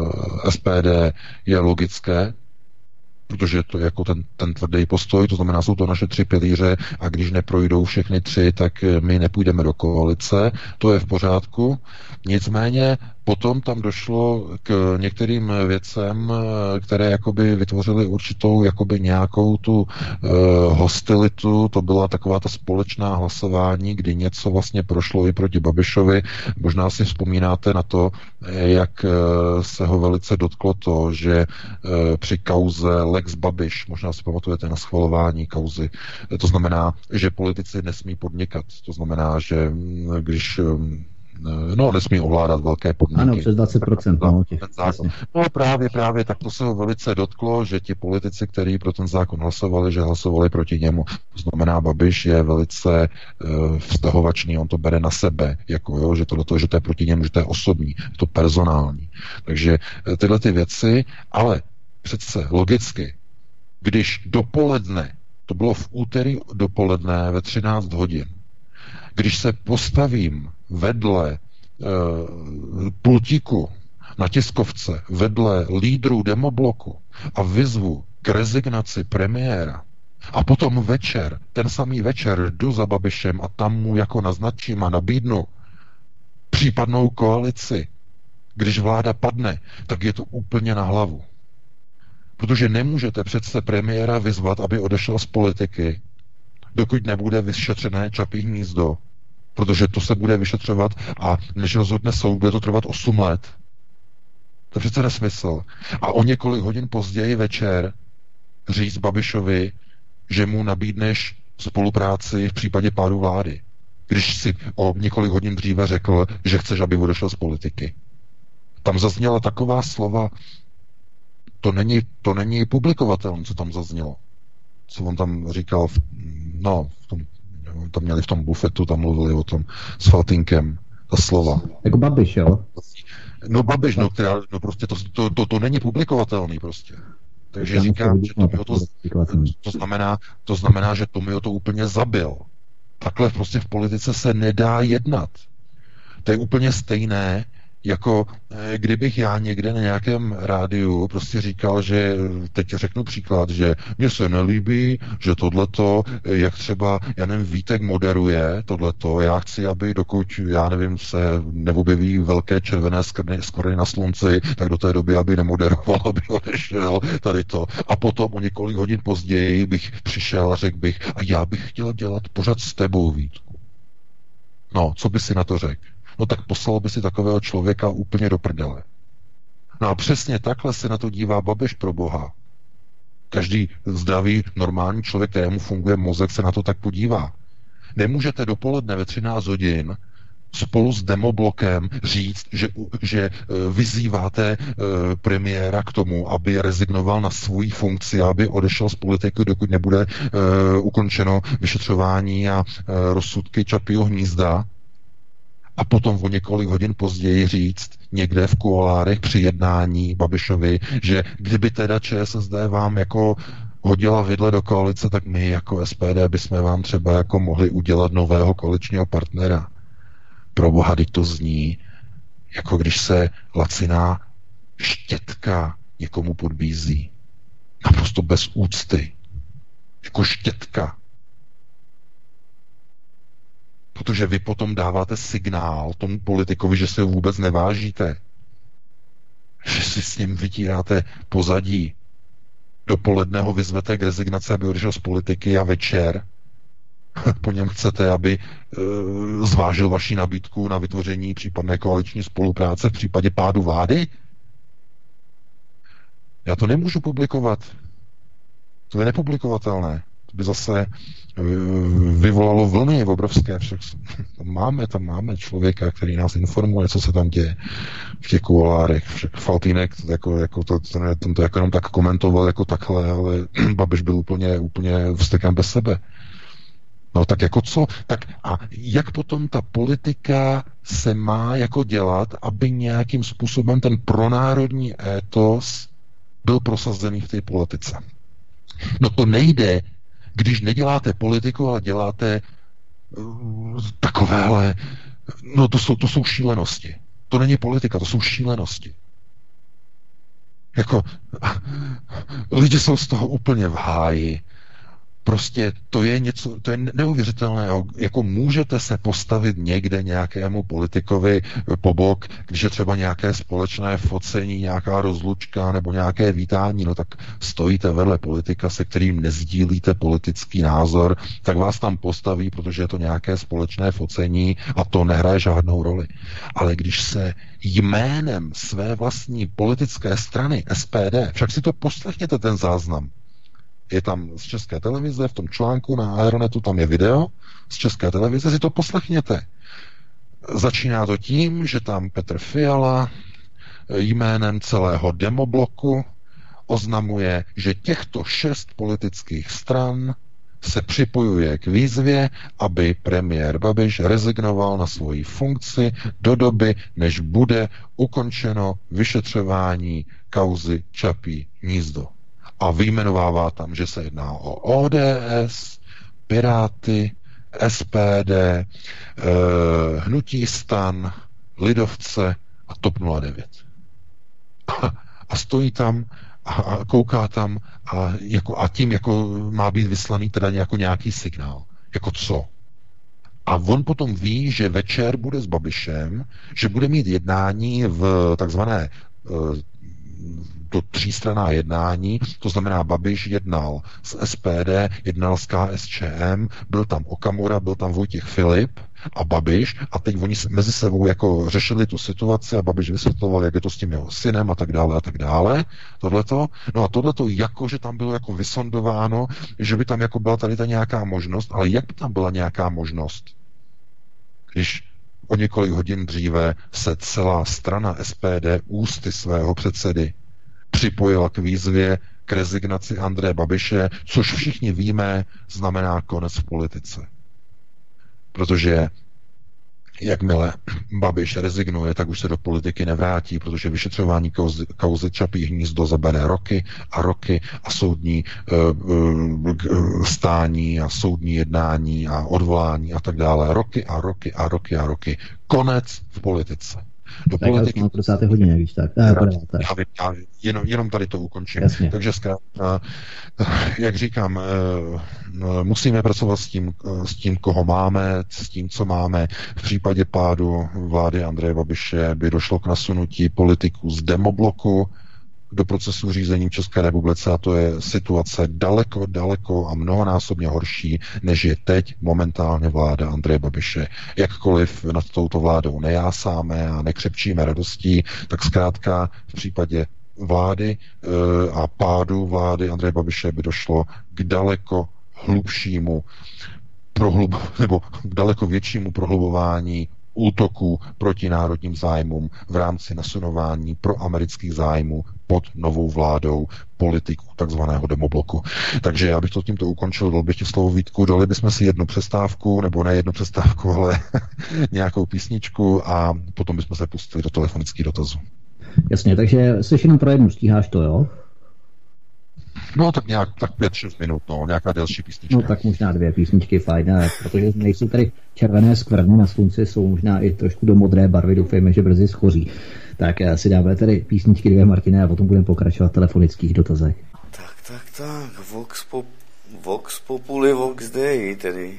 S P D je logické, protože to je jako ten, ten tvrdý postoj, to znamená, jsou to naše tři pilíře a když neprojdou všechny tři, tak my nepůjdeme do koalice, to je v pořádku. Nicméně potom tam došlo k některým věcem, které jakoby vytvořily určitou jakoby nějakou tu uh, hostilitu, to byla taková ta společná hlasování, kdy něco vlastně prošlo i proti Babišovi. Možná si vzpomínáte na to, jak uh, se ho velice dotklo to, že uh, při kauze Lex Babiš, možná si pamatujete na schvalování kauzy, to znamená, že politici nesmí podnikat, to znamená, že když um, no, nesmí ovládat velké podniky. Ano, přes dvacet procent. No, těch, no právě, právě, tak to se ho velice dotklo, že ti politici, kteří pro ten zákon hlasovali, že hlasovali proti němu. To znamená, Babiš je velice uh, vztahovačný, on to bere na sebe, jako jo, že tohleto, že to je proti němu, že to je osobní, je to personální. Takže tyhle ty věci, ale přece logicky, když dopoledne, to bylo v úterý dopoledne ve třináct hodin, když se postavím vedle e, pultíku na tiskovce, vedle lídrů demobloku a vyzvu k rezignaci premiéra a potom večer, ten samý večer jdu za Babišem a tam mu jako naznačím a nabídnu případnou koalici, když vláda padne, tak je to úplně na hlavu. Protože nemůžete přece premiéra vyzvat, aby odešel z politiky, dokud nebude vyšetřené Čapí hnízdo, protože to se bude vyšetřovat a než rozhodne soud, bude to trvat osm let. To je přece nesmysl. A o několik hodin později večer říct Babišovi, že mu nabídneš spolupráci v případě pádu vlády, když si o několik hodin dříve řekl, že chceš, aby odešel z politiky. Tam zazněla taková slova, to není, to není publikovatelné, co tam zaznělo. Co on tam říkal, v, no, v tom, tam měli v tom bufetu, tam mluvili o tom s Faltýnkem, ta slova. Jako Babiš, jo? No Babiš, no, která, no prostě to, to, to, to není publikovatelný prostě. Takže já říkám, že Tomio to, to, znamená, to znamená, že Tomio to úplně zabil. Takhle prostě v politice se nedá jednat. To je úplně stejné, jako kdybych já někde na nějakém rádiu prostě říkal, že teď řeknu příklad, že mně se nelíbí, že tohleto, jak třeba, já nevím, Vítek moderuje tohleto, já chci, aby dokud, já nevím, se neobjeví velké červené skvrny na slunci, tak do té doby, aby nemoderoval, aby odešel tady to. A potom o několik hodin později bych přišel a řekl bych, a já bych chtěl dělat pořád s tebou, Vítku. No, co by si na to řekl? No tak poslal by si takového člověka úplně do prdele. No a přesně takhle se na to dívá Babiš, pro boha. Každý zdravý, normální člověk, kterému funguje mozek, se na to tak podívá. Nemůžete dopoledne ve třináct hodin spolu s demoblokem říct, že, že vyzýváte premiéra k tomu, aby rezignoval na svou funkci, aby odešel z politiky, dokud nebude ukončeno vyšetřování a rozsudky Čapího hnízda, a potom o několik hodin později říct někde v kuloárech při jednání Babišovi, že kdyby teda ČSSD vám jako hodila vidle do koalice, tak my jako S P D bychom vám třeba jako mohli udělat nového koaličního partnera. Pro boha, teď to zní, jako když se laciná štětka někomu podbízí. Naprosto bez úcty. Jako štětka. Protože vy potom dáváte signál tomu politikovi, že se ho vůbec nevážíte. Že si s ním vytíráte pozadí. Dopoledne ho vyzvete k rezignaci, aby odešel z politiky a večer po něm chcete, aby e, zvážil vaši nabídku na vytvoření případné koaliční spolupráce v případě pádu vlády? Já to nemůžu publikovat. To je nepublikovatelné. To by zase vyvolalo vlny obrovské. Však tam máme, tam máme člověka, který nás informuje, co se tam děje v těch kuloárech. Však Faltýnek jako, jako to, ten, ten to jako jenom tak komentoval jako takhle, ale Babiš byl úplně, úplně vztekem bez sebe. No tak jako co? Tak a jak potom ta politika se má jako dělat, aby nějakým způsobem ten pronárodní étos byl prosazený v té politice? No to nejde, když neděláte politiku, ale děláte uh, takovéhle, no to jsou, to jsou šílenosti. To není politika, to jsou šílenosti. Jako, lidi jsou z toho úplně v háji. Prostě to je něco, to je neuvěřitelné. Jako můžete se postavit někde nějakému politikovi po bok, když je třeba nějaké společné focení, nějaká rozlučka nebo nějaké vítání, no tak stojíte vedle politika, se kterým nezdílíte politický názor, tak vás tam postaví, protože je to nějaké společné focení a to nehraje žádnou roli. Ale když se jménem své vlastní politické strany S P D, však si to poslechněte ten záznam, je tam z České televize, v tom článku na Aeronetu, tam je video z České televize, si to poslechněte. Začíná to tím, že tam Petr Fiala jménem celého demobloku oznamuje, že těchto šest politických stran se připojuje k výzvě, aby premiér Babiš rezignoval na svoji funkci do doby, než bude ukončeno vyšetřování kauzy Čapí hnízdo. A vyjmenovává tam, že se jedná o O D S, Piráty, S P D, eh, Hnutí STAN, Lidovce a TOP nula devět. A, a stojí tam a, a kouká tam a, jako, a tím jako má být vyslaný teda jako nějaký signál. Jako co? A on potom ví, že večer bude s Babišem, že bude mít jednání v takzvané eh, to třístranná jednání, to znamená Babiš jednal s S P D, jednal s K S Č M, byl tam Okamura, byl tam Vojtěch Filip a Babiš a teď oni mezi sebou jako řešili tu situaci a Babiš vysvětloval, jak je to s tím jeho synem a tak dále a tak dále. Tohleto. No a tohleto jako, že tam bylo jako vysondováno, že by tam jako byla tady ta nějaká možnost, ale jak by tam byla nějaká možnost, když o několik hodin dříve se celá strana S P D ústy svého předsedy připojila k výzvě k rezignaci Andreje Babiše, což všichni víme, znamená konec v politice. Protože jakmile Babiš rezignuje, tak už se do politiky nevrátí, protože vyšetřování kauzy, kauzy Čapí hnízdo zabere roky a roky a soudní uh, uh, stání a soudní jednání a odvolání a tak dále. Roky a roky a roky a roky. Konec v politice. Do tak politiky... Tak dvacáté hodině, víš, tak. Ah, já, já, já, jenom, jenom tady to ukončím. Jasně. Takže zkrátka, jak říkám, musíme pracovat s tím, s tím, koho máme, s tím, co máme. V případě pádu vlády Andreje Babiše by došlo k nasunutí politiků z demobloku do procesu řízení v České republice a to je situace daleko, daleko a mnohonásobně horší, než je teď momentálně vláda Andreje Babiše. Jakkoliv nad touto vládou nejásáme a nekřepčíme radostí, tak zkrátka v případě vlády e, a pádu vlády Andreje Babiše by došlo k daleko hlubšímu prohlub, nebo k daleko většímu prohlubování útoků proti národním zájmům v rámci nasunování pro amerických zájmů pod novou vládou politiků takzvaného demobloku. Takže já bych to tímto ukončil, dal bych ti slovo Vítku, dali bychom si jednu přestávku, nebo ne jednu přestávku, ale nějakou písničku a potom bychom se pustili do telefonických dotazů. Jasně, takže jsi jenom pro jednu, stíháš to, jo? No tak nějak tak pět šest minut, no, nějaká delší písnička. No tak možná dvě písničky, fajn, ne, protože nejsou tady červené skvrny na slunci, jsou možná i trošku do modré barvy, doufejme, že brzy schoří. Tak si dáme tady písničky dvě, Martine, a potom budeme pokračovat v telefonických dotazech. Tak, tak, tak, Vox, pop, Vox Populi, Vox Dei, tedy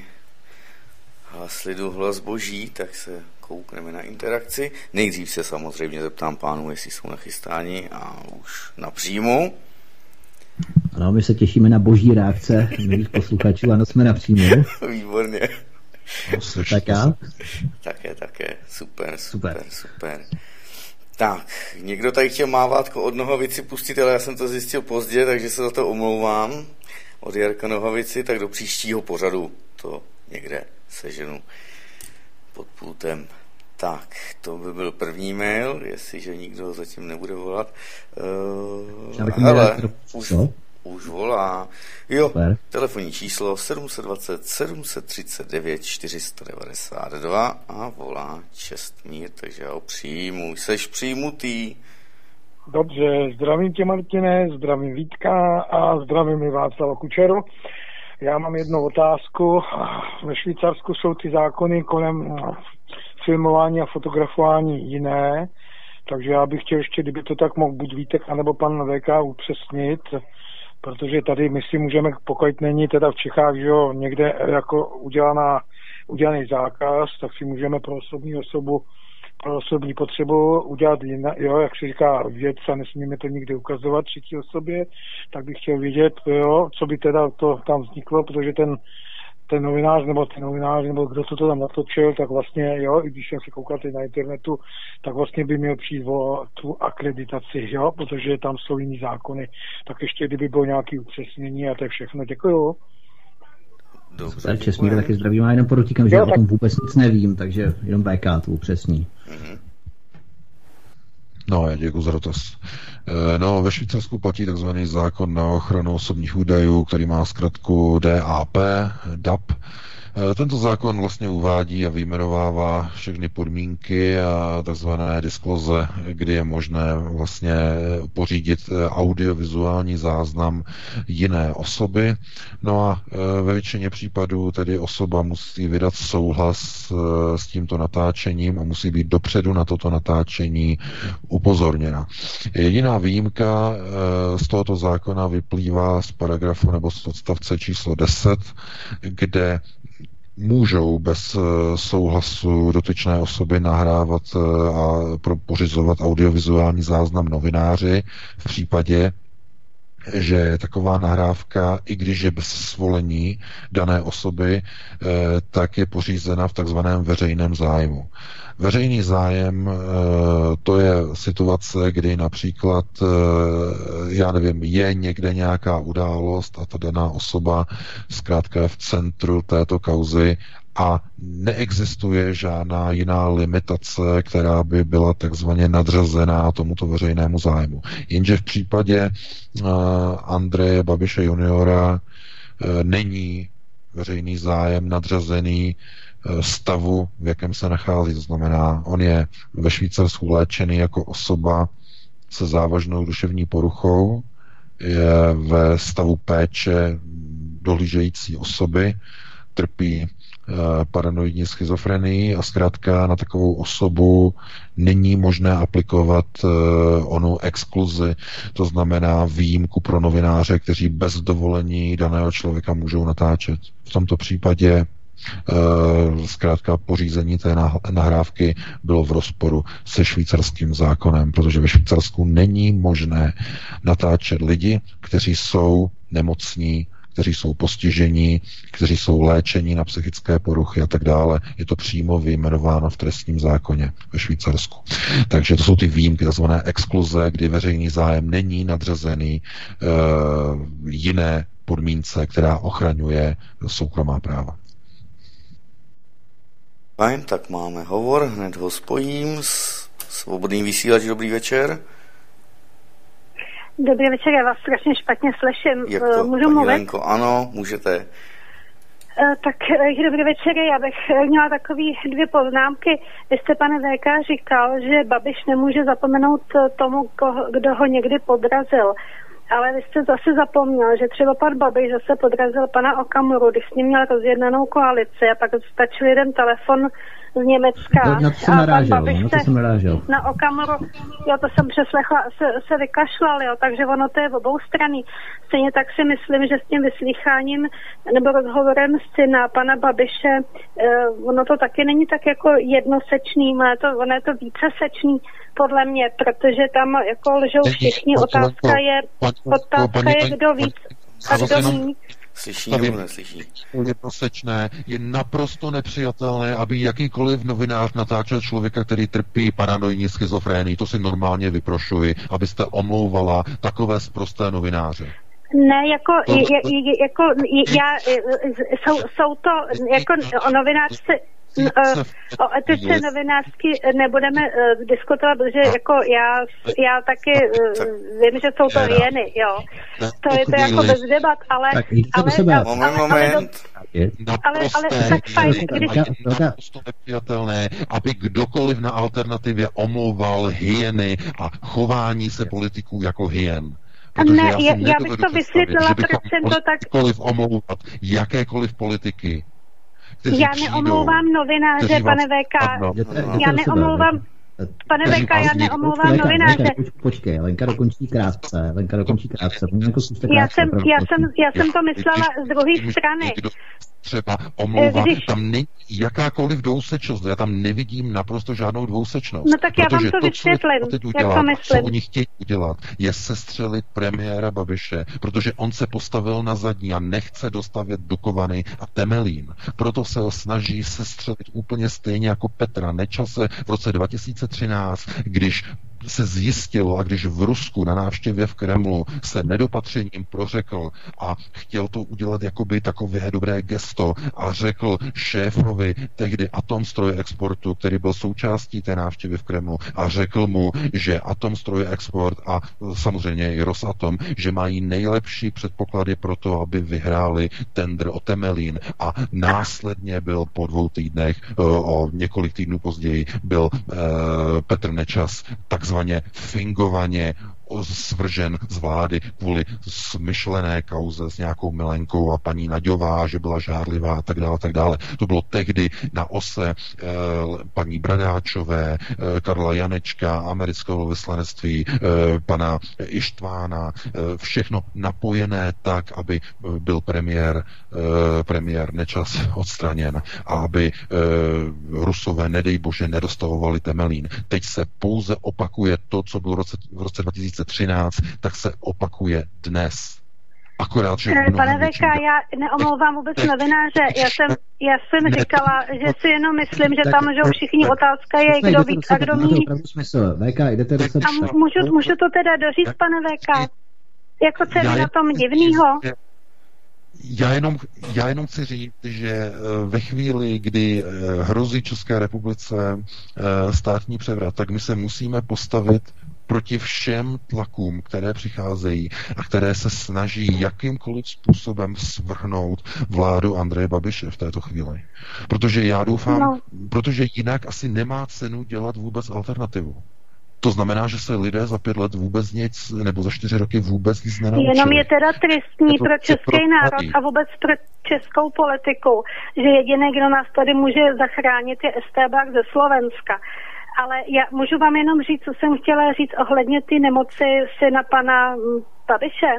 hlas lidu, hlas boží, tak se koukneme na interakci. Nejdřív se samozřejmě zeptám pánů, jestli jsou nachystáni a už napřímo. Ano, my se těšíme na boží reakce milých posluchačů, ano, jsme napřímo. Výborně. No, tak já? Také, také, super, super, super, super. Tak, někdo tady chtěl mávátko od Nohavici pustit, ale já jsem to zjistil pozdě, takže se za to omlouvám. Od Jarka Nohavici, tak do příštího pořadu to někde seženu pod pultem. Tak, to by byl první mail, jestliže nikdo zatím nebude volat. Uh, hele, už, už volá. Jo, Super. Telefonní číslo sedm set dvacet sedm set třicet devět čtyři sta devadesát dva a volá Čestmír, takže já ho přijmu. Jseš přijmutý. Dobře, zdravím tě, Martine, zdravím Vítka a zdravím i Václava Kučeru. Já mám jednu otázku. Ve Švýcarsku jsou ty zákony kolem filmování a fotografování jiné. Takže já bych chtěl ještě, kdyby to tak mohl buď Vítek, anebo pan V K upřesnit, protože tady my si můžeme, pokud není teda v Čechách, že jo, někde jako udělaná, udělaný zákaz, tak si můžeme pro osobní osobu, pro osobní potřebu udělat jinak, jo, jak se říká věc a nesmíme to nikdy ukazovat třetí osobě, tak bych chtěl vědět, jo, co by teda to tam vzniklo, protože ten ten novinář, nebo ten novinář, nebo kdo to tam natočil, tak vlastně, jo, i když jsem si koukal teď na internetu, tak vlastně by měl přijít o tu akreditaci, jo, protože tam jsou jiný zákony. Tak ještě kdyby bylo nějaké upřesnění a to je všechno. Děkuju. Dobře, Česmír taky zdravím, a jenom podotýkám, že jo, já tak... o tom vůbec nic nevím, takže jenom B K to upřesní. Mm-hmm. No, já děkuji za dotaz. No, ve Švýcarsku platí takzvaný zákon na ochranu osobních údajů, který má zkratku D A P, D A P. Tento zákon vlastně uvádí a vyjmenovává všechny podmínky a takzvané diskloze, kdy je možné vlastně pořídit audiovizuální záznam jiné osoby. No a ve většině případů tedy osoba musí vydat souhlas s tímto natáčením a musí být dopředu na toto natáčení upozorněna. Jediná výjimka z tohoto zákona vyplývá z paragrafu nebo z odstavce číslo deset, kde můžou bez souhlasu dotyčné osoby nahrávat a pořizovat audiovizuální záznam novináři v případě, že taková nahrávka, i když je bez svolení dané osoby, tak je pořízena v takzvaném veřejném zájmu. Veřejný zájem, to je situace, kdy například, já nevím, je někde nějaká událost a ta daná osoba zkrátka je v centru této kauzy a neexistuje žádná jiná limitace, která by byla takzvaně nadřazená tomuto veřejnému zájmu. Jenže v případě uh, Andreje Babiše juniora uh, není veřejný zájem nadřazený uh, stavu, v jakém se nachází. To znamená, on je ve Švýcarsku léčený jako osoba se závažnou duševní poruchou, je ve stavu péče dohlížející osoby, trpí paranoidní schizofrenii a zkrátka na takovou osobu není možné aplikovat uh, onu exkluzi, to znamená výjimku pro novináře, kteří bez dovolení daného člověka můžou natáčet. V tomto případě uh, zkrátka pořízení té nahrávky bylo v rozporu se švýcarským zákonem, protože ve Švýcarsku není možné natáčet lidi, kteří jsou nemocní, kteří jsou postižení, kteří jsou léčení na psychické poruchy a tak dále. Je to přímo vyjmenováno v trestním zákoně ve Švýcarsku. Takže to jsou ty výjimky, takzvané exkluze, kdy veřejný zájem není nadřazený uh, jiné podmínce, která ochraňuje soukromá práva. Fajn, tak máme hovor, hned ho spojím. Svobodný vysílač, dobrý večer. Dobrý večer, já vás strašně špatně slyším. Jak to, Můžu paní mluvit? Lenko? Ano, můžete. Tak dobrý večer, já bych měla takový dvě poznámky. Vy jste, pane V K, říkal, že Babiš nemůže zapomenout tomu, kdo ho někdy podrazil. Ale vy jste zase zapomněl, že třeba pan Babiš zase podrazil pana Okamuru, když s ním měl rozjednanou koalici a pak stačil jeden telefon z Německa. No, na to jsem narážel, no, na to jsem narážel. Na Okamuru, jo, to jsem přeslechla, se, se vykašlal, jo, takže ono to je v obou strany. Stejně tak si myslím, že s tím vyslýcháním nebo rozhovorem syna pana Babiše, eh, ono to taky není tak jako jednosečný, ale to, ono je to vícesečný podle mě, protože tam jako lžou všichni. Otázka je, otázka je, kdo víc a kdo míň. Slyší nebo neslyší? Jednosečné je naprosto nepřijatelné, aby jakýkoliv novinář natáčel člověka, který trpí paranoidní schizofrénii. To si normálně vyprošuji, abyste omlouvala takové sprosté novináře. Ne, jako, to, je, je, jako já, jsou, jsou to, jako novinářci, o etice novinářsky nebudeme uh, diskutovat, protože jako já, já taky uh, vím, že jsou to hyeny, jo. To je to jako bez debat, ale... ale, ale, moment, moment. Ale, ale tak fajn, když... Naprosto nepřijatelné, aby kdokoliv na alternativě omlouval hyeny a chování se politiků jako hyen. Protože ne, já, já bych to vysvětlila, proč jsem to tak... Jakékoliv omlouvat, jakékoliv politiky. Já neomlouvám novináře, pane V K. Já neomlouvám, Pane Veka, já neomlouvám novináře. Počkej, Lenka dokončí krátce, Lenka dokončí krátce. Jako já, jsem, já, jsem, já jsem to myslela z druhé strany. Třeba omlouvá, Když... tam není jakákoliv dvousečnost, já tam nevidím naprosto žádnou dvousečnost. No tak já vám to vysvětlím, jak to myslím. Co oni chtějí udělat, je sestřelit premiéra Babiše, protože on se postavil na zadní a nechce dostavět Dukovany a Temelín. Proto se ho snaží sestřelit úplně stejně jako Petra Nečase v roce dva tisíce třináct, když se zjistilo a když v Rusku na návštěvě v Kremlu se nedopatřením prořekl a chtěl to udělat jakoby takové dobré gesto a řekl šéfovi tehdy Atomstroje exportu, který byl součástí té návštěvy v Kremlu, a řekl mu, že Atomstroje export a samozřejmě i Rosatom, že mají nejlepší předpoklady pro to, aby vyhráli tendr o Temelín, a následně byl po dvou týdnech, o několik týdnů později, byl eh, Petr Nečas takzvaně fingovaně svržen z vlády kvůli smyšlené kauze s nějakou Milenkou a paní Naďová, že byla žárlivá a tak dále, tak dále. To bylo tehdy na ose e, paní Bradáčové, e, Karla Janečka, amerického vyslanectví, e, pana Ištvána, e, všechno napojené tak, aby byl premiér, e, premiér Nečas odstraněn a aby e, Rusové, nedej bože, nedostavovali Temelín. Teď se pouze opakuje to, co bylo v roce, v roce dva tisíce třináct, tak se opakuje dnes. Akorát, že Pane Veka, já neomlouvám vůbec novináře. Já jsem, já jsem říkala, že si jenom myslím, že tam můžou všichni, otázka je, kdo víc a kdo míň. A můžu, můžu to teda doříct, pane Veka? Jako co je na tom divnýho? Já jenom, já jenom chci říct, že ve chvíli, kdy hrozí České republice státní převrat, tak my se musíme postavit proti všem tlakům, které přicházejí a které se snaží jakýmkoliv způsobem svrhnout vládu Andreje Babiše v této chvíli. Protože já doufám, no. protože jinak asi nemá cenu dělat vůbec alternativu. To znamená, že se lidé za pět let vůbec nic, nebo za čtyři roky vůbec nic nenaučili. Jenom je teda tristní pro český národ a vůbec pro českou politiku, že jediný, kdo nás tady může zachránit, je estébák ze Slovenska. Ale já můžu vám jenom říct, co jsem chtěla říct ohledně ty nemoci syna pana Babiše.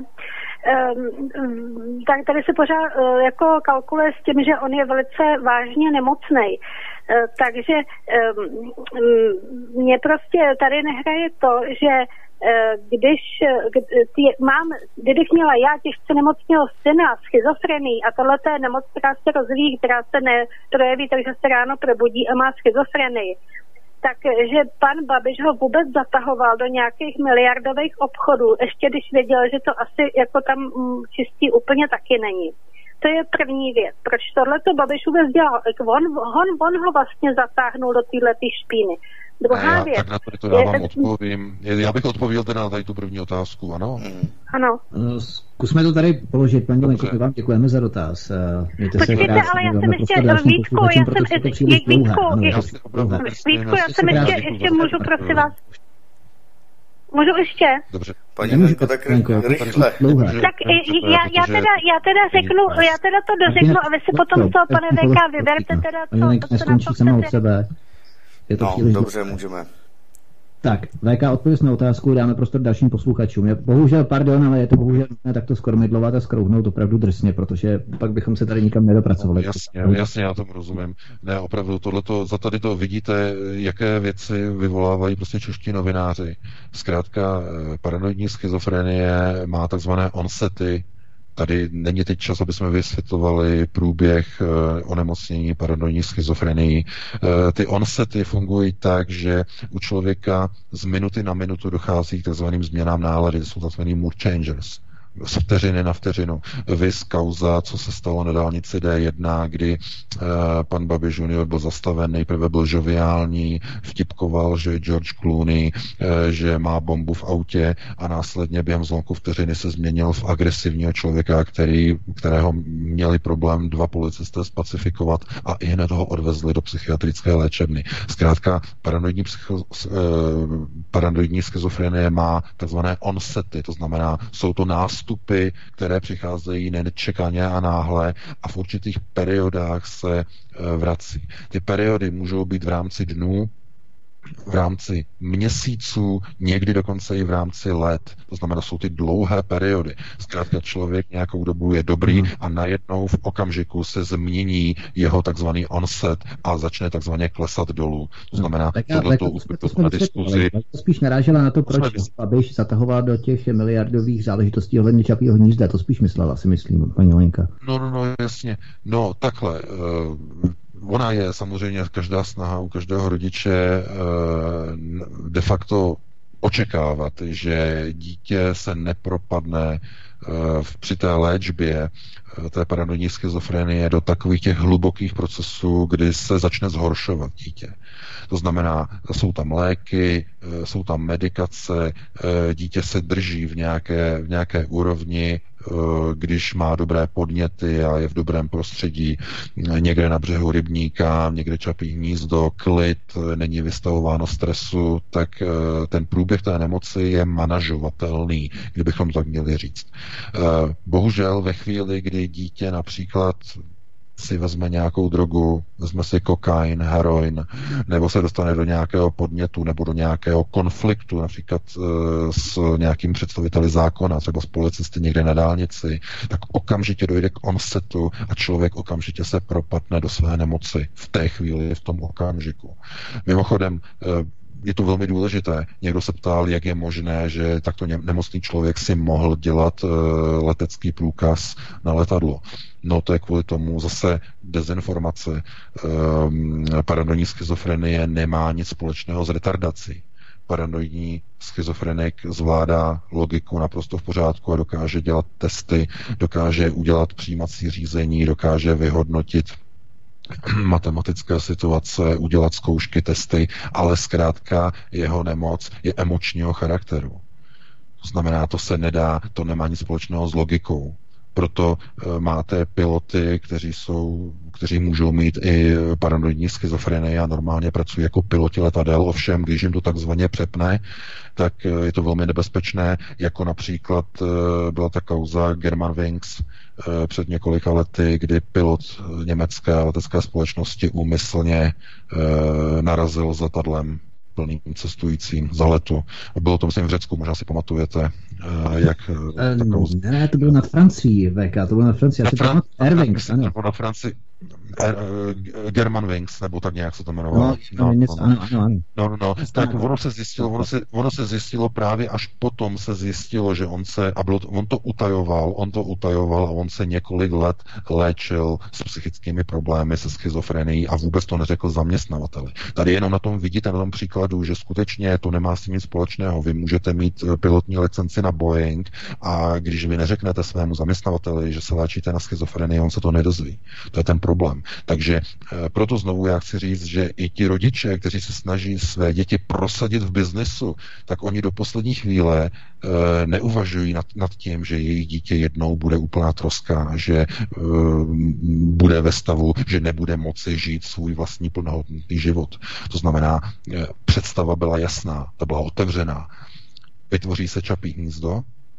Um, tak tady se pořád uh, jako kalkuluje s tím, že on je velice vážně nemocnej. Uh, takže um, mě prostě tady nehraje to, že uh, když uh, mám, kdybych měla já těžce nemocného syna, schizofrenii, a tohle je nemoc, která se rozvíjí, která se neprojeví, takže se ráno probudí a má schizofrenii, takže pan Babiš ho vůbec zatahoval do nějakých miliardových obchodů, ještě když věděl, že to asi jako tam čistí úplně taky není. To je první věc. Proč tohleto Babiš vůbec dělal? On, on, on ho vlastně zatáhnul do téhletý špíny. Druhá já, věc. Tak na to, to já je, vám odpovím. Já bych odpověděl teda na tady tu první otázku, ano? Ano. Zkusme to tady položit, paní Lenko, my vám děkujeme za dotaz. Mějte Počkejte, se ale já jsem ještě, Vítku, já jsem ještě, Vítku, já jsem ještě, ještě můžu, prosím vás. Můžu ještě? Dobře. Paní Lenko, tak rychle. Tak já, já, teda, já teda řeknu, já teda to dořeknu a vy si potom z toho, pane V K, vyberte teda, co, co na to chcete. Je to no, dobře, můžeme. Tak, V K, odpověď na otázku, dáme prostor dalším posluchačům. Je, bohužel, pardon, ale je to bohužel ne takto skormidlovat a skrouhnout opravdu drsně, protože pak bychom se tady nikam nedopracovali. No, jasně, jasně, já tomu rozumím. Ne, opravdu, tohleto, za tady to vidíte, jaké věci vyvolávají prostě čeští novináři. Zkrátka, paranoidní schizofrenie má takzvané onsety. Tady není teď čas, aby jsme vysvětlovali průběh e, onemocnění paranoidní schizofrenii. E, ty onsety fungují tak, že u člověka z minuty na minutu dochází k takzvaným změnám nálady, jsou takzvaný mood changers. Z vteřiny na vteřinu. Vys kauza, co se stalo na dálnici D jedna, kdy eh, pan Babiš junior byl zastaven, nejprve byl žoviální, vtipkoval, že je George Clooney, eh, že má bombu v autě a následně během zlomku vteřiny se změnil v agresivního člověka, který, kterého měli problém dva policisté spacifikovat a i hned ho odvezli do psychiatrické léčebny. Zkrátka paranoidní, psycho, eh, paranoidní schizofrenie má takzvané onsety, to znamená, jsou to nástupy Vstupy, které přicházejí nečekaně a náhle a v určitých periodách se vrací. Ty periody můžou být v rámci dnů, v rámci měsíců, někdy dokonce i v rámci let. To znamená, jsou ty dlouhé periody. Zkrátka člověk nějakou dobu je dobrý hmm. a najednou v okamžiku se změní jeho takzvaný onset a začne takzvaně klesat dolů. To znamená, tohleto úspěchu na diskuzi. To spíš narážela na to, proč Babiš zatahoval do těch miliardových záležitostí ohledně Čapího hnízda. To spíš myslela, si myslím, paní Lenka. No, no, no, jasně. No, takhle. Uh, Ona je samozřejmě každá snaha u každého rodiče de facto očekávat, že dítě se nepropadne při té léčbě té paranoidní schizofrenie do takových těch hlubokých procesů, kdy se začne zhoršovat dítě. To znamená, jsou tam léky, jsou tam medikace, dítě se drží v nějaké, v nějaké úrovni, když má dobré podněty a je v dobrém prostředí, někde na břehu rybníka, někde Čapí hnízdo, klid, není vystavováno stresu, tak ten průběh té nemoci je manažovatelný, kdybychom to tak měli říct. Bohužel ve chvíli, kdy dítě například si vezme nějakou drogu, vezme si kokain, heroin, nebo se dostane do nějakého podnětu, nebo do nějakého konfliktu, například e, s nějakým představiteli zákona, třeba s policisty někde na dálnici, tak okamžitě dojde k onsetu a člověk okamžitě se propadne do své nemoci v té chvíli, v tom okamžiku. Mimochodem, e, je to velmi důležité. Někdo se ptal, jak je možné, že takto nemocný člověk si mohl dělat uh, letecký průkaz na letadlo. No to je kvůli tomu zase dezinformace. Um, paranoidní schizofrenie nemá nic společného s retardací. Paranoidní schizofrenik zvládá logiku naprosto v pořádku a dokáže dělat testy, dokáže udělat přijímací řízení, dokáže vyhodnotit matematické situace, udělat zkoušky, testy, ale zkrátka jeho nemoc je emočního charakteru. To znamená, to se nedá, to nemá nic společného s logikou. Proto e, máte piloty, kteří jsou, kteří můžou mít i paranoidní schizofrenii a normálně pracují jako piloti letadel, ovšem, když jim to takzvaně přepne, tak e, je to velmi nebezpečné, jako například e, byla ta kauza Germanwings e, před několika lety, kdy pilot německé letecké společnosti úmyslně e, narazil s letadlem plným cestujícím za letu. Bylo to, myslím, v Řecku, možná si pamatujete, jak ta kauza... Ne, ne, to bylo nad Francií, V K, to bylo nad Francií. Na Fran... Airwings, ano. Nebo na Francii, Germanwings, nebo tak nějak se to jmenovalo. No, no, no, ano, ano, ano. No, no, no. Tak ono se zjistilo, ono se, ono se zjistilo právě až potom se zjistilo, že on se, a bylo to, on to utajoval, on to utajoval a on se několik let léčil s psychickými problémy, se schizofrenií a vůbec to neřekl zaměstnavateli. Tady jenom na tom vidíte, na tom příkladu, že skutečně to nemá s tím nic společného. Vy můžete mít pilotní licenci na Boeing a když vy neřeknete svému zaměstnavateli, že se léčíte na schizofrenii, on se to nedozví. To je ten problém. Takže e, proto znovu já chci říct, že i ti rodiče, kteří se snaží své děti prosadit v biznesu, tak oni do poslední chvíle e, neuvažují nad, nad tím, že jejich dítě jednou bude úplná troska, že e, bude ve stavu, že nebude moci žít svůj vlastní plnohodnotný život. To znamená, e, představa byla jasná, ta byla otevřená. Vytvoří se Čapí hnízdo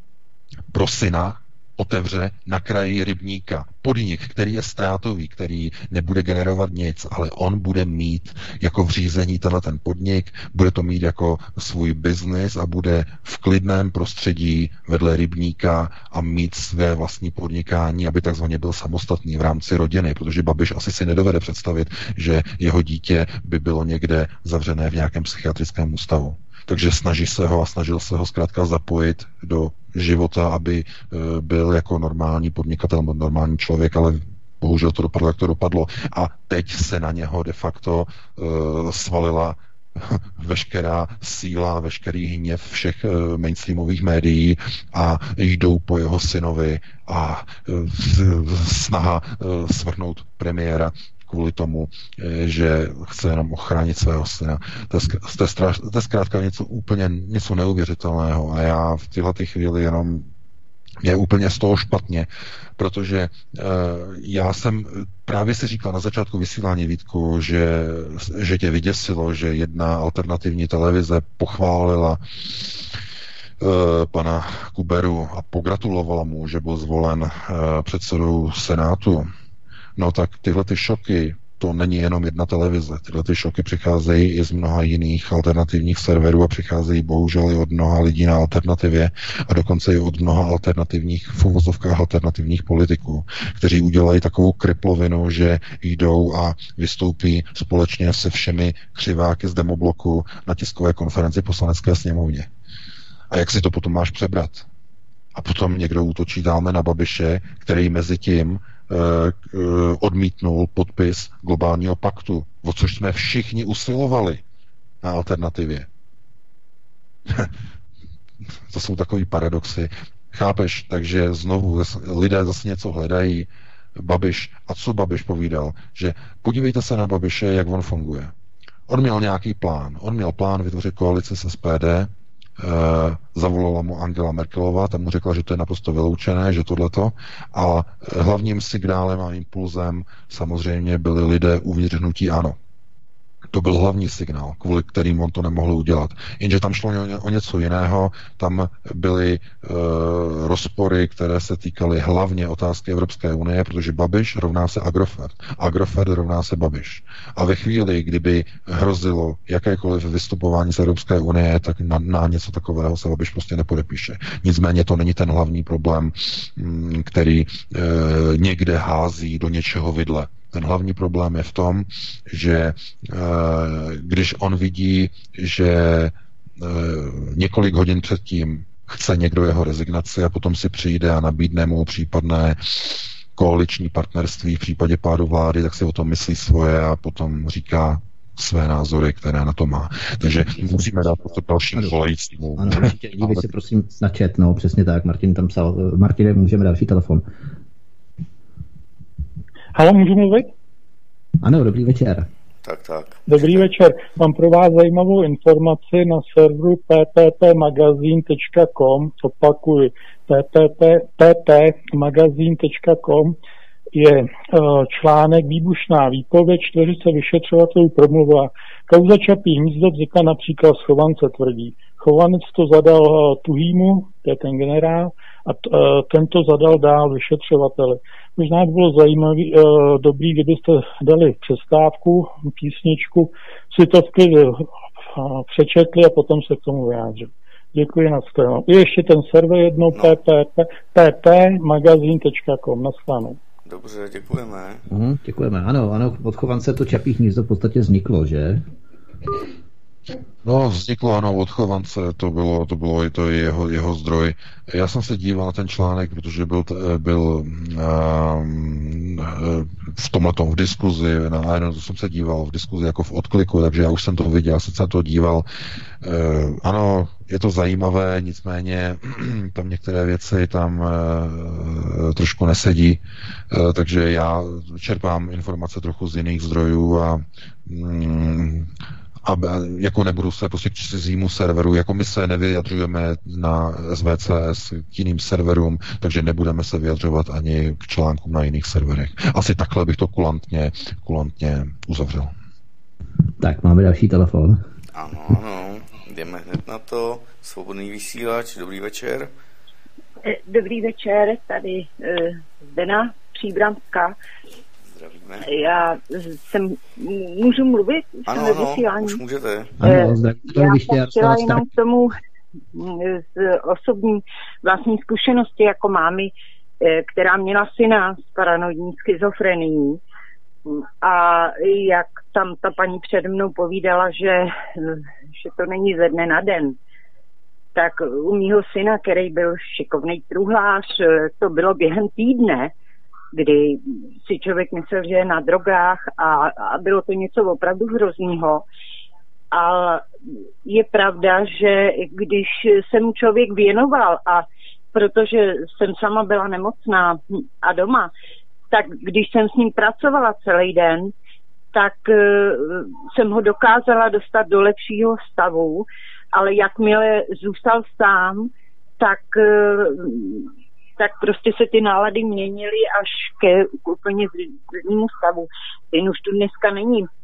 pro syna, otevře na kraji rybníka podnik, který je ztrátový, který nebude generovat nic, ale on bude mít jako v řízení tenhle ten podnik, bude to mít jako svůj biznis a bude v klidném prostředí vedle rybníka a mít své vlastní podnikání, aby takzvaně byl samostatný v rámci rodiny, protože Babiš asi si nedovede představit, že jeho dítě by bylo někde zavřené v nějakém psychiatrickém ústavu. Takže snaží se ho a snažil se ho zkrátka zapojit do života, aby byl jako normální podnikatel, normální člověk, ale bohužel to dopadlo, jak to dopadlo. A teď se na něho de facto uh, svalila veškerá síla, veškerý hněv všech uh, mainstreamových médií a jdou po jeho synovi a uh, snaha uh, svrhnout premiéra kvůli tomu, že chce jenom ochránit svého syna. To je, to je, straš, to je zkrátka něco úplně, něco neuvěřitelného a já v této chvíli jenom je úplně z toho špatně, protože uh, já jsem právě si říkal na začátku vysílání, Vítku, že, že tě vyděsilo, že jedna alternativní televize pochválila uh, pana Kuberu a pogratulovala mu, že byl zvolen uh, předsedou Senátu. No tak tyhle ty šoky, to není jenom jedna televize. Tyhle ty šoky přicházejí i z mnoha jiných alternativních serverů a přicházejí bohužel i od mnoha lidí na alternativě a dokonce i od mnoha alternativních, v uvozovkách alternativních politiků, kteří udělají takovou kriplovinu, že jdou a vystoupí společně se všemi křiváky z demobloku na tiskové konferenci Poslanecké sněmovně. A jak si to potom máš přebrat? A potom někdo útočí dáme na Babiše, který mezi tím eh, eh, odmítnul podpis globálního paktu, o což jsme všichni usilovali na alternativě. To jsou takový paradoxy. Chápeš? Takže znovu lidé zase něco hledají. Babiš, a co Babiš povídal? Že podívejte se na Babiše, jak on funguje. On měl nějaký plán. On měl plán vytvořit koalici s S P D, Uh, zavolala mu Angela Merkelová, tam mu řekla, že to je naprosto vyloučené, že tohleto. A hlavním signálem a impulzem samozřejmě byli lidé uvnitř hnutí ANO. To byl hlavní signál, kvůli kterým on to nemohl udělat. Jenže tam šlo o něco jiného, tam byly uh, rozpory, které se týkaly hlavně otázky Evropské unie, protože Babiš rovná se Agrofert. Agrofert rovná se Babiš. A ve chvíli, kdyby hrozilo jakékoliv vystupování z Evropské unie, tak na, na něco takového se Babiš prostě nepodepíše. Nicméně to není ten hlavní problém, který uh, někde hází do něčeho vidle. Ten hlavní problém je v tom, že když on vidí, že několik hodin předtím chce někdo jeho rezignaci a potom si přijde a nabídne mu případné koaliční partnerství v případě pádu vlády, tak si o tom myslí svoje a potom říká své názory, které na to má. Takže musíme dát to dalším volajícímu. Ano, určitě, dívej si prosím na chat, no, přesně tak, Martin tam psal. Martine, můžeme další telefon. Haló, můžu mluvit? Ano, dobrý večer. Tak, tak. Dobrý večer. Mám pro vás zajímavou informaci na serveru p p p magazine tečka com. Opakuji, p p p magazine tečka com je uh, článek Výbušná výpověď, čtveřice vyšetřovatelů promluvila. Kauza Čapí hnízdo vznikla například z Chovance, tvrdí. Chovanec to zadal uh, Tuhýmu, to je ten generál, a t, uh, tento zadal dál vyšetřovatele. Možná by bylo zajímavý, uh, dobrý, kdybyste dali přestávku, písničku, si to v klidu uh, přečetli a potom se k tomu vyjádřili. Děkuji, nashledanou. I ještě ten server jednou no. p p p magazine tečka com. Nashledanou. Dobře, děkujeme. Uhum, děkujeme, ano, ano, od Chovance to Čapí hnízdo v podstatě vzniklo, že? No, vzniklo, ano, od Chovance, to bylo, to bylo i to jeho, jeho zdroj. Já jsem se díval na ten článek, protože byl, byl um, v tomhletom v diskuzi, na to jsem se díval v diskuzi jako v odkliku, takže já už jsem to viděl, jsem se to díval. Uh, ano, je to zajímavé, nicméně tam některé věci tam uh, trošku nesedí, uh, takže já čerpám informace trochu z jiných zdrojů a um, a jako nebudu se prostě k cizímu serveru, jako my se nevyjadřujeme na S V C S k jiným serverům, takže nebudeme se vyjadřovat ani k článkům na jiných serverech. Asi takhle bych to kulantně, kulantně uzavřel. Tak, máme další telefon. Ano, ano, jdeme hned na to. Svobodný vysílač, dobrý večer. Dobrý večer, tady Zdena Příbramská. Zdravíme. Já jsem, můžu mluvit? Ano, jsem ano, už můžete. Ano, zdravím. Já jsem chtěla jenom k tomu z osobní vlastní zkušenosti jako mámy, která měla syna s paranoidní schizofrenií. A jak tam ta paní přede mnou povídala, že, že to není ze dne na den, tak u mýho syna, který byl šikovnej truhlář, to bylo během týdne, kdy si člověk myslel, že je na drogách a, a bylo to něco opravdu hroznýho. A je pravda, že když se mu člověk věnoval a protože jsem sama byla nemocná a doma, tak když jsem s ním pracovala celý den, tak uh, jsem ho dokázala dostat do lepšího stavu, ale jakmile zůstal sám, tak uh, tak prostě se ty nálady měnily až ke k úplně zlýmu stavu. Ten už tu dneska není. E,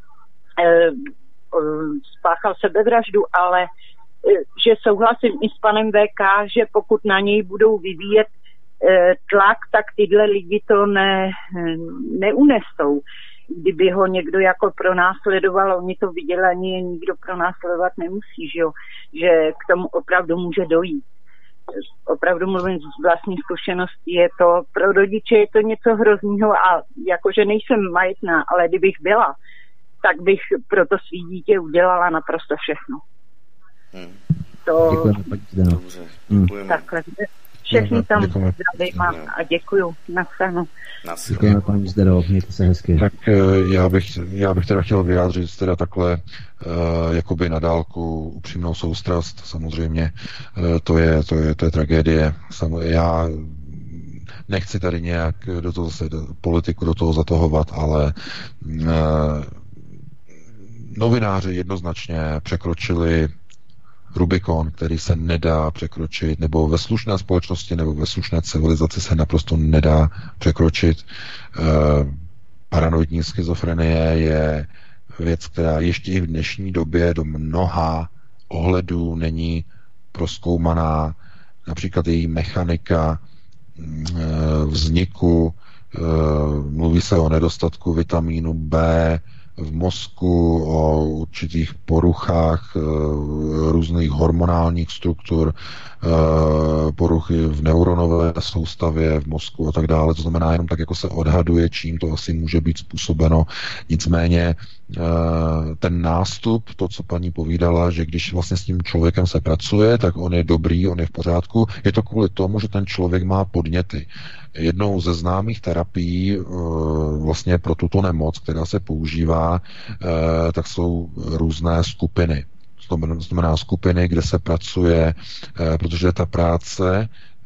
spáchal sebevraždu, ale e, že souhlasím i s panem V K, že pokud na něj budou vyvíjet e, tlak, tak tyhle lidi to ne, neunesou. kdyby ho někdo jako pronásledoval, oni to viděli, ani je nikdo pronásledovat nemusí, že jo, že k tomu opravdu může dojít. Opravdu mluvím z vlastní zkušenosti, je to, pro rodiče je to něco hroznýho a jakože nejsem majetná, ale kdybych byla, tak bych pro to svý dítě udělala naprosto všechno. Hmm. To... Děkujeme, dobře, děkujeme. Takhle. Všechny tam zdravím a děkuju. Naschledanou. Děkujeme, paní Zdero, mějte se hezky. Tak já bych, já bych teda chtěl vyjádřit teda takhle uh, jakoby na dálku upřímnou soustrast, samozřejmě uh, to, je, to, je, to je tragédie. Sam, já nechci tady nějak do toho se, do, politiku do toho zatahovat, ale uh, novináři jednoznačně překročili Rubikon, který se nedá překročit, nebo ve slušné společnosti, nebo ve slušné civilizaci se naprosto nedá překročit. E, paranoidní schizofrenie je věc, která ještě i v dnešní době do mnoha ohledů není prozkoumaná. Například její mechanika e, vzniku, e, mluví se o nedostatku vitamínu B, v mozku, o určitých poruchách e, různých hormonálních struktur, e, poruchy v neuronové soustavě v mozku a tak dále. To znamená, jenom tak, jako se odhaduje, čím to asi může být způsobeno. Nicméně e, ten nástup, to, co paní povídala, že když vlastně s tím člověkem se pracuje, tak on je dobrý, on je v pořádku, je to kvůli tomu, že ten člověk má podněty. Jednou ze známých terapií e, vlastně pro tuto nemoc, která se používá, e, tak jsou různé skupiny. To znamená skupiny, kde se pracuje, e, protože ta práce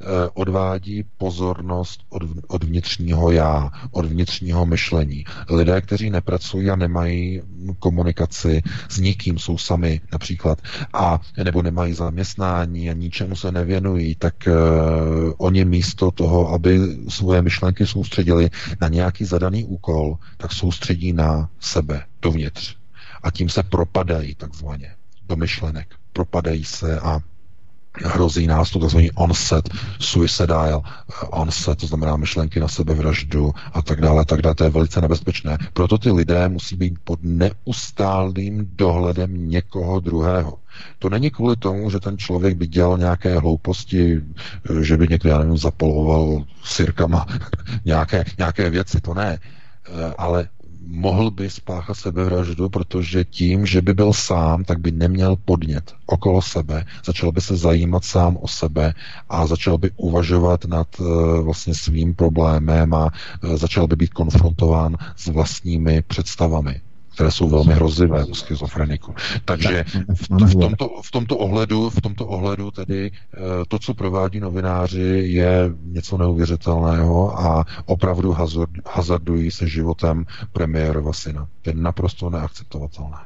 odvádí pozornost od, od vnitřního já, od vnitřního myšlení. Lidé, kteří nepracují a nemají komunikaci s nikým, jsou sami například, a nebo nemají zaměstnání a ničemu se nevěnují, tak uh, oni místo toho, aby svoje myšlenky soustředili na nějaký zadaný úkol, tak soustředí na sebe, dovnitř. A tím se propadají takzvaně do myšlenek. Propadají se a hrozí nás to takzvaný onset, suicidal onset, to znamená myšlenky na sebevraždu a tak dále, a tak dále. To je velice nebezpečné. Proto ty lidé musí být pod neustálým dohledem někoho druhého. To není kvůli tomu, že ten člověk by dělal nějaké hlouposti, že by někdo, já nevím, zapoloval sirkama nějaké, nějaké věci, to ne. Ale mohl by spáchat sebevraždu, protože tím, že by byl sám, tak by neměl podnět okolo sebe, začal by se zajímat sám o sebe a začal by uvažovat nad uh, vlastně svým problémem a uh, začal by být konfrontován s vlastními představami, které jsou velmi hrozivé u schizofreniku. Takže v, v, tomto, v tomto ohledu, v tomto ohledu tedy to, co provádí novináři, je něco neuvěřitelného a opravdu hazard, hazardují se životem premiérova syna. Je naprosto neakceptovatelné.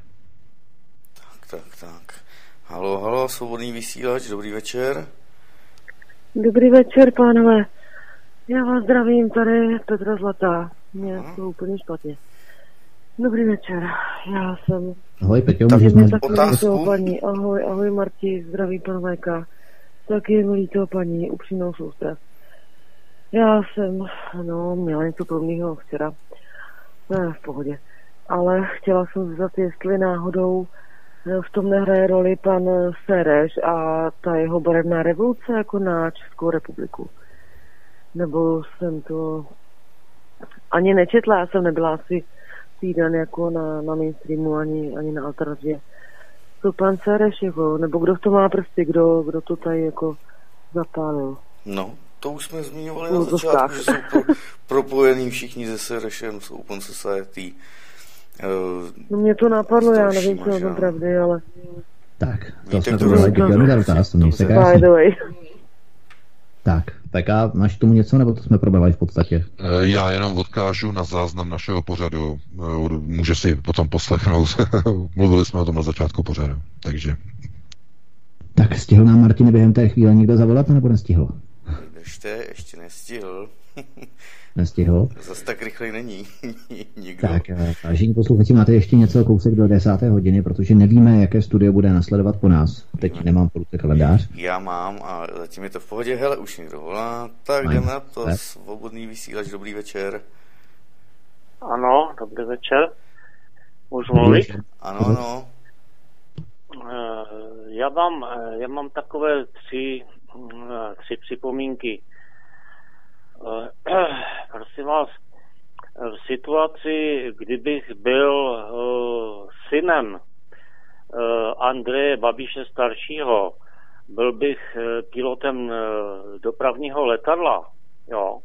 Tak, tak, tak. Halo, halo, svobodný vysílač, dobrý večer. Dobrý večer, pánové. Já vás zdravím, tady Petra Zlatá. Mě je to úplně špatně. Dobrý večer, já jsem... Ahoj, Peťo, můžeš mě otázku? Paní. Ahoj, ahoj Marti, zdraví pan Vajka. Tak je milý toho paní, upřímnou soustrast. Já jsem, no, měla něco podobného včera. Ne, v pohodě. Ale chtěla jsem zeptat, jestli náhodou v tom nehraje roli pan Sereš a ta jeho barevná revoluce jako na Českou republiku. Nebo jsem to ani nečetla, já jsem nebyla asi týden jako na, na mainstreamu ani, ani na alternativě. To pan Sereš, jako, nebo kdo to má prsty, kdo, kdo to tady jako zapálil. No, to už jsme zmiňovali no, na začátku, že jsou pro, propojený všichni ze Serešem, jsou Open Society. Uh, no mě to napadlo, já nevím, co je to pravdy, ale... Tak, to jsme probali Peťo dotaz, to se krásně. Tak, P K, máš k tomu něco, nebo to jsme probali v podstatě? Já jenom odkážu na záznam našeho pořadu. Může si potom poslechnout. Mluvili jsme o tom na začátku pořadu, takže... Tak stihl nám Martine během té chvíle někdo zavolat, nebo nestihl? Ještě, ještě nestihl. Nestihl? Zas tak rychle není nikdo. Tak, vážení posluchači, máte ještě něco kousek do desáté hodiny, protože nevíme, jaké studio bude nasledovat po nás. Teď nemám po ruce kalendář. Já mám a zatím je to v pohodě. Hele, už někdo volá. Tak jdeme na to. Svobodný vysílač, dobrý večer. Ano, dobrý večer. Můžu mluvit? Ano, ano. Já mám, já mám takové tři, tři připomínky. Prosím vás, v situaci, kdybych byl uh, synem uh, Andreje Babiše staršího, byl bych uh, pilotem uh, dopravního letadla, jo,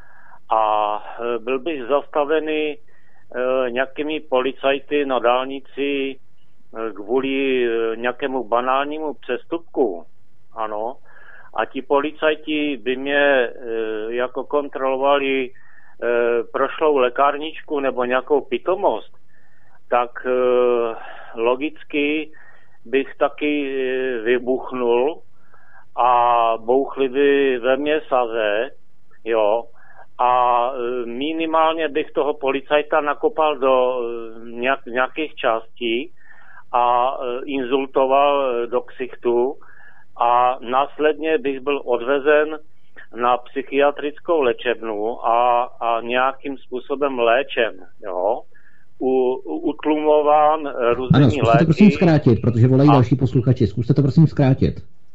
a uh, byl bych zastavený uh, nějakými policajty na dálnici uh, kvůli uh, nějakému banálnímu přestupku, ano, a ti policajti by mě e, jako kontrolovali e, prošlou lékárničku nebo nějakou pitomost, tak e, logicky bych taky e, vybuchnul a bouchli by ve mně saze, jo, a e, minimálně bych toho policajta nakopal do e, nějak, nějakých částí a e, insultoval do ksichtu, a následně bych byl odvezen na psychiatrickou léčebnu a, a nějakým způsobem léčen, jo. U, utlumován různými léky. Ano, zkuste to prosím zkrátit, protože volají a... další posluchači. Zkuste to prosím zkrátit.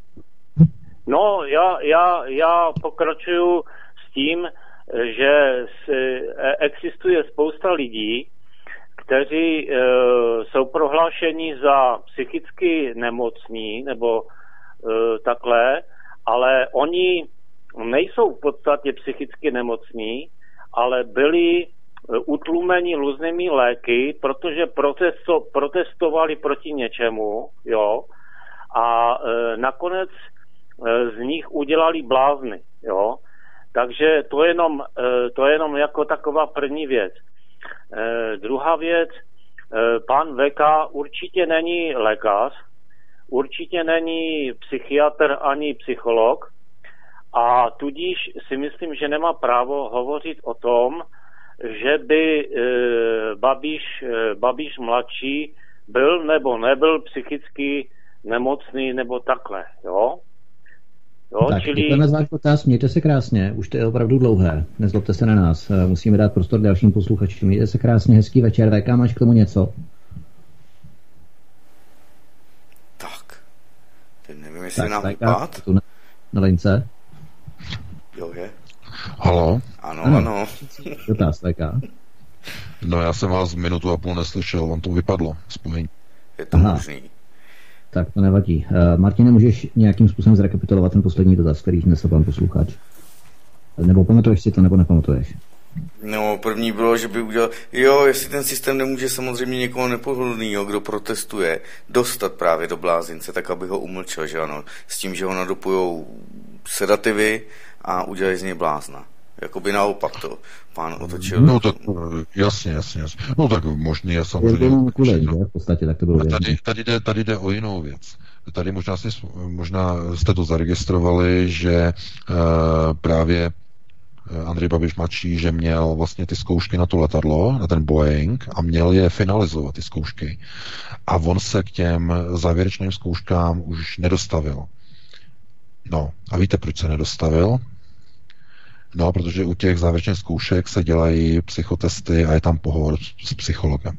No, já, já, já pokračuju s tím, že existuje spousta lidí, kteří e, jsou prohlášeni za psychicky nemocní nebo takhle, ale oni nejsou v podstatě psychicky nemocní, ale byli utlumeni různými léky, protože protesto, protestovali proti něčemu, jo, a e, nakonec e, z nich udělali blázny, jo. Takže to jenom, e, to je jenom jako taková první věc. E, druhá věc, e, pan V K určitě není lékař, určitě není psychiatr ani psycholog a tudíž si myslím, že nemá právo hovořit o tom, že by e, Babiš, e, Babiš mladší byl nebo nebyl psychicky nemocný nebo takhle, jo? jo tak, čili... děkujeme za váš dotaz, mějte se krásně, už to je opravdu dlouhé, nezlobte se na nás, musíme dát prostor dalším posluchačům, mějte se krásně, hezký večer, V K, máš k tomu něco? Nevím, jestli nám upad. Na, na lince. Jo, je. Halo? Ano, ano. ano. Dotaz, V K. No, já jsem vás minutu a půl neslyšel, vám to vypadlo, vzpomeň. Je to Aha. možný. Tak to nevadí. Uh, Martine, můžeš nějakým způsobem zrekapitulovat ten poslední dotaz, který vznesl pan posluchač? Nebo pamatuješ si to, nebo nepamatuješ? No, první bylo, že by udělal, jo, jestli ten systém nemůže samozřejmě někoho nepohodlnýho, kdo protestuje, dostat právě do blázince, tak aby ho umlčel, že ano, s tím, že ho nadopujou sedativy a udělají z něj blázna. Jakoby naopak to pán otočil. No tak jasně, jasně, jasně. No tak možný je samozřejmě. Kulej, no. V podstatě tak to bylo. Tady, tady, jde, tady jde o jinou věc. Tady možná, si, možná jste to zaregistrovali, že uh, právě Andrej Babiš mladší, že měl vlastně ty zkoušky na to letadlo, na ten Boeing a měl je finalizovat, ty zkoušky. A on se k těm závěrečným zkouškám už nedostavil. No, a víte, proč se nedostavil? No, protože u těch závěrečných zkoušek se dělají psychotesty a je tam pohovor s psychologem.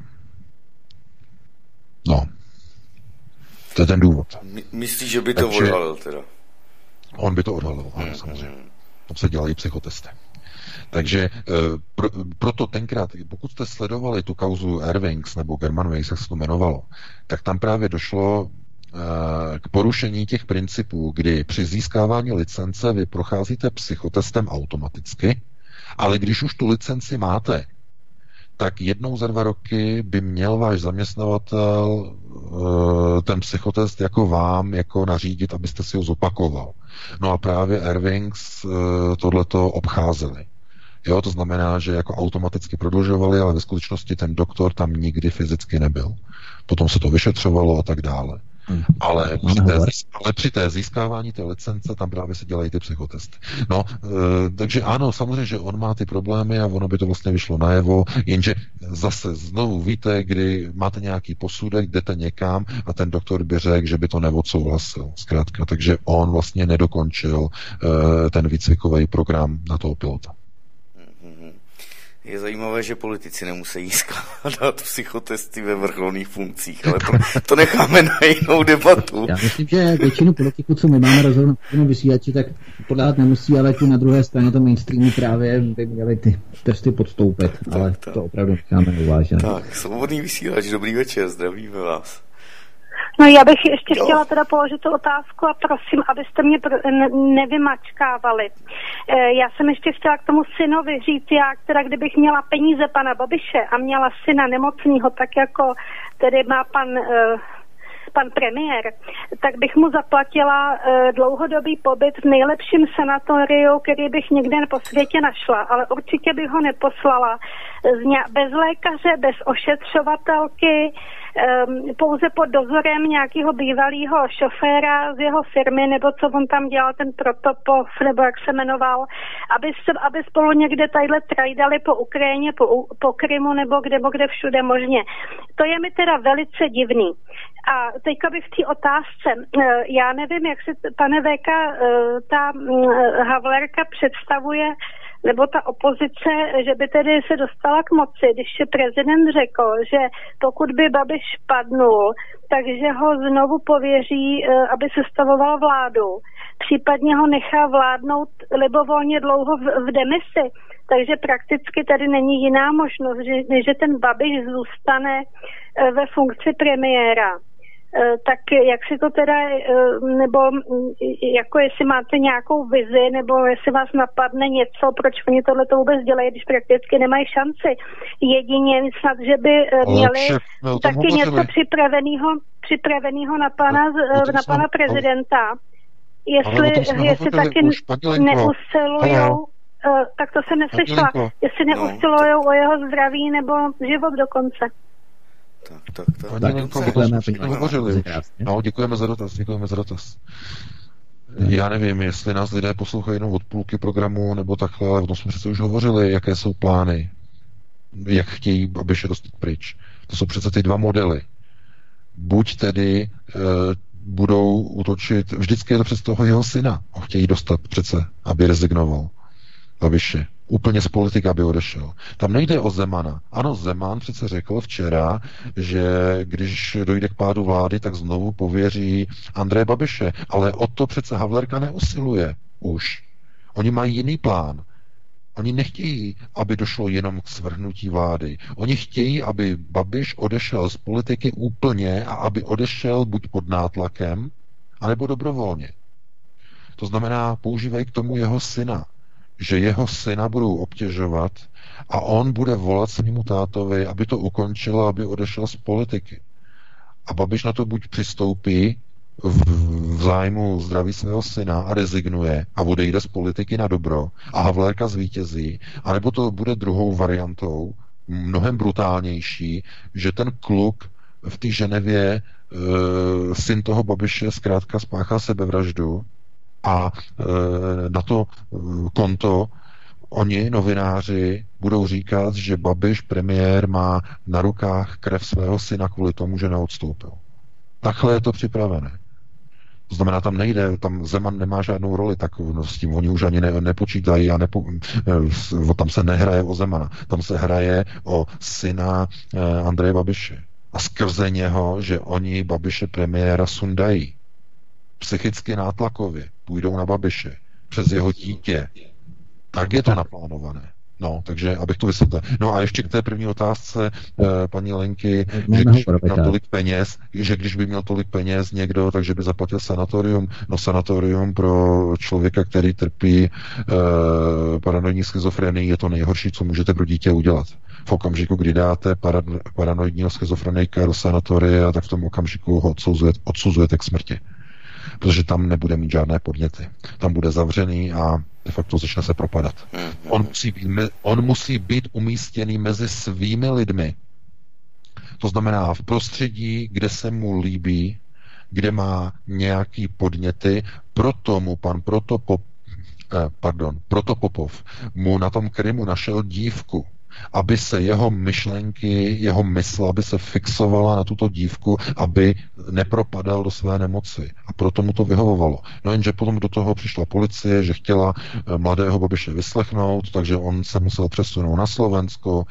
No. To je ten důvod. My, myslíš, že by to Takže, odhalil teda? On by to odhalil, ano, hmm, samozřejmě. Hmm. Tam se dělají psychotesty. Takže pro, proto tenkrát, pokud jste sledovali tu kauzu Airwings nebo Germanwings, jak se to jmenovalo, tak tam právě došlo k porušení těch principů, kdy při získávání licence vy procházíte psychotestem automaticky, ale když už tu licenci máte, tak jednou za dva roky by měl váš zaměstnavatel ten psychotest jako vám jako nařídit, abyste si ho zopakoval. No a právě Airwings tohleto obcházeli. Jo, to znamená, že jako automaticky prodlužovali, ale ve skutečnosti ten doktor tam nikdy fyzicky nebyl. Potom se to vyšetřovalo a tak dále. Hmm. Ale, při té, ale při té získávání té licence tam právě se dělají ty psychotesty. No, e, takže ano, samozřejmě, že on má ty problémy a ono by to vlastně vyšlo najevo, jenže zase znovu víte, kdy máte nějaký posudek, jdete někam a ten doktor by řekl, že by to neodsouhlasil. Zkrátka, takže on vlastně nedokončil e, ten výcvikový program na toho pilota. Je zajímavé, že politici nemusí skládat psychotesty ve vrcholných funkcích, ale to, to necháme na jinou debatu. Já myslím, že většinu politiků, co my máme rozhodnout na vysílači, tak podávat nemusí, ale ti na druhé straně to mainstreamu právě by měli ty testy podstoupit, tak, ale tak, to opravdu necháme uvážené. Tak, svobodný vysílač, dobrý večer, zdravíme vás. No já bych ještě jo. chtěla teda položit tu otázku a prosím, abyste mě nevymačkávali. Já jsem ještě chtěla k tomu synovi říct, já teda kdybych měla peníze pana Babiše a měla syna nemocného, tak jako tedy má pan, pan premiér, tak bych mu zaplatila dlouhodobý pobyt v nejlepším sanatoriu, který bych někde po světě našla, ale určitě bych ho neposlala bez lékaře, bez ošetřovatelky, pouze pod dozorem nějakého bývalého šoféra z jeho firmy, nebo co on tam dělal, ten Protopov, nebo jak se jmenoval, aby, se, aby spolu někde tadyhle trajdali po Ukrajině, po, po Krymu, nebo kde, nebo kde všude možně. To je mi teda velice divný. A teďka bych v té otázce, já nevím, jak se, pane Véka, ta Havlerka představuje, nebo ta opozice, že by tedy se dostala k moci, když prezident řekl, že pokud by Babiš padnul, takže ho znovu pověří, aby sestavoval vládu. Případně ho nechá vládnout libovolně dlouho v, v demisi. Takže prakticky tady není jiná možnost, že, že ten Babiš zůstane ve funkci premiéra. Tak jak si to teda, nebo jako jestli máte nějakou vizi, nebo jestli vás napadne něco, proč oni tohle to vůbec dělají, když prakticky nemají šanci. Jedině snad, že by měli no, taky něco připraveného, připraveného na pana, no, na pana prezidenta. Jestli, jestli taky neusilujou, tak to se neslyšela, jestli neusilujou no, o jeho zdraví nebo život dokonce. Tak, tak, tak. Paní Lenko, hovořili. No, děkujeme za dotaz, děkujeme za dotaz. Já nevím, jestli nás lidé poslouchají jenom od půlky programu, nebo takhle, ale o tom jsme přece už hovořili, jaké jsou plány, jak chtějí Babiše dostat pryč. To jsou přece ty dva modely. Buď tedy e, budou útočit, vždycky je to přes toho jeho syna, ho chtějí dostat přece, aby rezignoval Babiše. Úplně z politika aby odešel. Tam nejde o Zemana. Ano, Zeman přece řekl včera, že když dojde k pádu vlády, tak znovu pověří Andreje Babiše. Ale o to přece Havlerka neusiluje už. Oni mají jiný plán. Oni nechtějí, aby došlo jenom k svrhnutí vlády. Oni chtějí, aby Babiš odešel z politiky úplně a aby odešel buď pod nátlakem, anebo dobrovolně. To znamená, používají k tomu jeho syna. Že jeho syna budou obtěžovat a on bude volat svému tátovi, aby to ukončilo, aby odešel z politiky. A Babiš na to buď přistoupí v, v zájmu zdraví svého syna a rezignuje a odejde z politiky na dobro a Havlerka zvítězí, anebo to bude druhou variantou, mnohem brutálnější, že ten kluk v té Ženevě, e, syn toho Babiše, zkrátka spáchá sebevraždu a e, na to e, konto oni, novináři, budou říkat, že Babiš, premiér, má na rukách krev svého syna kvůli tomu, že neodstoupil. Takhle je to připravené. To znamená, tam nejde, tam Zeman nemá žádnou roli, tak no, s tím oni už ani ne, nepočítají a nepo, e, tam se nehraje o Zemana, tam se hraje o syna e, Andreje Babiše. A skrze něho, že oni Babiše premiéra sundají. Psychicky nátlakově půjdou na Babiše přes jeho dítě. Tak je to naplánované. No, takže abych to vysvětlil. No a ještě k té první otázce eh, paní Lenky, že když by měl tolik peněz, že když by měl tolik peněz někdo, takže by zaplatil sanatorium. No sanatorium pro člověka, který trpí eh, paranoidní schizofrenii, je to nejhorší, co můžete pro dítě udělat. V okamžiku, kdy dáte para- paranoidního schizofrenika do sanatoria, tak v tom okamžiku ho odsuzujete, odsuzujete k smrti. Protože tam nebude mít žádné podněty. Tam bude zavřený a de facto začne se propadat. On musí být, on musí být umístěný mezi svými lidmi. To znamená v prostředí, kde se mu líbí, kde má nějaký podněty, proto mu pan Protopop, eh, pardon, Protopopov mu na tom Krymu našel dívku, aby se jeho myšlenky, jeho mysl, aby se fixovala na tuto dívku, aby nepropadal do své nemoci. A proto mu to vyhovovalo. No jenže potom do toho přišla policie, že chtěla mladého Babiše vyslechnout, takže on se musel přesunout na Slovensko,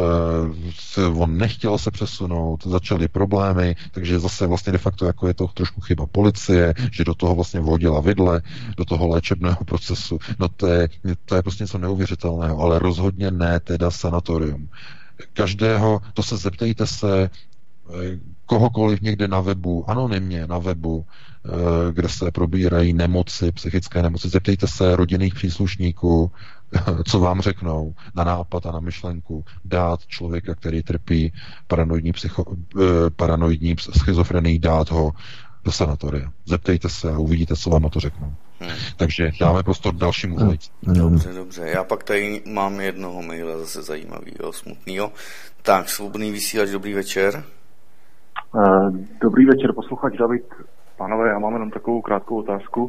on nechtěl se přesunout, začaly problémy, takže zase vlastně de facto jako je to trošku chyba policie, že do toho vlastně vhodila vidle, do toho léčebného procesu. No to je, to je prostě něco neuvěřitelného, ale rozhodně ne teda sanatorium. Každého, to se zeptejte se kohokoliv někde na webu, anonymně na webu, kde se probírají nemoci, psychické nemoci, zeptejte se rodinných příslušníků, co vám řeknou na nápad a na myšlenku dát člověka, který trpí paranoidní, psycho, paranoidní schizofrenii, dát ho do sanatoria. Zeptejte se a uvidíte, co vám na to řeknou. Hmm. Takže dáme prostor dalšímu volající. Dobře, dobře. Já pak tady mám jednoho maila zase zajímavého, smutného. Tak, svobodný vysílač, dobrý večer. Dobrý večer, posluchač David. Pánové, já mám jenom takovou krátkou otázku.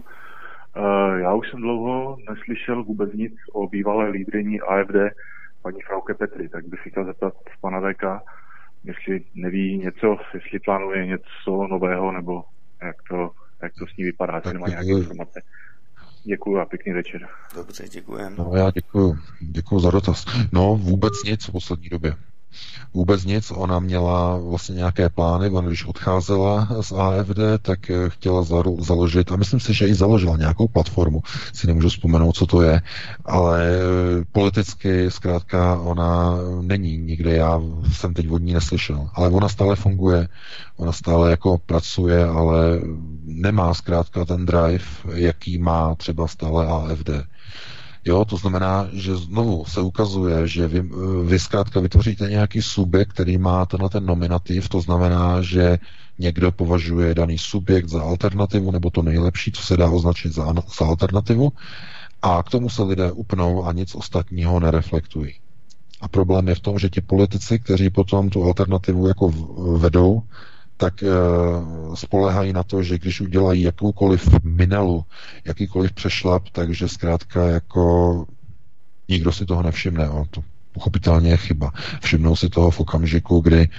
Já už jsem dlouho neslyšel vůbec nic o bývalé lídryni A F D, paní Frauke Petry, tak bych si chtěl zeptat pana V K, jestli neví něco, jestli plánuje něco nového, nebo jak to, jak to s ní vypadá, jestli nemá nějaké informace. Děkuju a pěkný večer. Dobře, děkujeme. No já děkuju, děkuju za dotaz. No vůbec nic v poslední době. Vůbec nic, ona měla vlastně nějaké plány, ona když odcházela z A F D, tak chtěla založit, a myslím si, že i založila nějakou platformu, si nemůžu vzpomenout, co to je, ale politicky zkrátka ona není nikde, já jsem teď od ní neslyšel, ale ona stále funguje, ona stále jako pracuje, ale nemá zkrátka ten drive, jaký má třeba stále A F D. Jo, to znamená, že znovu se ukazuje, že vy, vy zkrátka vytvoříte nějaký subjekt, který má tenhle ten nominativ, to znamená, že někdo považuje daný subjekt za alternativu, nebo to nejlepší, co se dá označit za, za alternativu, a k tomu se lidé upnou a nic ostatního nereflektují. A problém je v tom, že ti politici, kteří potom tu alternativu jako vedou, tak e, spoléhají na to, že když udělají jakoukoliv minelu, jakýkoliv přešlap, takže zkrátka jako nikdo si toho nevšimne. O, to pochopitelně je chyba. Všimnou si toho v okamžiku, kdy e,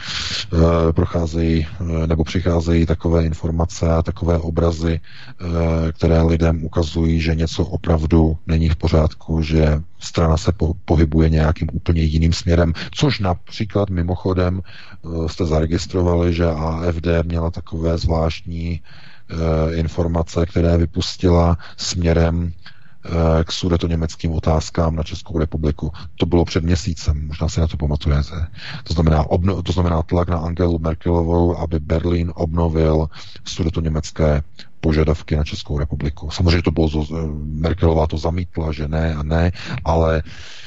procházejí e, nebo přicházejí takové informace a takové obrazy, e, které lidem ukazují, že něco opravdu není v pořádku, že strana se po, pohybuje nějakým úplně jiným směrem, což například mimochodem e, jste zaregistrovali, že A F D měla takové zvláštní e, informace, které vypustila směrem k sudetoněmeckým otázkám na Českou republiku. To bylo před měsícem, možná si na to pamatujete. To znamená, obno, to znamená tlak na Angelu Merkelovou, aby Berlín obnovil sudetoněmecké požadavky na Českou republiku. Samozřejmě to bylo, Merkelová to zamítla, že ne a ne, ale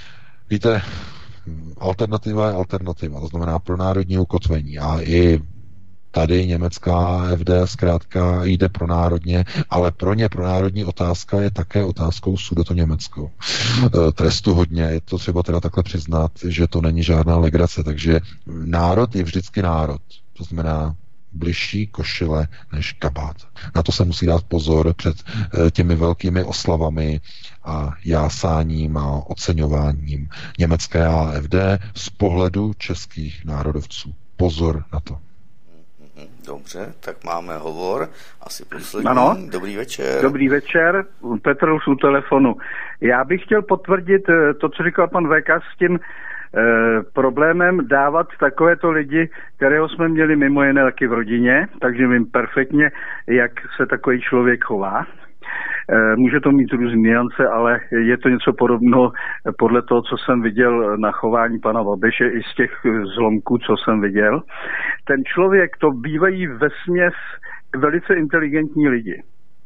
víte, alternativa je alternativa, to znamená pro národní ukotvení a i tady německá A F D zkrátka jde pro národně, ale pro ně pro národní otázka je také otázkou sudetoněmeckou. Trestu hodně, je to třeba teda takhle přiznat, že to není žádná legrace, takže národ je vždycky národ. To znamená bližší košile než kabát. Na to se musí dát pozor před těmi velkými oslavami a jásáním a oceňováním německé A F D z pohledu českých národovců. Pozor na to. Dobře, tak máme hovor, asi poslední. Ano. Dobrý večer. Dobrý večer, Petr už u telefonu. Já bych chtěl potvrdit to, co říkal pan V K s tím e, problémem dávat takovéto lidi, kterého jsme měli mimo jiné taky v rodině, takže vím perfektně, jak se takový člověk chová. Může to mít různé nuance, ale je to něco podobného podle toho, co jsem viděl na chování pana Babiše i z těch zlomků, co jsem viděl. Ten člověk, to bývají vesměs velice inteligentní lidi.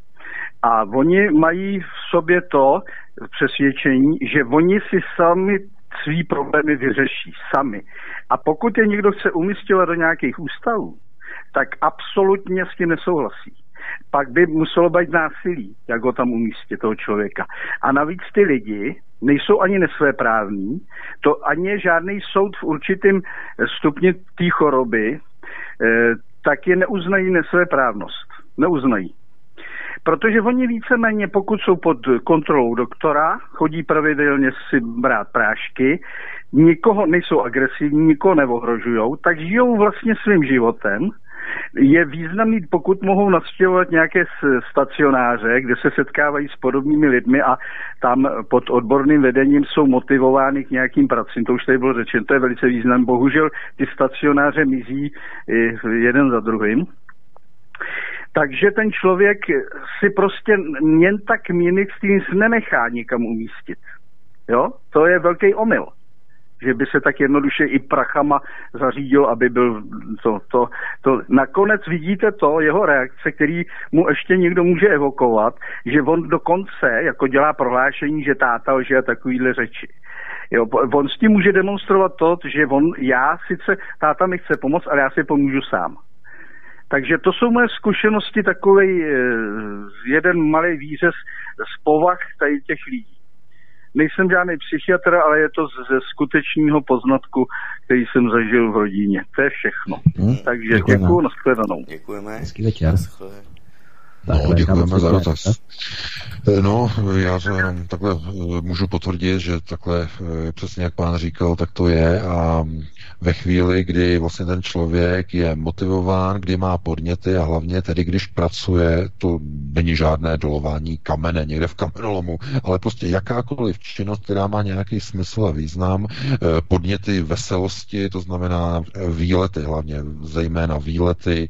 A oni mají v sobě to přesvědčení, že oni si sami svý problémy vyřeší, sami. A pokud je někdo chce umístěvat do nějakých ústavů, tak absolutně s tím nesouhlasí. Pak by muselo být násilí, jak ho tam umístit, toho člověka. A navíc ty lidi nejsou ani nesvéprávní, to ani je žádný soud v určitém stupni té choroby, eh, tak je neuznají nesvéprávnost. Neuznají. Protože oni víceméně, pokud jsou pod kontrolou doktora, chodí pravidelně si brát prášky, nikoho nejsou agresivní, nikoho neohrožujou, tak žijou vlastně svým životem. Je významný, pokud mohou navštěvovat nějaké stacionáře, kde se setkávají s podobnými lidmi a tam pod odborným vedením jsou motivovány k nějakým pracím. To už tady bylo řečeno, to je velice významné. Bohužel ty stacionáře mizí jeden za druhým. Takže ten člověk si prostě jen tak Mnictvíc nenechá nikam umístit. Jo? To je velký omyl. Že by se tak jednoduše i prachama zařídil, aby byl to, to, to. Nakonec vidíte to, jeho reakce, který mu ještě někdo může evokovat, že on dokonce jako dělá prohlášení, že táta lže a takovýhle řeči. Jo, on s tím může demonstrovat to, že on, já sice, táta mi chce pomoct, ale já si pomůžu sám. Takže to jsou moje zkušenosti, takovej jeden malý výřez z povah tady těch lidí. Nejsem žádný psychiatr, ale je to ze skutečného poznatku, který jsem zažil v rodině. To je všechno. Hmm. Takže děkuju, nashledanou. Děkujeme. Hezký večer. No, děkujeme za dotaz. No, já to jenom takhle můžu potvrdit, že takhle přesně jak pán říkal, tak to je a ve chvíli, kdy vlastně ten člověk je motivován, kdy má podněty a hlavně tedy, když pracuje, to není žádné dolování kamene někde v kamenolomu, ale prostě jakákoliv činnost, která má nějaký smysl a význam, podněty veselosti, to znamená výlety, hlavně zejména výlety,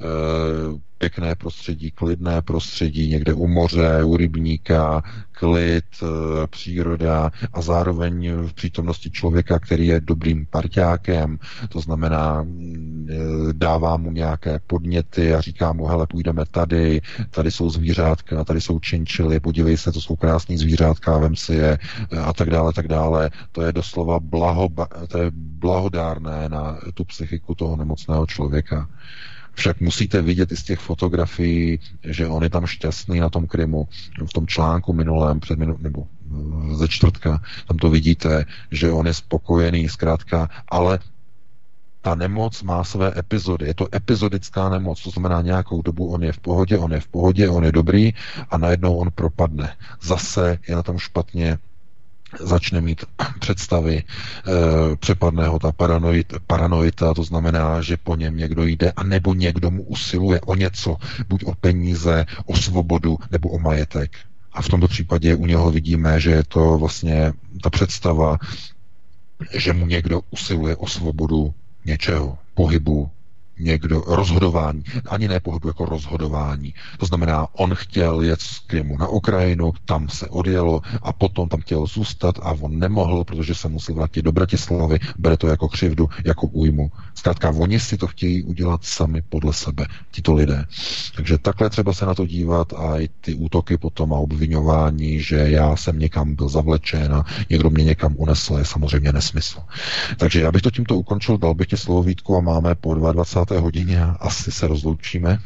pěkné prostředí, klidné prostředí, někde u moře, u rybníka, klid, příroda a zároveň v přítomnosti člověka, který je dobrým parťákem, to znamená dává mu nějaké podněty a říká mu, hele, půjdeme tady, tady jsou zvířátka, tady jsou činčily, podívej se, to jsou krásný zvířátka, vem si je a tak dále, tak dále. To je doslova blaho, to je blahodárné na tu psychiku toho nemocného člověka. Však musíte vidět i z těch fotografií, že on je tam šťastný na tom Krymu. V tom článku minulém, před minu, nebo ze čtvrtka, tam to vidíte, že on je spokojený, zkrátka, ale ta nemoc má své epizody. Je to epizodická nemoc, to znamená nějakou dobu on je v pohodě, on je v pohodě, on je dobrý a najednou on propadne. Zase je na tom špatně, začne mít představy, e, přepadne ho ta paranoid, paranoita, to znamená, že po něm někdo jde, anebo někdo mu usiluje o něco, buď o peníze, o svobodu, nebo o majetek. A v tomto případě u něho vidíme, že je to vlastně ta představa, že mu někdo usiluje o svobodu něčeho, pohybu, někdo rozhodování, ani ne pohybu jako rozhodování. To znamená, on chtěl jet z Krymu na Ukrajinu, tam se odjelo a potom tam chtěl zůstat a on nemohl, protože se musel vrátit do Bratislavy, bere to jako křivdu, jako újmu. Zkrátka, oni si to chtějí udělat sami podle sebe, tito lidé. Takže takhle třeba se na to dívat a i ty útoky potom a obviňování, že já jsem někam byl zavlečen a někdo mě někam unesl, je samozřejmě nesmysl. Takže já bych to tímto ukončil, dal bych ti slovo, Vítku, a máme po dvacáté druhé hodině a asi se rozloučíme.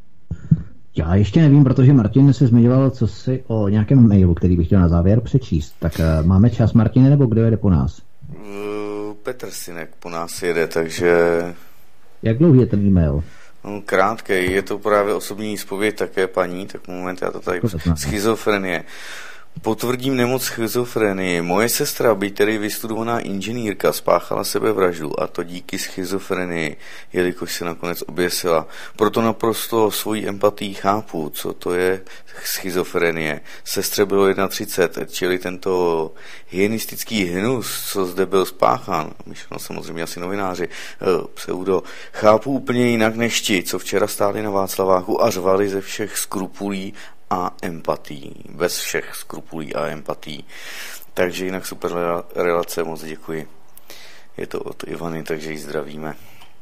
Já ještě nevím, protože Martin se zmiňoval co si o nějakém mailu, který bych chtěl na závěr přečíst. Tak uh, máme čas, Martine, nebo kdo jede po nás? Uh, Petr Synek po nás jede, takže... Jak dlouhý je ten e-mail? No, krátký, je to právě osobní zpověď také paní, tak moment, já to tady... Schizofrenie. Potvrdím nemoc schizofrenii. Moje sestra, byť tedy vystudovaná inženýrka, spáchala sebevraždu, a to díky schizofrenii, jelikož se nakonec oběsila. Proto naprosto svojí empatii chápu, co to je schizofrenie. Sestře bylo třicet jedna, čili tento hygienistický hnus, co zde byl spáchán, myšleno samozřejmě asi novináři, pseudo, chápu úplně jinak než ti, co včera stáli na Václaváku a řvali ze všech skrupulí a empatí, bez všech skrupulí a empatí. Takže jinak super relace, moc děkuji. Je to od Ivany, takže ji zdravíme.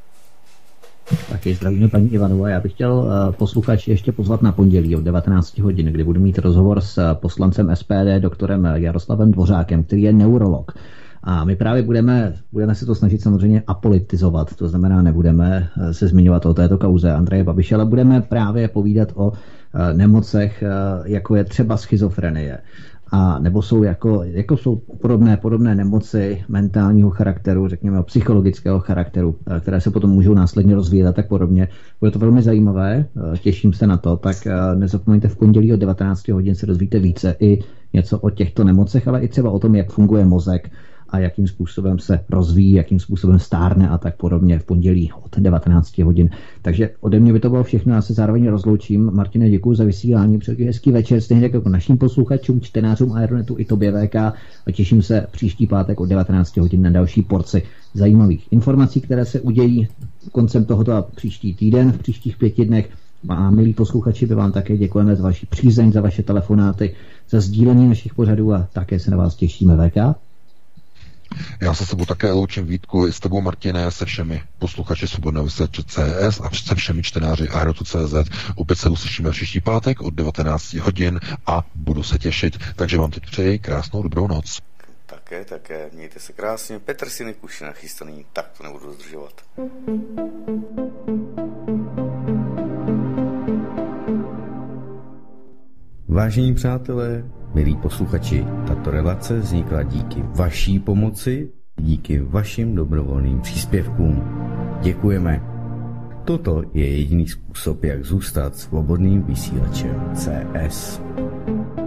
Taky zdravíme paní Ivanová. Já bych chtěl uh, posluchači ještě pozvat na pondělí od devatenáct hodin, kdy budu mít rozhovor s uh, poslancem S P D, doktorem Jaroslavem Dvořákem, který je neurolog. A my právě budeme, budeme se to snažit samozřejmě apolitizovat, to znamená, nebudeme se zmiňovat o této kauze Andreje Babiše, ale budeme právě povídat o nemocech, jako je třeba schizofrenie. a nebo jsou jako, jako jsou podobné, podobné nemoci mentálního charakteru, řekněme psychologického charakteru, které se potom můžou následně rozvíjet a tak podobně. Bude to velmi zajímavé, těším se na to, tak nezapomeňte v pondělí od devatenácti hodin se dozvíte více i něco o těchto nemocech, ale i třeba o tom, jak funguje mozek a jakým způsobem se rozvíjí, jakým způsobem stárne a tak podobně v pondělí od devatenácti hodin. Takže ode mě by to bylo všechno, já se zároveň rozloučím. Martine, děkuji za vysílání, přeji hezký večer, stejně jako našim posluchačům, čtenářům Aeronetu i tobě V K a těším se příští pátek od devatenácti hodin na další porci zajímavých informací, které se udějí koncem tohoto a příští týden, v příštích pěti dnech. A milí posluchači, by vám také děkujeme za vaši přízeň, za vaše telefonáty, za sdílení našich pořadů a také se na vás těšíme. V K. Já se s tebou také loučím, Vítku, i s tebou, Martine, se všemi posluchači Svobodného vysílače C S a se všemi čtenáři Aeronetu tečka cé zet. Opět se uslyšíme příští pátek od devatenácti hodin a budu se těšit. Takže vám teď přeji krásnou dobrou noc. Také, také, mějte se krásně. Petr Sinek už je nachystaný, tak to nebudu zdržovat. Vážení přátelé, milí posluchači, tato relace vznikla díky vaší pomoci, díky vašim dobrovolným příspěvkům. Děkujeme. Toto je jediný způsob, jak zůstat svobodným vysílačem C S.